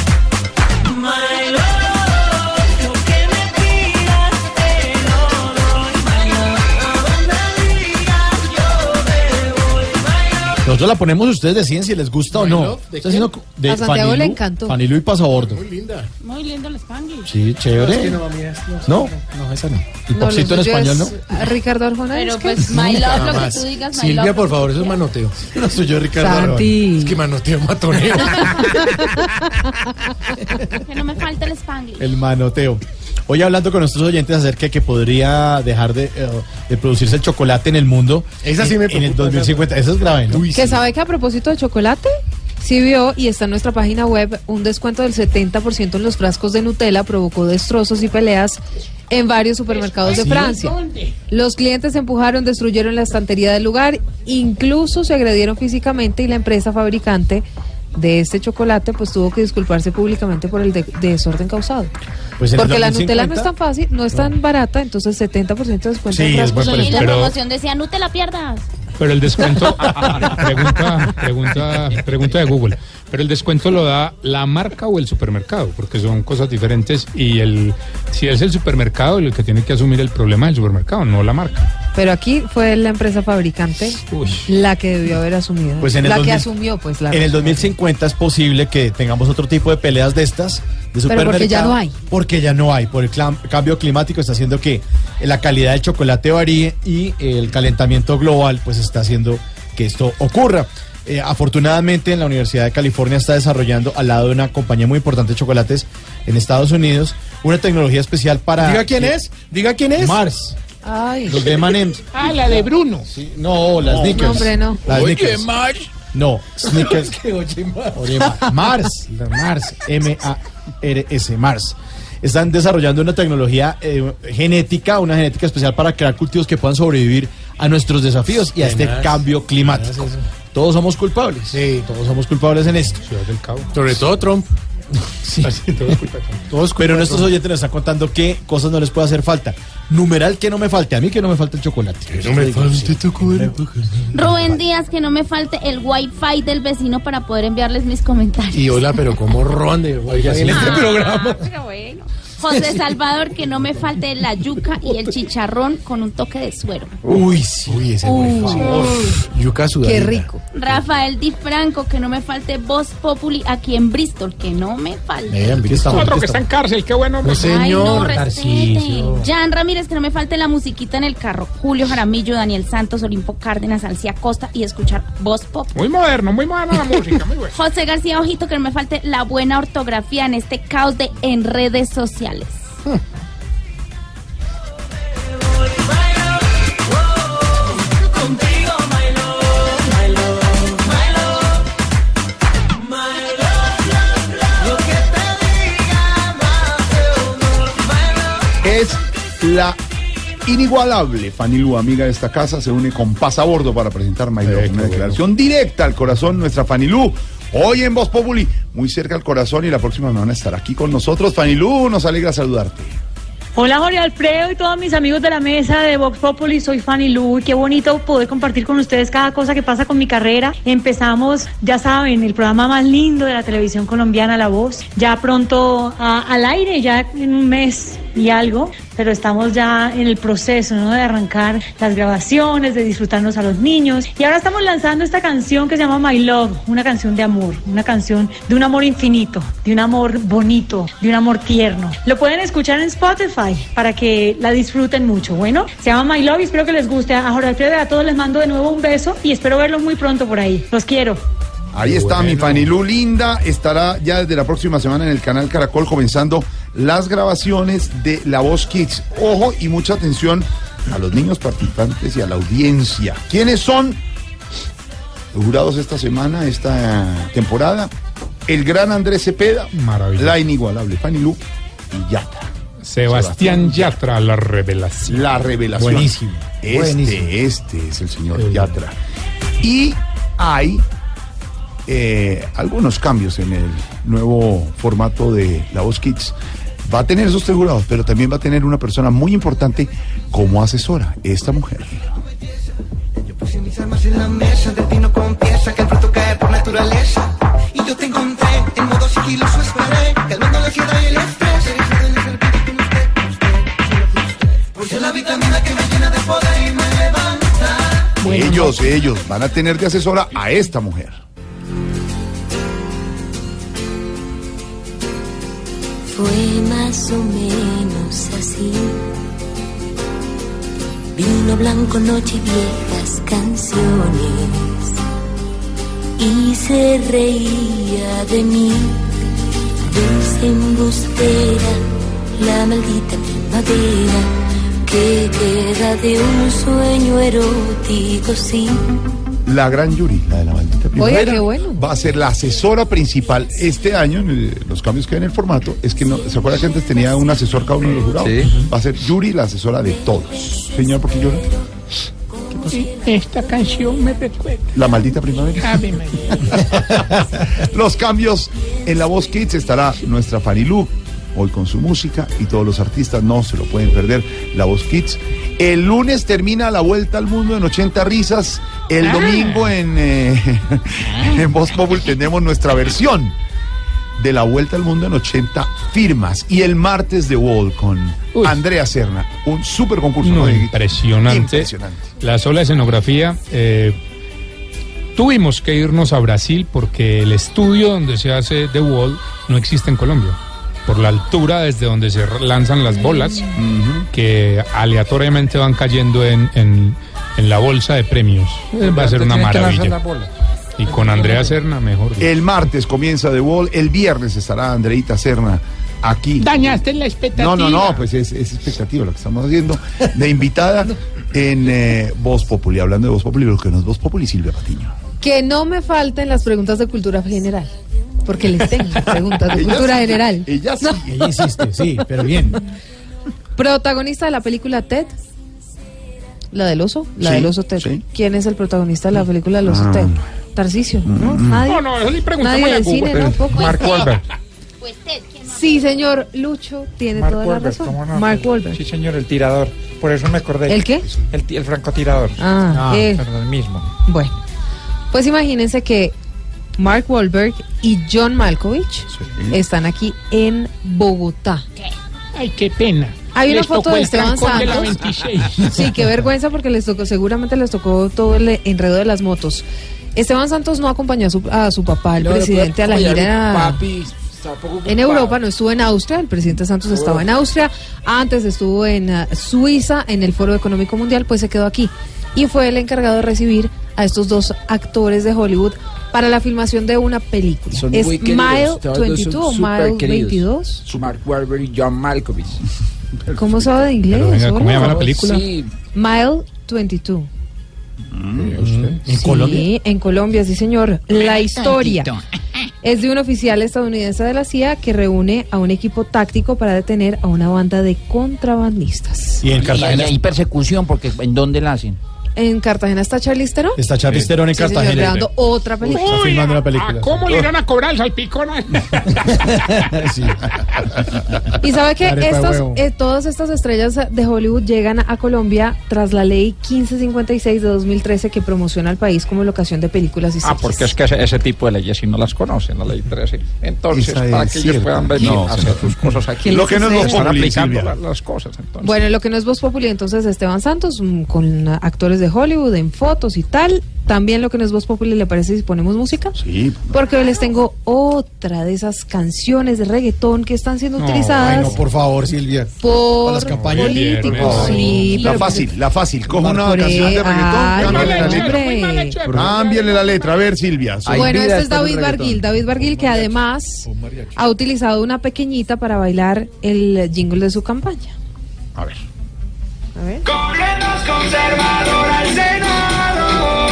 My love, lo que me pidas te lo doy. My love, a donde digas yo me voy. My love. Nosotros la ponemos, ustedes deciden si les gusta o My no. Love, ¿de Está qué? haciendo de A Santiago Fanny le Lu- encantó. Fanny Lu y Pasabordo. Muy linda. Muy lindo el Spanglish. Sí, chévere. Es que no, a mí es- ¿No? No, esa no. ¿Y No, popcito lo en suyo español, es, no? eh, Ricardo Arjona. Pero es que- pues My Love, lo que Jamás. tú digas, My Silvia, Love. por favor, eso es manoteo. No soy yo, Ricardo. Santi. Es que manoteo matonero. Que no me falte el Spanglish. El manoteo. Hoy hablando con nuestros oyentes acerca de que podría dejar de, eh, de producirse el chocolate en el mundo. Esa sí en, me en el preocupa, dos mil cincuenta. Eso es grave, ¿no? Que sabe que a propósito de chocolate, sí vio y está en nuestra página web un descuento del setenta por ciento en los frascos de Nutella provocó destrozos y peleas en varios supermercados de ¿Sí? Francia. Los clientes se empujaron, destruyeron la estantería del lugar, incluso se agredieron físicamente y la empresa fabricante de este chocolate pues tuvo que disculparse públicamente por el de- desorden causado. Pues en el Porque la dos mil Nutella no es cincuenta tan fácil, no es tan barata, entonces setenta por ciento de descuento Sí, en es frascos. buen Y precio. la Pero- promoción decía, no te la pierdas. Pero el descuento, pregunta, pregunta, pregunta de Google, pero el descuento lo da la marca o el supermercado, porque son cosas diferentes y el si es el supermercado el que tiene que asumir el problema del supermercado, no la marca. Pero aquí fue la empresa fabricante Uy. la que debió haber asumido. Pues en el la dos que mil asumió, pues la En el dos mil cincuenta es posible que tengamos otro tipo de peleas de estas, de Pero porque supermercado. ya no hay. Porque ya no hay. Por el clam- cambio climático está haciendo que la calidad del chocolate varíe y el calentamiento global pues está haciendo que esto ocurra. Eh, afortunadamente en la Universidad de California está desarrollando al lado de una compañía muy importante de chocolates en Estados Unidos una tecnología especial para... Diga quién que- es, diga quién es. Mars. Ay. Los de M and M's. Ah, la de Bruno. Sí, no, las Snickers. No, hombre, no. Las Oye, Snickers. Mars. No, Snickers. Que oye, Mars. Oye, Ma- Mars, la Mars, M A R S, Mars. Están desarrollando una tecnología eh, genética, una genética especial para crear cultivos que puedan sobrevivir a nuestros desafíos y a este Tenaz. cambio climático. Tenaz eso. Todos somos culpables. Sí. Todos somos culpables en esto. Ciudad del Cabo. Sobre todo Trump. Sí. Así, todo es culpa de Trump. Todos Pero nuestros oyentes nos están contando qué cosas no les puede hacer falta. Numeral que no me falte. A mí que no me falta el chocolate. no me falte tu cuerpo. Rubén Díaz, que no me falte el wifi del vecino para poder enviarles mis comentarios. Y hola, pero como roban de Oiga, sí. en este Ah, programa. pero bueno. José Salvador, que no me falte la yuca y el chicharrón con un toque de suero. Uy, sí. Uy, ese Uy. por favor. Yuca sudadita. Qué rico. Rafael Di Franco, que no me falte Voz Populi aquí en Bristol, que no me falte. Eh, Otro que está en cárcel, qué bueno. No, señor. Ay, no, respete. Tarcisio. Jan Ramírez, que no me falte la musiquita en el carro. Julio Jaramillo, Daniel Santos, Olimpo Cárdenas, Alcia Costa y escuchar Voz Populi. Muy moderno, muy moderna la música, muy bueno. José García Ojito, que no me falte la buena ortografía en este caos de en redes sociales. Hmm. Es la inigualable Fanny Lu, amiga de esta casa, se une con Pasabordo para presentar My Love, una declaración directa al corazón. Nuestra Fanny Lu, hoy en Voz Populi, muy cerca al corazón, y la próxima semana estará aquí con nosotros. Fanny Lu, nos alegra saludarte. Hola Jorge Alfredo y todos mis amigos de la mesa de Vox Populi, soy Fanny Lu. Qué bonito poder compartir con ustedes cada cosa que pasa con mi carrera. Empezamos, ya saben, el programa más lindo de la televisión colombiana, La Voz. Ya pronto a, al aire, ya en un mes y algo, pero estamos ya en el proceso, ¿no?, de arrancar las grabaciones, de disfrutarnos a los niños. Y ahora estamos lanzando esta canción que se llama My Love, una canción de amor, una canción de un amor infinito, de un amor bonito, de un amor tierno. Lo pueden escuchar en Spotify para que la disfruten mucho. Bueno, se llama My Love y espero que les guste. A Jorge Alfredo y a todos les mando de nuevo un beso y espero verlos muy pronto por ahí. Los quiero. Ahí está bueno. Mi Fanny Lu linda, estará ya desde la próxima semana en el canal Caracol comenzando las grabaciones de La Voz Kids. Ojo y mucha atención a los niños participantes y a la audiencia. ¿Quiénes son los jurados esta semana, esta temporada? El gran Andrés Cepeda, la inigualable Fanny Lu y Yatra. Sebastián, Sebastián Yatra, la revelación. La revelación. Buenísimo. Este, Buenísimo. este es el señor el... Yatra. Y hay eh, algunos cambios en el nuevo formato de La Voz Kids. Va a tener esos tres jurados, pero también va a tener una persona muy importante como asesora, esta mujer. Yo puse mis armas en la mesa, del vino con pieza, que el fruto cae por naturaleza. Y yo te encontré, en modo sigiloso esperé, calmando la ansiedad y el estrés. Puse la vitamina que me llena de poder y me levanta. Bueno, ellos, ellos van a tener de asesora a esta mujer. Fue más o menos así. Vino blanco, noche y viejas canciones. Y se reía de mí, dulce embustera, la maldita primavera que queda de un sueño erótico, sí. La gran Yuri, la de la maldita primavera. Oye, qué bueno. Va a ser la asesora principal este año. En el, los cambios que hay en el formato es que no, ¿se acuerda que antes tenía un asesor cada uno de los jurados? Sí. Va a ser Yuri la asesora de todos. Señor, ¿por qué llora? Sí, esta canción me recuerda. La maldita primavera. Ave María. Los cambios en La Voz Kids estará nuestra Fanny Lu hoy con su música y todos los artistas no se lo pueden perder. La Voz Kids. El lunes termina la vuelta al mundo en ochenta risas. El ah. domingo en, eh, en Voz Populi tenemos nuestra versión de la vuelta al mundo en ochenta firmas. Y el martes The Wall con Uy. Andrea Serna. Un súper concurso. No, ¿no? Impresionante. Impresionante. La sola escenografía. Eh, tuvimos que irnos a Brasil porque el estudio donde se hace The Wall no existe en Colombia. Por la altura desde donde se lanzan las bolas, uh-huh. que aleatoriamente van cayendo en, en, en la bolsa de premios. Eh, va a ser una maravilla. Y con Andrea Serna, mejor. El martes comienza The Wall, el viernes estará Andreita Serna aquí. Dañaste la expectativa. No, no, no, pues es, es expectativa lo que estamos haciendo. De invitada en eh, Voz Populi, hablando de Voz Populi, lo que no es Voz Populi, Silvia Patiño. Que no me falten las preguntas de cultura general. Porque les tengo preguntas de cultura sí, general. Ella sí. No. Ella insiste, sí, pero bien. Protagonista de la película Ted. La del oso. La sí, del oso Ted. Sí. ¿Quién es el protagonista de la película del oso ah. Ted? Tarcisio, ¿no? Mm. Nadie. No, no, eso le preguntamos Nadie a del Google. cine, ¿no? Poco. Mark Wahlberg. Pues Ted, ¿quién más? Sí, señor. Lucho tiene Mark toda Wahlberg, la razón. ¿cómo no? Mark Wahlberg. Sí, señor, el tirador. Por eso me acordé. ¿El qué? El, el francotirador. Ah, ah eh. perdón, el mismo. Bueno, pues imagínense que Mark Wahlberg y John Malkovich sí. están aquí en Bogotá. ¿Qué? Ay, qué pena. Hay una les foto de Esteban Santos. De la veintiséis. Sí, qué vergüenza porque les tocó, seguramente les tocó todo el enredo de las motos. Esteban Santos no acompañó a su, a su papá, el No, presidente, a la después, gira papi, está un poco en ocupado. Europa, no estuvo en Austria, el presidente Santos estaba en Austria, antes estuvo en uh, Suiza, en el Foro Económico Mundial, pues se quedó aquí. Y fue el encargado de recibir a estos dos actores de Hollywood para la filmación de una película. Son ¿Es muy queridos, Mile todos dos veintidós o son súper Mile queridos. veintidós? Mark Wahlberg y John Malkovich. ¿Cómo sabe de inglés? Pero venga, ¿cómo Hola. llama la película? Sí. Mile veintidós. ¿En Sí, Colombia? en Colombia, sí señor. La historia es de un oficial estadounidense de la C I A que reúne a un equipo táctico para detener a una banda de contrabandistas. Y en Cartagena hay persecución, porque ¿en dónde la hacen? En Cartagena está Charlize Theron. está Charlize Theron en Sí, señor, Cartagena. grabando otra película. Está filmando una ¿A película. cómo le irán a cobrar el salpicón a este? Sí. Y sabe que La arepa de estas, huevo. eh, todas estas estrellas de Hollywood llegan a Colombia tras la ley quince cincuenta y seis de dos mil trece que promociona al país como locación de películas y Ah, series. porque es que ese, ese tipo de leyes si no las conocen, la ley trece. Entonces, Esa para es que ellos cierta. puedan venir No, a hacer señor. sus cosas aquí. ¿Qué Lo que no es les Voz están Populi, aplicando Silvia. la- las cosas. Entonces. Bueno, lo que no es Voz Populi, entonces Esteban Santos mm, con uh, actores de Hollywood en fotos y tal. También lo que no es Voz Populi, ¿le parece si ponemos música? Sí. Porque hoy les tengo otra de esas canciones de reggaetón que están siendo Ay, utilizadas no, por favor, Silvia. por Para las campañas. políticos. Sí, La pero- fácil, la fácil. Coja una Por canción de ahí, reggaetón, ay, cámbiale la hombre. letra. Muy mal hecho. Cámbiale la letra. A ver, Silvia. Hay Bueno, vida este es después del David reggaetón. Barguil. David Barguil que además ha utilizado una pequeñita para bailar el jingle de su campaña. A ver. A ver. conservador al Senado.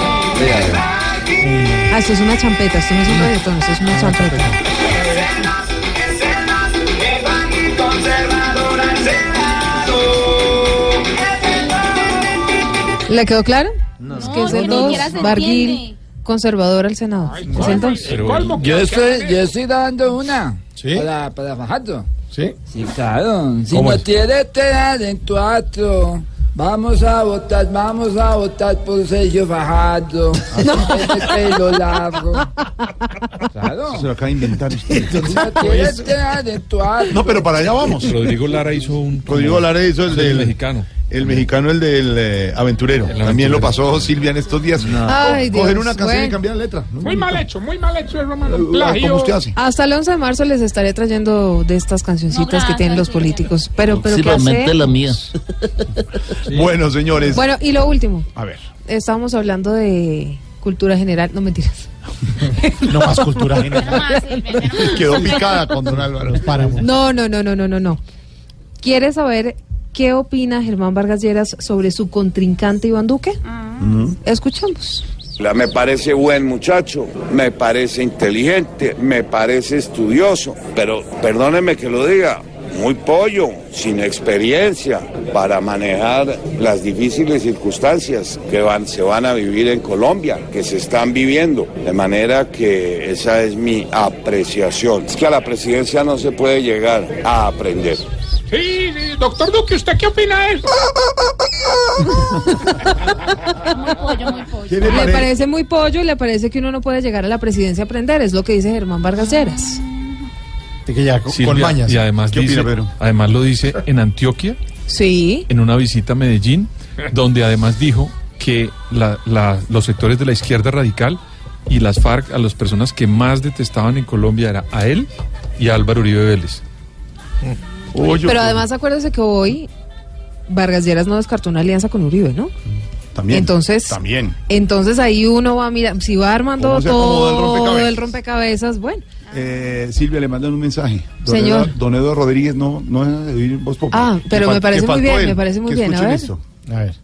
Ah, esto es una champeta, esto no es un reggaetón, esto es una champeta. Conservador al Senado. ¿Le quedó claro? No, Es que es es el que ni dos, siquiera se Barguil, entiende. conservador al Senado. Es el dos. El colmo que Yo hacen estoy, es- yo estoy dando una. ¿Sí? Para, para Fajardo. ¿Sí? Sí, claro. Si ¿Cómo no es? tiene talento acto, vamos a votar, vamos a votar por Sergio Fajardo. Así tiene pelo largo. Claro. Se lo acaba de inventar usted. Si no tiene talento acto. No, pero para allá vamos. Rodrigo Lara hizo un. Rodrigo Lara hizo el del mexicano. El mexicano, el del eh, aventurero. También lo pasó Silvia en estos días. Ay, Coger Dios, una canción bueno. y cambiar la letra. No, Muy mal hecho, muy mal hecho, hermano. Uh, Plagio. ¿Cómo usted hace? Hasta el once de marzo les estaré trayendo de estas cancioncitas No, que tienen los gracias, políticos. Pero, pero ¿qué hace? Principalmente la mía. Bueno, señores. Bueno, y lo último. A ver. Estábamos hablando de cultura general. No, mentiras. No más cultura Menos general. mal, Silvia, menos mal. Quedó picada con don Álvaro. Páramo. No, no, no, no, no, no, no. ¿Quieres saber qué opina Germán Vargas Lleras sobre su contrincante Iván Duque? Escuchamos. La- Me parece buen muchacho, me parece inteligente, me parece estudioso, pero perdóneme que lo diga, muy pollo, sin experiencia para manejar las difíciles circunstancias que van, se van a vivir en Colombia, que se están viviendo. De manera que esa es mi apreciación. Es que a la presidencia no se puede llegar a aprender. Sí, sí, doctor Duque, ¿usted qué opina de eso? Muy pollo, muy pollo. ¿Qué le Le parece? parece muy pollo y le parece que uno no puede llegar a la presidencia a aprender. Es lo que dice Germán Vargas Lleras. De que ya con, Silvia, con mañas. Y además ¿Qué dice, opina, Pedro? además lo dice en Antioquia, Sí. en una visita a Medellín, donde además dijo que la- la- los sectores de la izquierda radical y las FARC, a las personas que más detestaban en Colombia era a él y a Álvaro Uribe Vélez. Pollo, Pero pollo. además acuérdese que hoy Vargas Lleras no descartó una alianza con Uribe, ¿no? También. Entonces, También. entonces ahí uno va a mirar, si va armando ¿Cómo se acomoda el todo rompecabezas? el rompecabezas, bueno. Eh, Silvia, le mandan un mensaje. Don Señor. Eduardo, don Eduardo Rodríguez no, no deja de vivir Voz Populi. Ah, Que pero fal- me parece que muy faltó bien, él. me parece muy Que bien, a escuchen ver. esto. A ver.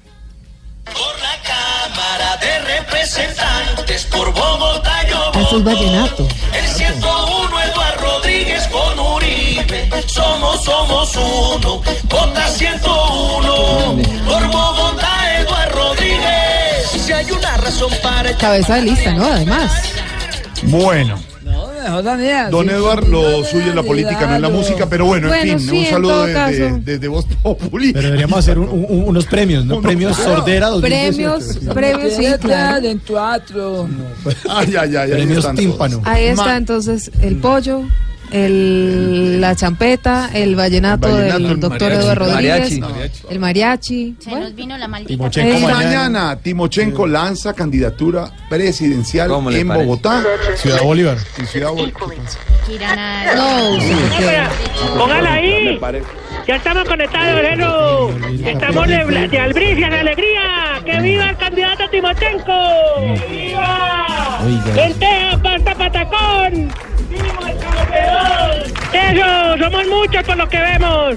Cámara de Representantes por Bogotá yo Ah, esto es vallenato. el ciento uno Eduardo Rodríguez con Uribe somos somos uno vota ciento uno por Bogotá Eduardo Rodríguez si hay una razón para Cabeza de lista, ¿no? Además. Bueno, No, mejor la mía. don Sí, Eduardo, sí, lo no, suyo es la política, no es la claro. música, pero bueno, Bueno, en fin, sí, un en saludo todo desde, caso. desde Voz Populi. Pero deberíamos hacer un- un- unos premios, ¿no? Uno, Premios claro. Sordera dos mil dieciocho. Premios, premios, sí, Tiene claro. talento acto. Ay, ay, ay, ahí Premios están tímpano. todos. Ahí está Ma- entonces el pollo, el, la champeta, el vallenato, El vallenato, del el doctor mariachi. Eduardo Rodríguez, Mariachi. el mariachi. Se Bueno, nos vino la maldita. Timochenko Eh, mañana. Timochenko lanza candidatura presidencial ¿Cómo le en parece? Bogotá. Ciudad Bolívar. En Ciudad Bolívar. no, usted se queda. Póngala ahí. Ya estamos conectados, Lelo. Estamos de, bla- de albricias, de alegría. ¡Que viva el candidato Timochenko! ¡Viva! ¡Lenteja, pasta, patacón! ¡Eso! ¡Somos muchos por lo que vemos!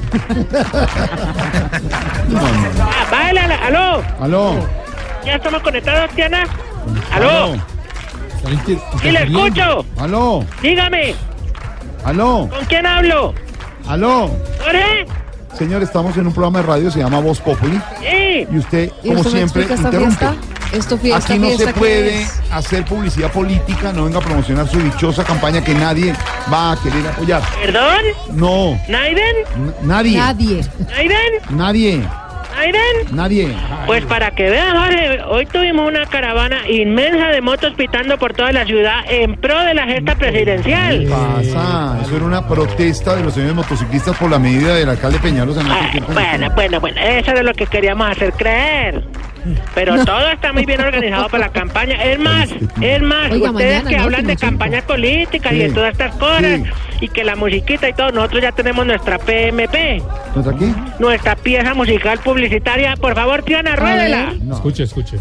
Ah, bájale, a la- ¡aló! Aló. ¿Ya estamos conectados, Tiana? ¡Aló! ¡Sí le escucho! Aló. Dígame, Aló. ¿con quién hablo? Aló. ¿Jorge? Señor, estamos en un programa de radio, se llama Voz Populi. Sí. Y usted, ¿Y como usted me siempre, explica esta interrumpe. fiesta? ¿Esto fiesta, Aquí no fiesta, se qué puede es? hacer publicidad política, no venga a promocionar su dichosa campaña que nadie va a querer apoyar. ¿Perdón? No, ¿Naiden? n- nadie. Nadie. ¿Naiden? Nadie. ¿Naiden? Nadie. Pues para que vean, Jorge, hoy tuvimos una caravana inmensa de motos pitando por toda la ciudad en pro de la gesta presidencial. ¿Qué pasa? Eso era una protesta de los señores motociclistas por la medida del alcalde Peñalosa. No sé qué- Bueno, bueno, bueno, eso era lo que queríamos hacer creer. Pero todo está muy bien organizado para la campaña. Es más, es más, Oiga, ustedes mañana, que ¿no? hablan de Timochenko. campañas políticas y Sí. de todas estas cosas, Sí. y que la musiquita y todo, nosotros ya tenemos nuestra P M P, ¿Nuestra qué? nuestra pieza musical publicitaria. Por favor, Tiana, ruédela. No. Escuche, escuche.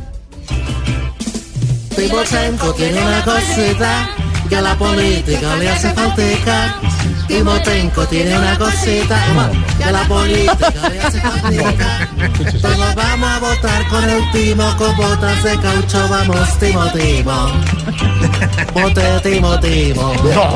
Timochenko tiene una cosita que a la política le hace faltica. Timochenko tiene una cosita que a la política le hace faltica. Todos vamos a votar con el timo, con botas de caucho, vamos timo timo. Vote timo timo.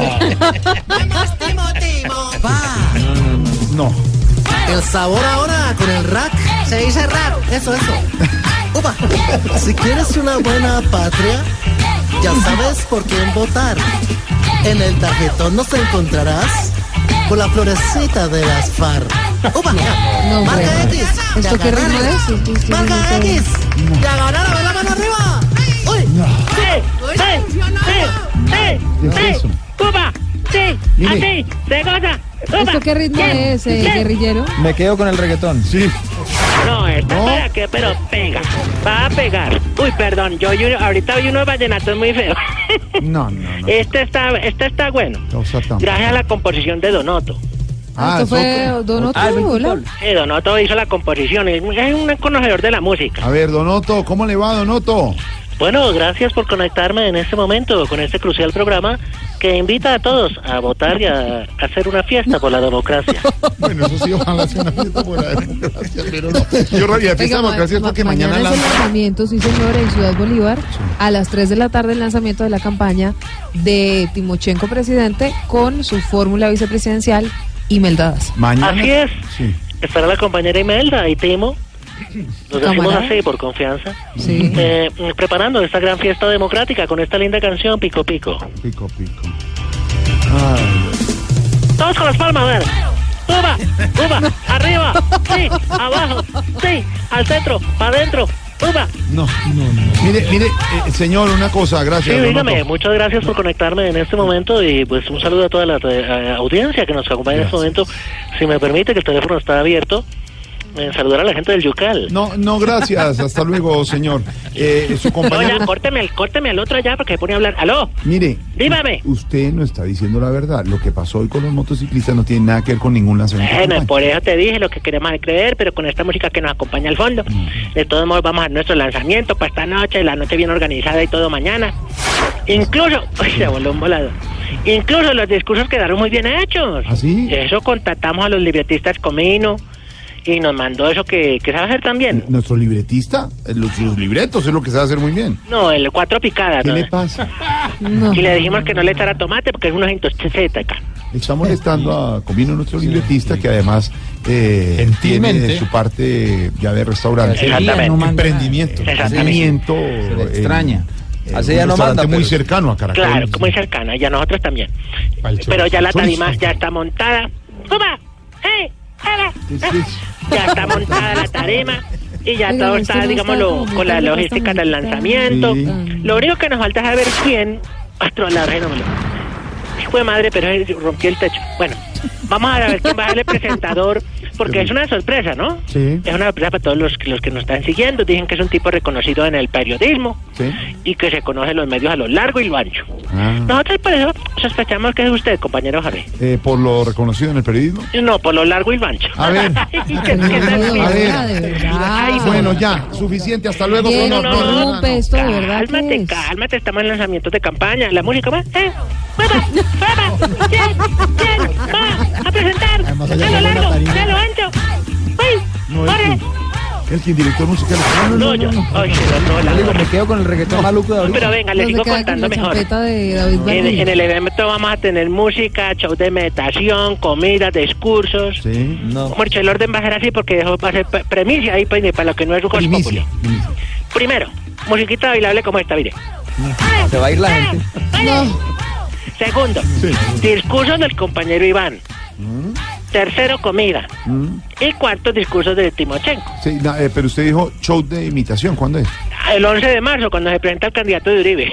Vamos timo timo. Va. No. El sabor ahora con el rack. Se dice rack. Eso, eso. Upa. Si quieres una buena patria, ya sabes por quién votar. En el tarjetón nos encontrarás con la florecita de las FARC. Upa. No, hombre. Marca X. ¿Esto qué ritmo es? ¿Qué- qué- qué Marca ritmo es? X. Y a ganar a ver la mano arriba. Uy. ¡Sí! ¡Sí! ¡Sí! ¡Sí! ¡Sí! ¡Cuba! ¡Sí! Mire. ¡Así! ¡Se goza! ¡Cuba! ¿Esto qué ritmo Sí, es, eh, sí. guerrillero? Me quedo con el reggaetón. Sí. No, esta No. para qué, pero pega. Va a pegar. Uy, perdón, yo, yo ahorita vi unos vallenatos muy feos. No, no, no. Este está, este está bueno. Causa tan- Gracias a la composición de Donoto. Ah, Esto es fue otro. Donoto, Ah, hola. Sí, Donoto hizo la composición. Es un- es un conocedor de la música. A ver, Donoto, ¿cómo le va, Donoto? Bueno, gracias por conectarme en este momento con este crucial programa que invita a todos a votar y a hacer una fiesta por la democracia. Bueno, eso sí, ojalá sea una fiesta por la democracia, pero no. Yo realidad, fiesta Oiga, de ma- democracia es ma- porque mañana mañana es el lanza. lanzamiento, sí señor, en Ciudad Bolívar. A las tres de la tarde el lanzamiento de la campaña de Timochenko presidente con su fórmula vicepresidencial Imelda Daza. Mañana. Así es. Sí. Estará la compañera Imelda y Timo. Nos decimos Camarada. así por confianza. Sí. Eh, preparando esta gran fiesta democrática con esta linda canción Pico Pico. Pico, pico. Ay, Todos con las palmas, a ver. Suba, suba, arriba, sí, abajo, sí, al centro, para adentro, suba. no, no, no. Mire, mire, eh, señor, una cosa, Sí, gracias. dígame, Donoto. muchas gracias por conectarme en este momento y pues un saludo a toda la eh, audiencia que nos acompaña en este momento. Si me permite, que el teléfono está abierto. Eh, saludar a la gente del Yucal. No, no, gracias. Hasta luego, señor. Eh, su No, compañero. ya, córteme, al- córteme al otro allá porque se pone a hablar. ¡Aló! Mire, Dígame. usted no está diciendo la verdad. Lo que pasó hoy con los motociclistas no tiene nada que ver con ningún lanzamiento. de Bueno, campaña. por eso te dije lo que queremos creer, pero con esta música que nos acompaña al fondo. De todos modos, vamos a nuestro lanzamiento para esta noche, la noche bien organizada y todo mañana. Incluso, uy, se voló un volado. Incluso los discursos quedaron muy bien hechos. ¿Ah, sí? Eso contactamos a los libretistas Comino y nos mandó eso que, que sabe hacer también. Nuestro libretista, eh, los, sus libretos es lo que sabe hacer muy bien. No, el cuatro picadas. ¿Qué ¿no? le pasa? Y le dijimos que no le echara tomate porque es una intoxiceta acá. Está molestando a Comino, nuestro libretista, que además eh, tiene Gentilmente. su parte ya de restaurante. Exactamente. No manda Emprendimiento. Exactamente. Emprendimiento. Se le eh, extraña. eh, Así un ya no restaurante manda, muy pero- cercano a Caracol. Claro, muy cercana, y a nosotros también. Al Pero ya la chorizo. tarima ya está montada. ¡Suba! ¡Hey! ¡Hala! ¿Qué es eso? Ya está montada la tarima y ya Oiga, todo esto está, no digámoslo, está como con la muy logística del bonita. lanzamiento. Sí. Lo único que nos falta es saber quién. Astro, la reina, me lo- hijo de madre, pero él rompió el techo. Bueno, vamos a ver quién va a ser el presentador, porque es una sorpresa, ¿no? Sí. Es una sorpresa para todos los, los que nos están siguiendo. Dicen que es un tipo reconocido en el periodismo Sí. y que se conoce en los medios a lo largo y lo ancho. Ah. Nosotros por eso sospechamos que es usted, compañero Javier. Eh, por lo reconocido en el periodismo. No, por lo largo y lo ancho. A ver. Ay, ¿qué- qué tal? A ver. Ay, no. Bueno, ya, suficiente, hasta luego. Bien, señor. no, no, no, Rompe no, esto, de verdad. Cálmate, ¿qué es? cálmate, estamos en lanzamientos de campaña. La música va, eh, mueva, mueva, ¿quién, quién va a presentar? Además, A allá lo sale una largo, tarima. a lo ancho. ¡Uy! No, ¡Corre! el, el quien director musical. No, No, yo, ay, no, no, la- Digo, me quedo con el reggaetón maluco de ahorita. Pero venga, les No se sigo queda con contando la mejor. champeta de David En, Barguil. en el evento vamos a tener música, show de meditación, comida, discursos. Sí. No. Como el orden va a ser así porque eso va a ser pre- premicia ahí para, para lo que no es un Voz Primicia. Populi. Primero, musiquita bailable como esta, mire. Se va a ir la gente. Segundo, discursos del compañero Iván. Tercero, comida. Mm. Y cuarto, discursos de Timochenko. Sí, na- eh, pero usted dijo show de imitación, ¿cuándo es? El once de marzo, cuando se presenta el candidato de Uribe.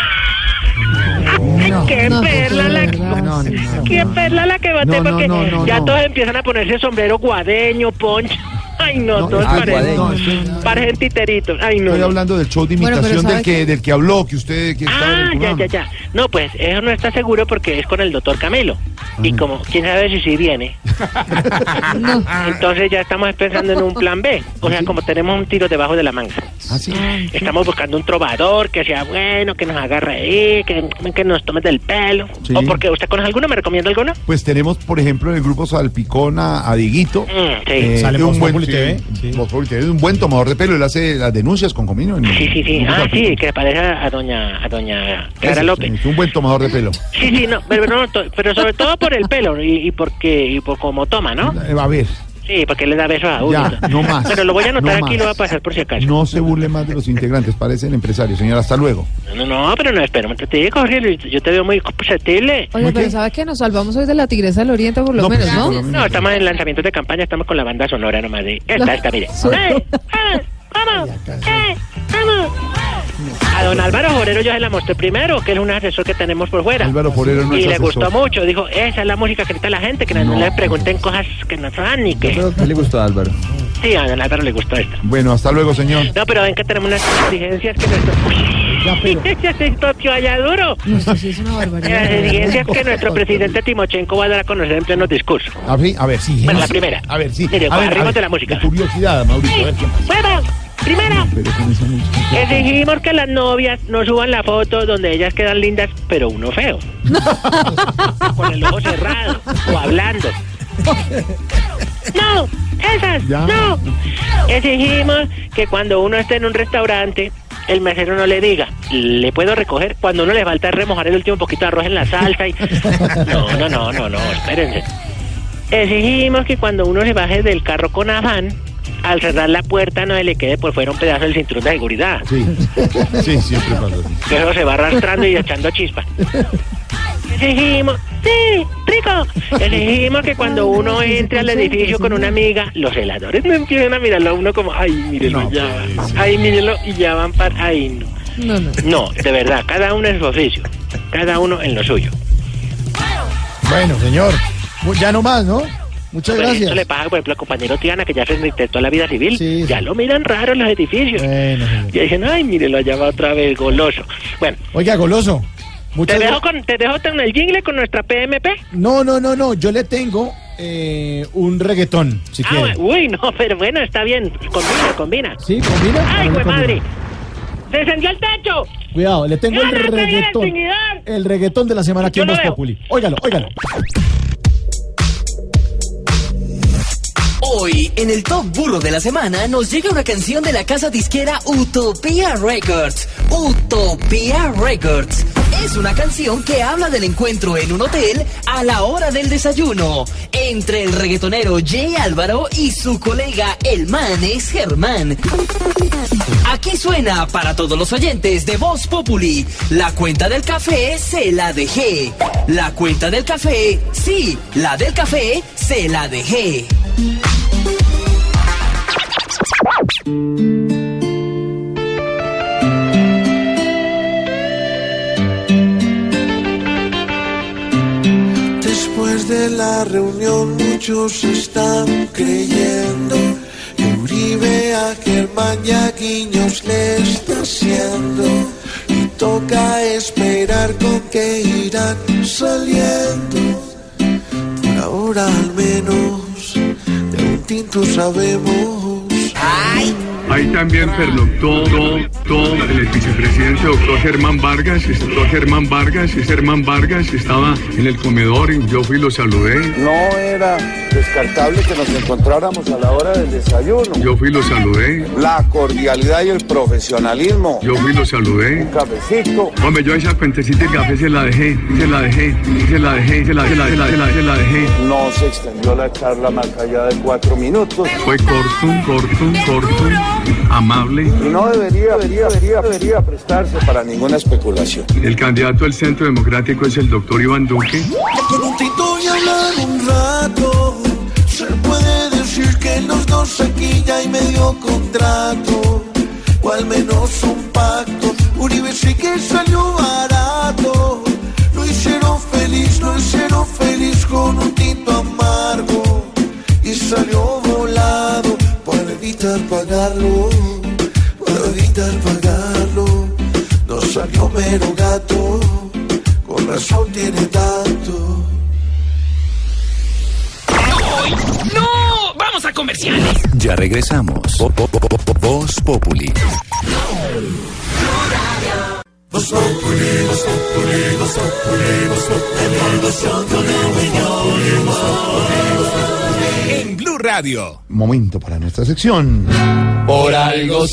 No. ¡Qué No, perla de la verdad, No, no, no. ¡Qué perla la que No, voté! no, Porque no, no, ya no. todos empiezan a ponerse sombrero guadeño, poncho. Ay, no, No, todos estoy- parecen, no, estoy- parecen titeritos. Ay, no. Estoy no. hablando del show de Bueno, pero imitación del ¿sabe que, qué? del que habló, que usted que estaba en el Ah, ya, programa. ya, ya. No, pues eso no está seguro porque es con el doctor Camilo. Y como, quién sabe si sí viene. Entonces ya estamos pensando en un plan B. O sea, como tenemos un tiro debajo de la manga. Ah, sí. Estamos buscando un trovador que sea bueno, que nos haga reír, que, que nos tome del pelo. Sí. ¿O porque usted conoce alguno? ¿Me recomienda alguno? Pues tenemos, por ejemplo, en el grupo Salpicona a Diguito. Mm, sí. eh, Sale de en un Voz buen Populi T V, sí, Voz Populi T V, de un buen tomador de pelo. Él hace las denuncias con Comino. en el Sí, sí, sí. grupo Ah, Salpicona. sí, que le parece a doña, a doña Clara Ese, López. Es un buen tomador de pelo. Sí, sí, no, pero, no, to- pero sobre todo por el pelo y, y porque y por cómo toma, ¿no? Eh, A ver, Sí, porque le da besos a uno. ya, no más. Pero lo voy a anotar no aquí y lo voy a más. pasar por si acaso. No se burle más de los integrantes, parece el empresario. Señor, hasta luego. No, no, no, pero no, espera, un momentico, Jorge, yo te veo muy susceptible. Oye, pero ¿sabes qué? Nos salvamos hoy de la Tigresa del Oriente, por lo No, menos, pues, ¿no? por lo menos. No, estamos en lanzamientos de campaña, estamos con la banda sonora nomás de... Esta, esta, mire. Sí. ¡Eh! ¡Eh! ¡Vamos! ¡Eh! ¡Vamos! A don Álvaro Forero yo se la mostré primero, que es un asesor que tenemos por fuera. Álvaro Forero no Y es le asesor. gustó mucho, dijo, esa es la música que necesita la gente, que no, No. le pregunten cosas que no saben ni Yo que... creo que le gustó a Álvaro. Sí, a don Álvaro le gustó esto. Bueno, hasta luego, señor. No, pero ven que tenemos unas exigencias que nuestro... Ya, pero- Ya se topió allá duro. No, esto sí es una barbaridad. Las exigencias que nuestro presidente Timochenko va a dar a conocer en plenos discursos. A ver, a ver, sí. Bueno, la sí. primera. A ver, sí. Mire, a ver, arriba a ver, de la música. de curiosidad, Mauricio. A ver, ¿qué pasa? ¡Vamos! Primera, Pero con esa música. exigimos que las novias no suban la foto donde ellas quedan lindas, pero uno feo. Con el ojo cerrado o hablando. No, esas, Ya. no. Exigimos que cuando uno esté en un restaurante, el mesero no le diga, ¿le puedo recoger? Cuando uno le falta remojar el último poquito de arroz en la salsa y... No, no, no, no, no, espérense. Exigimos que cuando uno se baje del carro con afán, al cerrar la puerta no se le quede por fuera un pedazo del cinturón de seguridad. Sí, sí, siempre pasa así. Que eso se va arrastrando y echando chispa. Exigimos, sí, rico. Exigimos que cuando uno entre al edificio con una amiga, los celadores no empiecen a mirarlo a uno como, ay, mírenlo, No, ya pues, van. sí. Ay, mírenlo, y ya van para, ay, no. No, no. No, de verdad, cada uno en su oficio, cada uno en lo suyo. Bueno, señor. Ya no más, ¿no? Muchas Pues gracias. Esto le pasa, por ejemplo, al compañero Tiana, que ya se intentó la vida civil. Sí, ya sí. lo miran raro en los edificios. Bueno, señor. Ya dicen, ay, mírenlo, allá va otra vez, goloso. Bueno, Oiga, goloso. te Muchas dejo, gracias. con, te dejo con el jingle con nuestra P M P. No, no, no, no. Yo le tengo eh, un reggaetón, si Ah, quiere. bueno, uy, no, pero bueno, está bien. Combina, combina. ¿Sí? ¿Combina? ¡Ay, Bueno, güey, combina. madre! ¡Se encendió el techo! Cuidado, le tengo el ¡Ya no pegué el reggaetón. extinguidor! El reggaetón de la semana aquí Yo en lo Voz veo. Populi. Óigalo, óigalo. Hoy, en el Top Burro de la Semana, nos llega una canción de la casa disquera Utopia Records. Utopia Records. Es una canción que habla del encuentro en un hotel a la hora del desayuno entre el reggaetonero Jay Álvaro y su colega el Manes Germán. Aquí suena para todos los oyentes de Voz Populi. La cuenta del café se la dejé. La cuenta del café, sí, la del café se la dejé. reunión muchos están creyendo que Uribe a Germán y a Guiños le está haciendo, y toca esperar con qué irán saliendo. Por ahora al menos de un tinto sabemos. ¡Ay! Ahí también pernoctó todo el vicepresidente doctor Germán Vargas, doctor Germán Vargas, y Germán Vargas estaba en el comedor y yo fui y lo saludé. No era descartable que nos encontráramos a la hora del desayuno. Yo fui y lo saludé. La cordialidad y el profesionalismo. Yo fui y lo saludé. Un cafecito. Hombre, yo esa cuentecita de café se la dejé, se la dejé, se la dejé, se la, se la, se la, se la, se la dejé. No se extendió la charla más allá de cuatro minutos. Fue corto, corto, corto, amable. Y no debería, debería, debería, debería prestarse para ninguna especulación. El candidato al Centro Democrático es el doctor Iván Duque. Con un tinto y hablar un rato, se puede decir que los dos aquí ya hay medio contrato, o al menos un pacto. Uribe sí que salió barato, lo hicieron feliz, lo hicieron feliz con un tinto amargo, y salió volado para evitar pagarlo, para evitar pagarlo. No salió mero gato, con razón tiene tanto. ¡No! ¡Vamos a comerciales! Ya regresamos. Vo- vo- vo- Voz Populi. Voz Populi, Voz Populi, Voz Populi, Voz Populi, Voz Populi, Voz Populi. En Blue Radio. Momento para nuestra sección. Por algo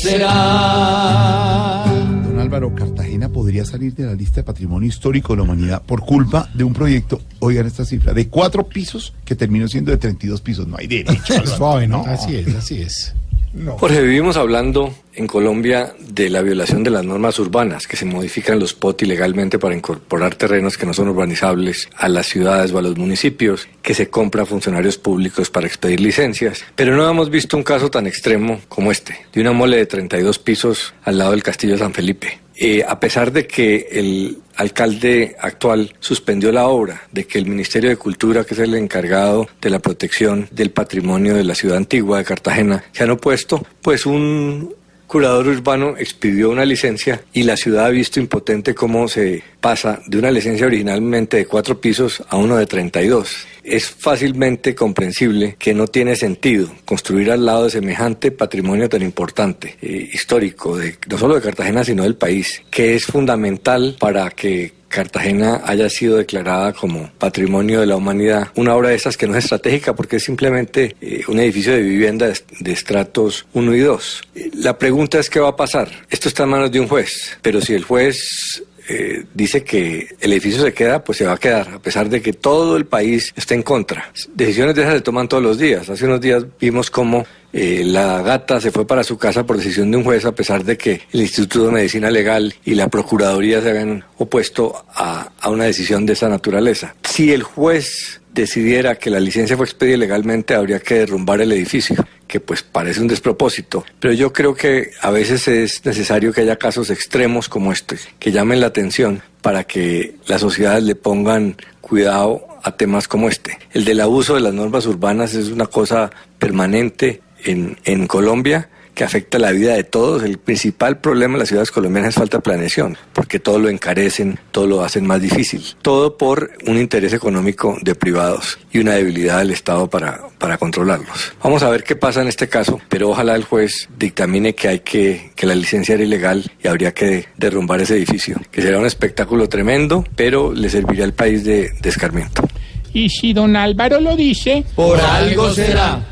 será. Don Álvaro, Cartagena podría salir de la lista de patrimonio histórico de la humanidad por culpa de un proyecto, oigan esta cifra, de cuatro pisos que terminó siendo de treinta y dos pisos. No hay derecho. Es suave, ¿no? Así es, así es. No. Jorge, vivimos hablando en Colombia de la violación de las normas urbanas, que se modifican los P O T ilegalmente para incorporar terrenos que no son urbanizables a las ciudades o a los municipios, que se compran funcionarios públicos para expedir licencias. Pero no hemos visto un caso tan extremo como este, de una mole de treinta y dos pisos al lado del Castillo de San Felipe. Eh, a pesar de que el alcalde actual suspendió la obra, de que el Ministerio de Cultura, que es el encargado de la protección del patrimonio de la ciudad antigua de Cartagena, se han opuesto, pues un curador urbano expidió una licencia y la ciudad ha visto impotente cómo se pasa de una licencia originalmente de cuatro pisos a uno de treinta y dos. Es fácilmente comprensible que no tiene sentido construir al lado de semejante patrimonio tan importante, eh, histórico, de, no solo de Cartagena, sino del país, que es fundamental para que Cartagena haya sido declarada como Patrimonio de la Humanidad. Una obra de estas que no es estratégica porque es simplemente eh, un edificio de vivienda de, de estratos uno y dos. Eh, la pregunta es ¿qué va a pasar? Esto está en manos de un juez, pero si el juez Eh, dice que el edificio se queda, pues se va a quedar, a pesar de que todo el país está en contra. Decisiones de esas se toman todos los días. Hace unos días vimos cómo eh, la gata se fue para su casa por decisión de un juez, a pesar de que el Instituto de Medicina Legal y la Procuraduría se habían opuesto a, a una decisión de esa naturaleza. Si el juez decidiera que la licencia fue expedida ilegalmente, habría que derrumbar el edificio, que pues parece un despropósito. Pero yo creo que a veces es necesario que haya casos extremos como este, que llamen la atención para que las sociedades le pongan cuidado a temas como este. El del abuso de las normas urbanas es una cosa permanente en, en Colombia, que afecta la vida de todos. El principal problema de las ciudades colombianas es falta de planeación, porque todo lo encarecen, todo lo hacen más difícil. Todo por un interés económico de privados y una debilidad del Estado para, para controlarlos. Vamos a ver qué pasa en este caso, pero ojalá el juez dictamine que hay que, que la licencia era ilegal y habría que derrumbar ese edificio, que será un espectáculo tremendo, pero le serviría al país de, de escarmiento. Y si don Álvaro lo dice, por algo será.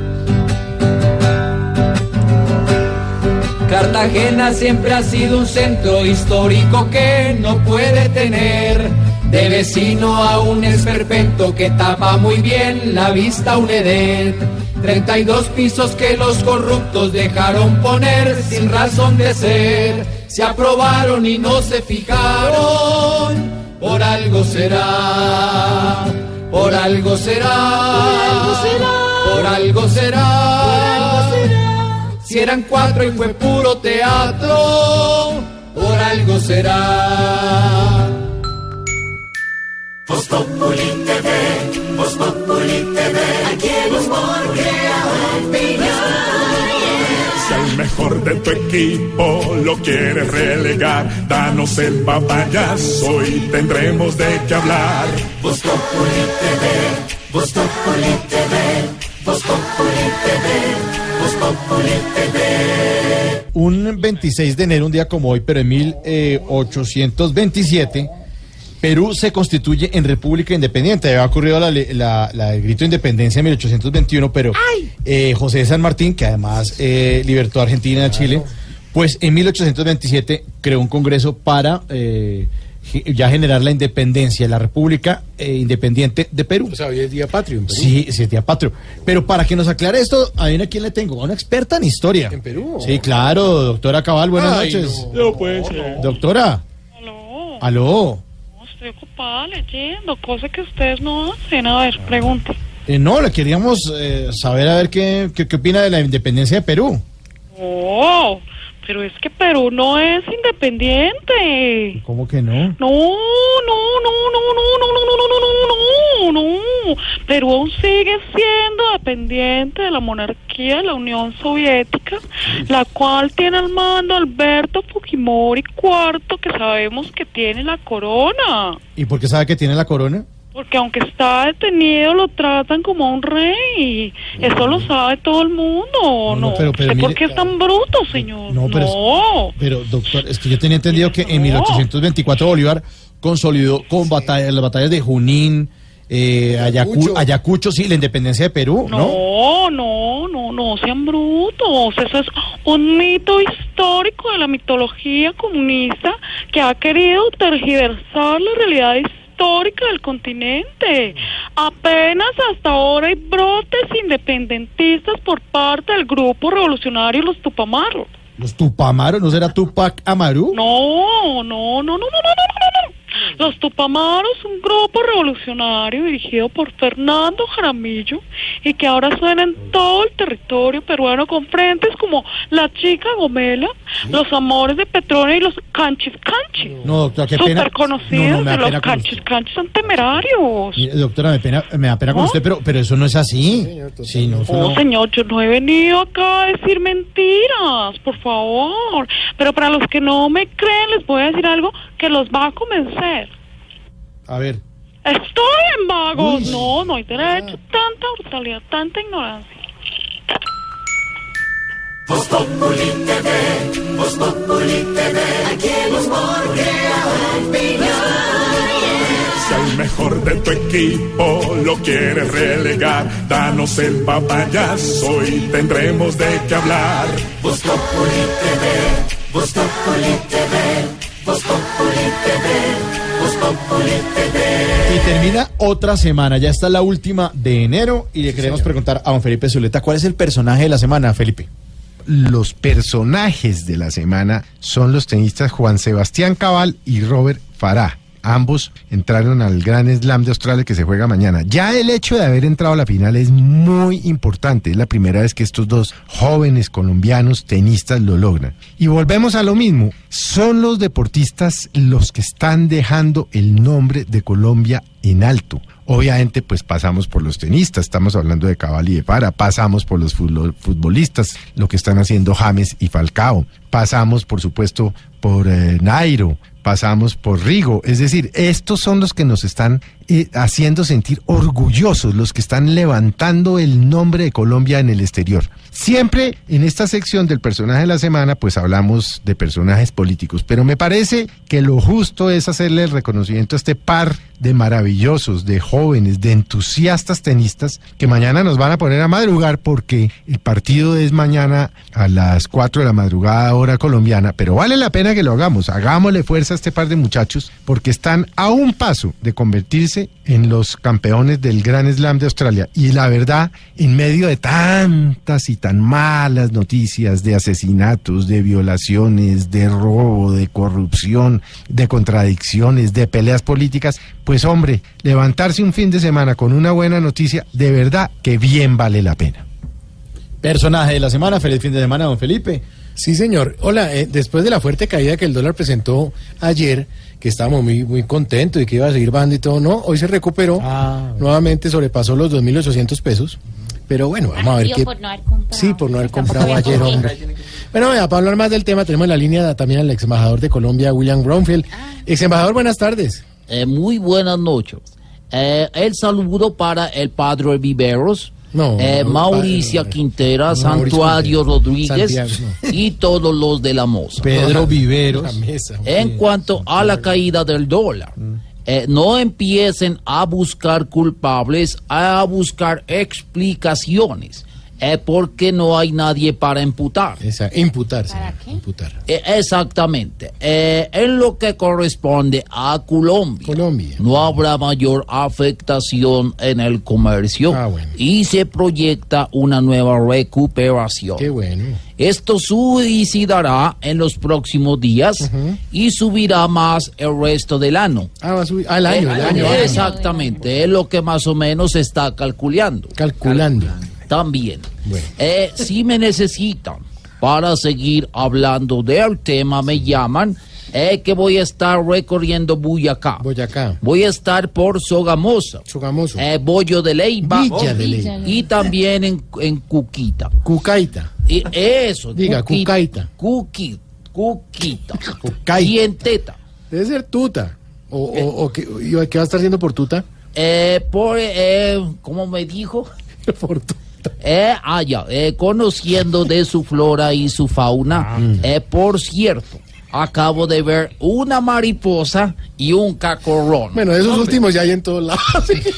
Cartagena siempre ha sido un centro histórico que no puede tener de vecino a un esperpento que tapa muy bien la vista a un edén. Treinta y dos pisos que los corruptos dejaron poner sin razón de ser. Se aprobaron y no se fijaron, por algo será, por algo será, por algo será. Si eran cuatro y fue puro teatro, por algo será. Voz Populi T V, Voz Populi T V, aquí el humor crea opinión. Si al mejor de tu equipo lo quieres relegar, danos el papayazo y tendremos de qué hablar. Voz Populi T V, Voz Populi T V, Voz Populi T V, Voz Populi T V. Un veintiséis de enero, un día como hoy, pero en mil ochocientos veintisiete, Perú se constituye en República Independiente. Había ocurrido la, la, la, el grito de independencia en mil ochocientos veintiuno, pero eh, José de San Martín, que además eh, libertó a Argentina y a Chile, pues en mil ochocientos veintisiete creó un congreso para eh, ya generar la independencia, la República eh, Independiente de Perú. O sea, hoy es Día Patrio en Perú. Sí, sí es Día Patrio. Pero para que nos aclare esto, ¿a quién le tengo? A una experta en historia. ¿En Perú? Sí, claro, doctora Cabal, buenas Ay, noches. No, no puede ser. Doctora. Aló. Aló. Estoy ocupada leyendo, cosa que ustedes no hacen. A ver, pregunte. Eh, no, le queríamos eh, saber a ver qué, qué, qué opina de la independencia de Perú. Oh, pero es que Perú no es independiente. ¿Cómo que no? No, no, no, no, no, no, no, no, no, no, no, no. Perú aún sigue siendo dependiente de la monarquía de la Unión Soviética, la cual tiene al mando a Alberto Fujimori cuarto, que sabemos que tiene la corona. ¿Y por qué sabe que tiene la corona? Porque aunque está detenido, lo tratan como a un rey. Eso lo sabe todo el mundo. No, no, pero, pero ¿Usted mire, por qué es tan bruto, señor? No, pero, no. Es, pero doctor, es que yo tenía entendido que en mil ochocientos veinticuatro Bolívar consolidó con batallas, las batallas de Junín, eh, Ayacucho. Ayacucho, sí, la independencia de Perú, ¿no? No, no, no, no sean brutos. Eso es un mito histórico de la mitología comunista que ha querido tergiversar la realidad histórica histórica del continente. Apenas hasta ahora hay brotes independentistas por parte del grupo revolucionario Los Tupamaros. ¿Los Tupamaros? ¿No será Tupac Amaru? No, no, no, no, no, no, no, no, no. Los Tupamaros, un grupo revolucionario dirigido por Fernando Jaramillo y que ahora suena en todo el territorio peruano con frentes como La Chica Gomela, Los Amores de Petrona y Los Canchis Canchis. No, doctora, qué pena. Súper conocidos, no, no, de los Canchis Canchis son temerarios. Mire, doctora, me, pena, me da pena con ¿No? usted, pero, pero eso no es así. Sí, no, eso Oh, no. señor, yo no he venido acá a decir mentiras, por favor. Pero para los que no me creen, les voy a decir algo que los va a convencer. A ver. Estoy en vagos. Uy. No, no hay derecho. Tanta brutalidad, tanta ignorancia. Voz Populi T V, Voz Populi T V, aquí el humor crea opinión. Si al mejor de tu equipo lo quieres relegar, danos el papayazo y tendremos de qué hablar. Voz Populi T V, Voz Populi T V, Voz Populi T V, Voz Populi T V. Y termina otra semana, ya está la última de enero y le Sí, queremos señor. preguntar a don Felipe Zuleta, ¿cuál es el personaje de la semana, Felipe? Los personajes de la semana son los tenistas Juan Sebastián Cabal y Robert Farah. Ambos entraron al Gran Slam de Australia que se juega mañana. Ya el hecho de haber entrado a la final es muy importante. Es la primera vez que estos dos jóvenes colombianos tenistas lo logran. Y volvemos a lo mismo. Son los deportistas los que están dejando el nombre de Colombia en alto. Obviamente, pues pasamos por los tenistas, estamos hablando de Cabal y de Farah, pasamos por los futbolistas, lo que están haciendo James y Falcao, pasamos, por supuesto, por eh, Nairo, pasamos por Rigo, es decir, estos son los que nos están eh, haciendo sentir orgullosos, los que están levantando el nombre de Colombia en el exterior. Siempre en esta sección del personaje de la semana, pues hablamos de personajes políticos, pero me parece que lo justo es hacerle el reconocimiento a este par de maravillosos, de jóvenes, de entusiastas tenistas que mañana nos van a poner a madrugar porque el partido es mañana a las cuatro de la madrugada hora colombiana, pero vale la pena que lo hagamos, hagámosle fuerza a este par de muchachos porque están a un paso de convertirse en los campeones del Gran Slam de Australia y la verdad, en medio de tantas y tan malas noticias de asesinatos, de violaciones, de robo, de corrupción, de contradicciones, de peleas políticas, pues hombre, levantarse un fin de semana con una buena noticia, de verdad que bien vale la pena. Personaje de la semana, feliz fin de semana, don Felipe. Sí, señor. Hola, eh, después de la fuerte caída que el dólar presentó ayer, que estábamos muy muy contentos y que iba a seguir bajando y todo, no, hoy se recuperó, ah, nuevamente sobrepasó los dos mil ochocientos pesos, pero bueno, vamos a ver qué... Por no haber comprado. Sí, por no haber comprado ayer, hombre. Bueno, ya, para hablar más del tema, tenemos en la línea también al ex embajador de Colombia, William Brownfield. Ex embajador, buenas tardes. Eh, muy buenas noches. Eh, el saludo para el padre Viveros, no, eh, no, Mauricia padre, no, Quintera, no, Santuario Mauricio Rodríguez Santiago, no. y todos los de la Moza. Pedro Viveros. Mesa, en cuanto a la caída del dólar, eh, no empiecen a buscar culpables, a buscar explicaciones. Eh, porque no hay nadie para imputar. Esa, imputarse. ¿Para qué? Imputar. Eh, exactamente. Eh, en lo que corresponde a Colombia, Colombia, no habrá mayor afectación en el comercio ah, bueno. y se proyecta una nueva recuperación. Qué bueno. Esto suicidará en los próximos días uh-huh. y subirá más el resto del año. Ah, va a subir. Ah, el año, eh, el año. Eh, exactamente, es lo que más o menos se está calculando. Calculando. También, bueno. eh, si me necesitan para seguir hablando del tema, me llaman, eh, que voy a estar recorriendo Boyacá. Boyacá. Voy a estar por Sogamoso, Sogamoso. Eh, Bollo de Leyva, Villa de Leyva. y también en, en Cuquita. Cucaita. Y eso, diga, Cuquita. Cucaita. Cuquita. Cuquita. Cucaita. Y en Teta. Debe ser Tuta. O, eh. o, o ¿qué, ¿qué va a estar haciendo por Tuta? Eh, por, eh, ¿cómo me dijo? Por Tuta. Eh, ah, ya, eh, conociendo de su flora y su fauna. Ah. Eh, por cierto, acabo de ver una mariposa y un cacorrón. Bueno, esos Hombre. últimos ya hay en todos lados.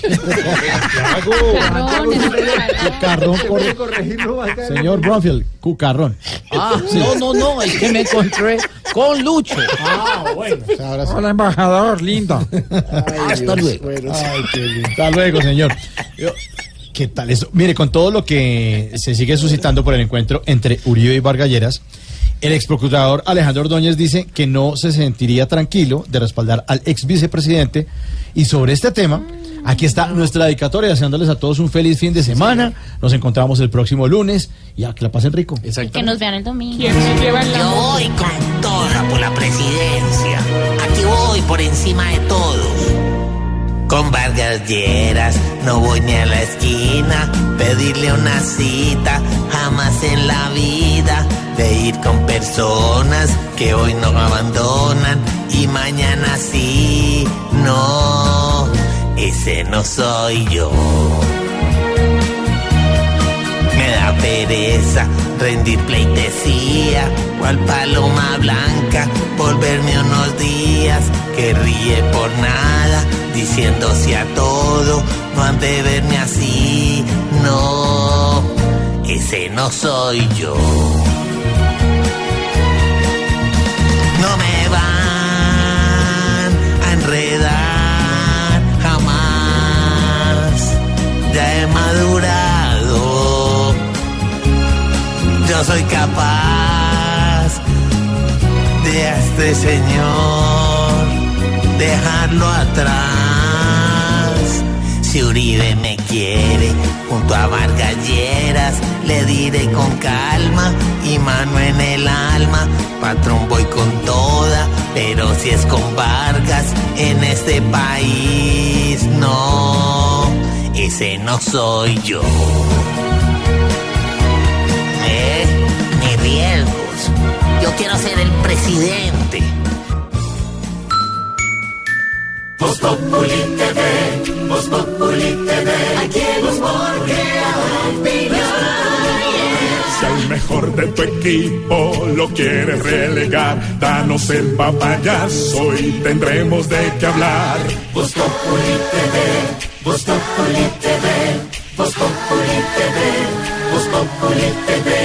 Cucarrón, señor Brownfield, cucarrón. Ah, sí. no, no, no, es que me encontré con Lucho. Ah, bueno. Hola, embajador, lindo. Ay, Hasta Dios, luego. Bueno, Ay, qué lindo. Hasta luego, señor. Yo, ¿qué tal eso? Mire, con todo lo que se sigue suscitando por el encuentro entre Uribe y Vargas Lleras, el ex procurador Alejandro Ordóñez dice que no se sentiría tranquilo de respaldar al ex vicepresidente. Y sobre este tema, aquí está nuestra dedicatoria, deseándoles a todos un feliz fin de semana. Nos encontramos el próximo lunes y a que la pasen rico. Y que nos vean el domingo. ¿Quién se lleva en la Yo voy con toda por la presidencia. Aquí voy por encima de todos. Con Vargas Lleras no voy ni a la esquina, pedirle una cita, jamás en la vida, de ir con personas que hoy no abandonan y mañana sí, no, ese no soy yo. Me da pereza rendir pleitesía, cual paloma blanca, volverme unos días que ríe por nada, diciéndose a todo, no han de verme así, no, ese no soy yo. No me van a enredar jamás, ya he madurado, yo soy capaz de a este señor dejarlo atrás. Si Uribe me quiere junto a Vargas Lleras, le diré con calma y mano en el alma, patrón voy con toda, pero si es con Vargas en este país, no, ese no soy yo. Eh, ni riesgos, yo quiero ser el presidente. Voz Populi T V, Voz Populi T V, aquí el humor crea opinión. Si al mejor de tu equipo lo quieres relegar, danos el papayazo y tendremos de qué hablar. Voz Populi T V, Voz Populi T V, Voz Populi T V, Voz Populi T V.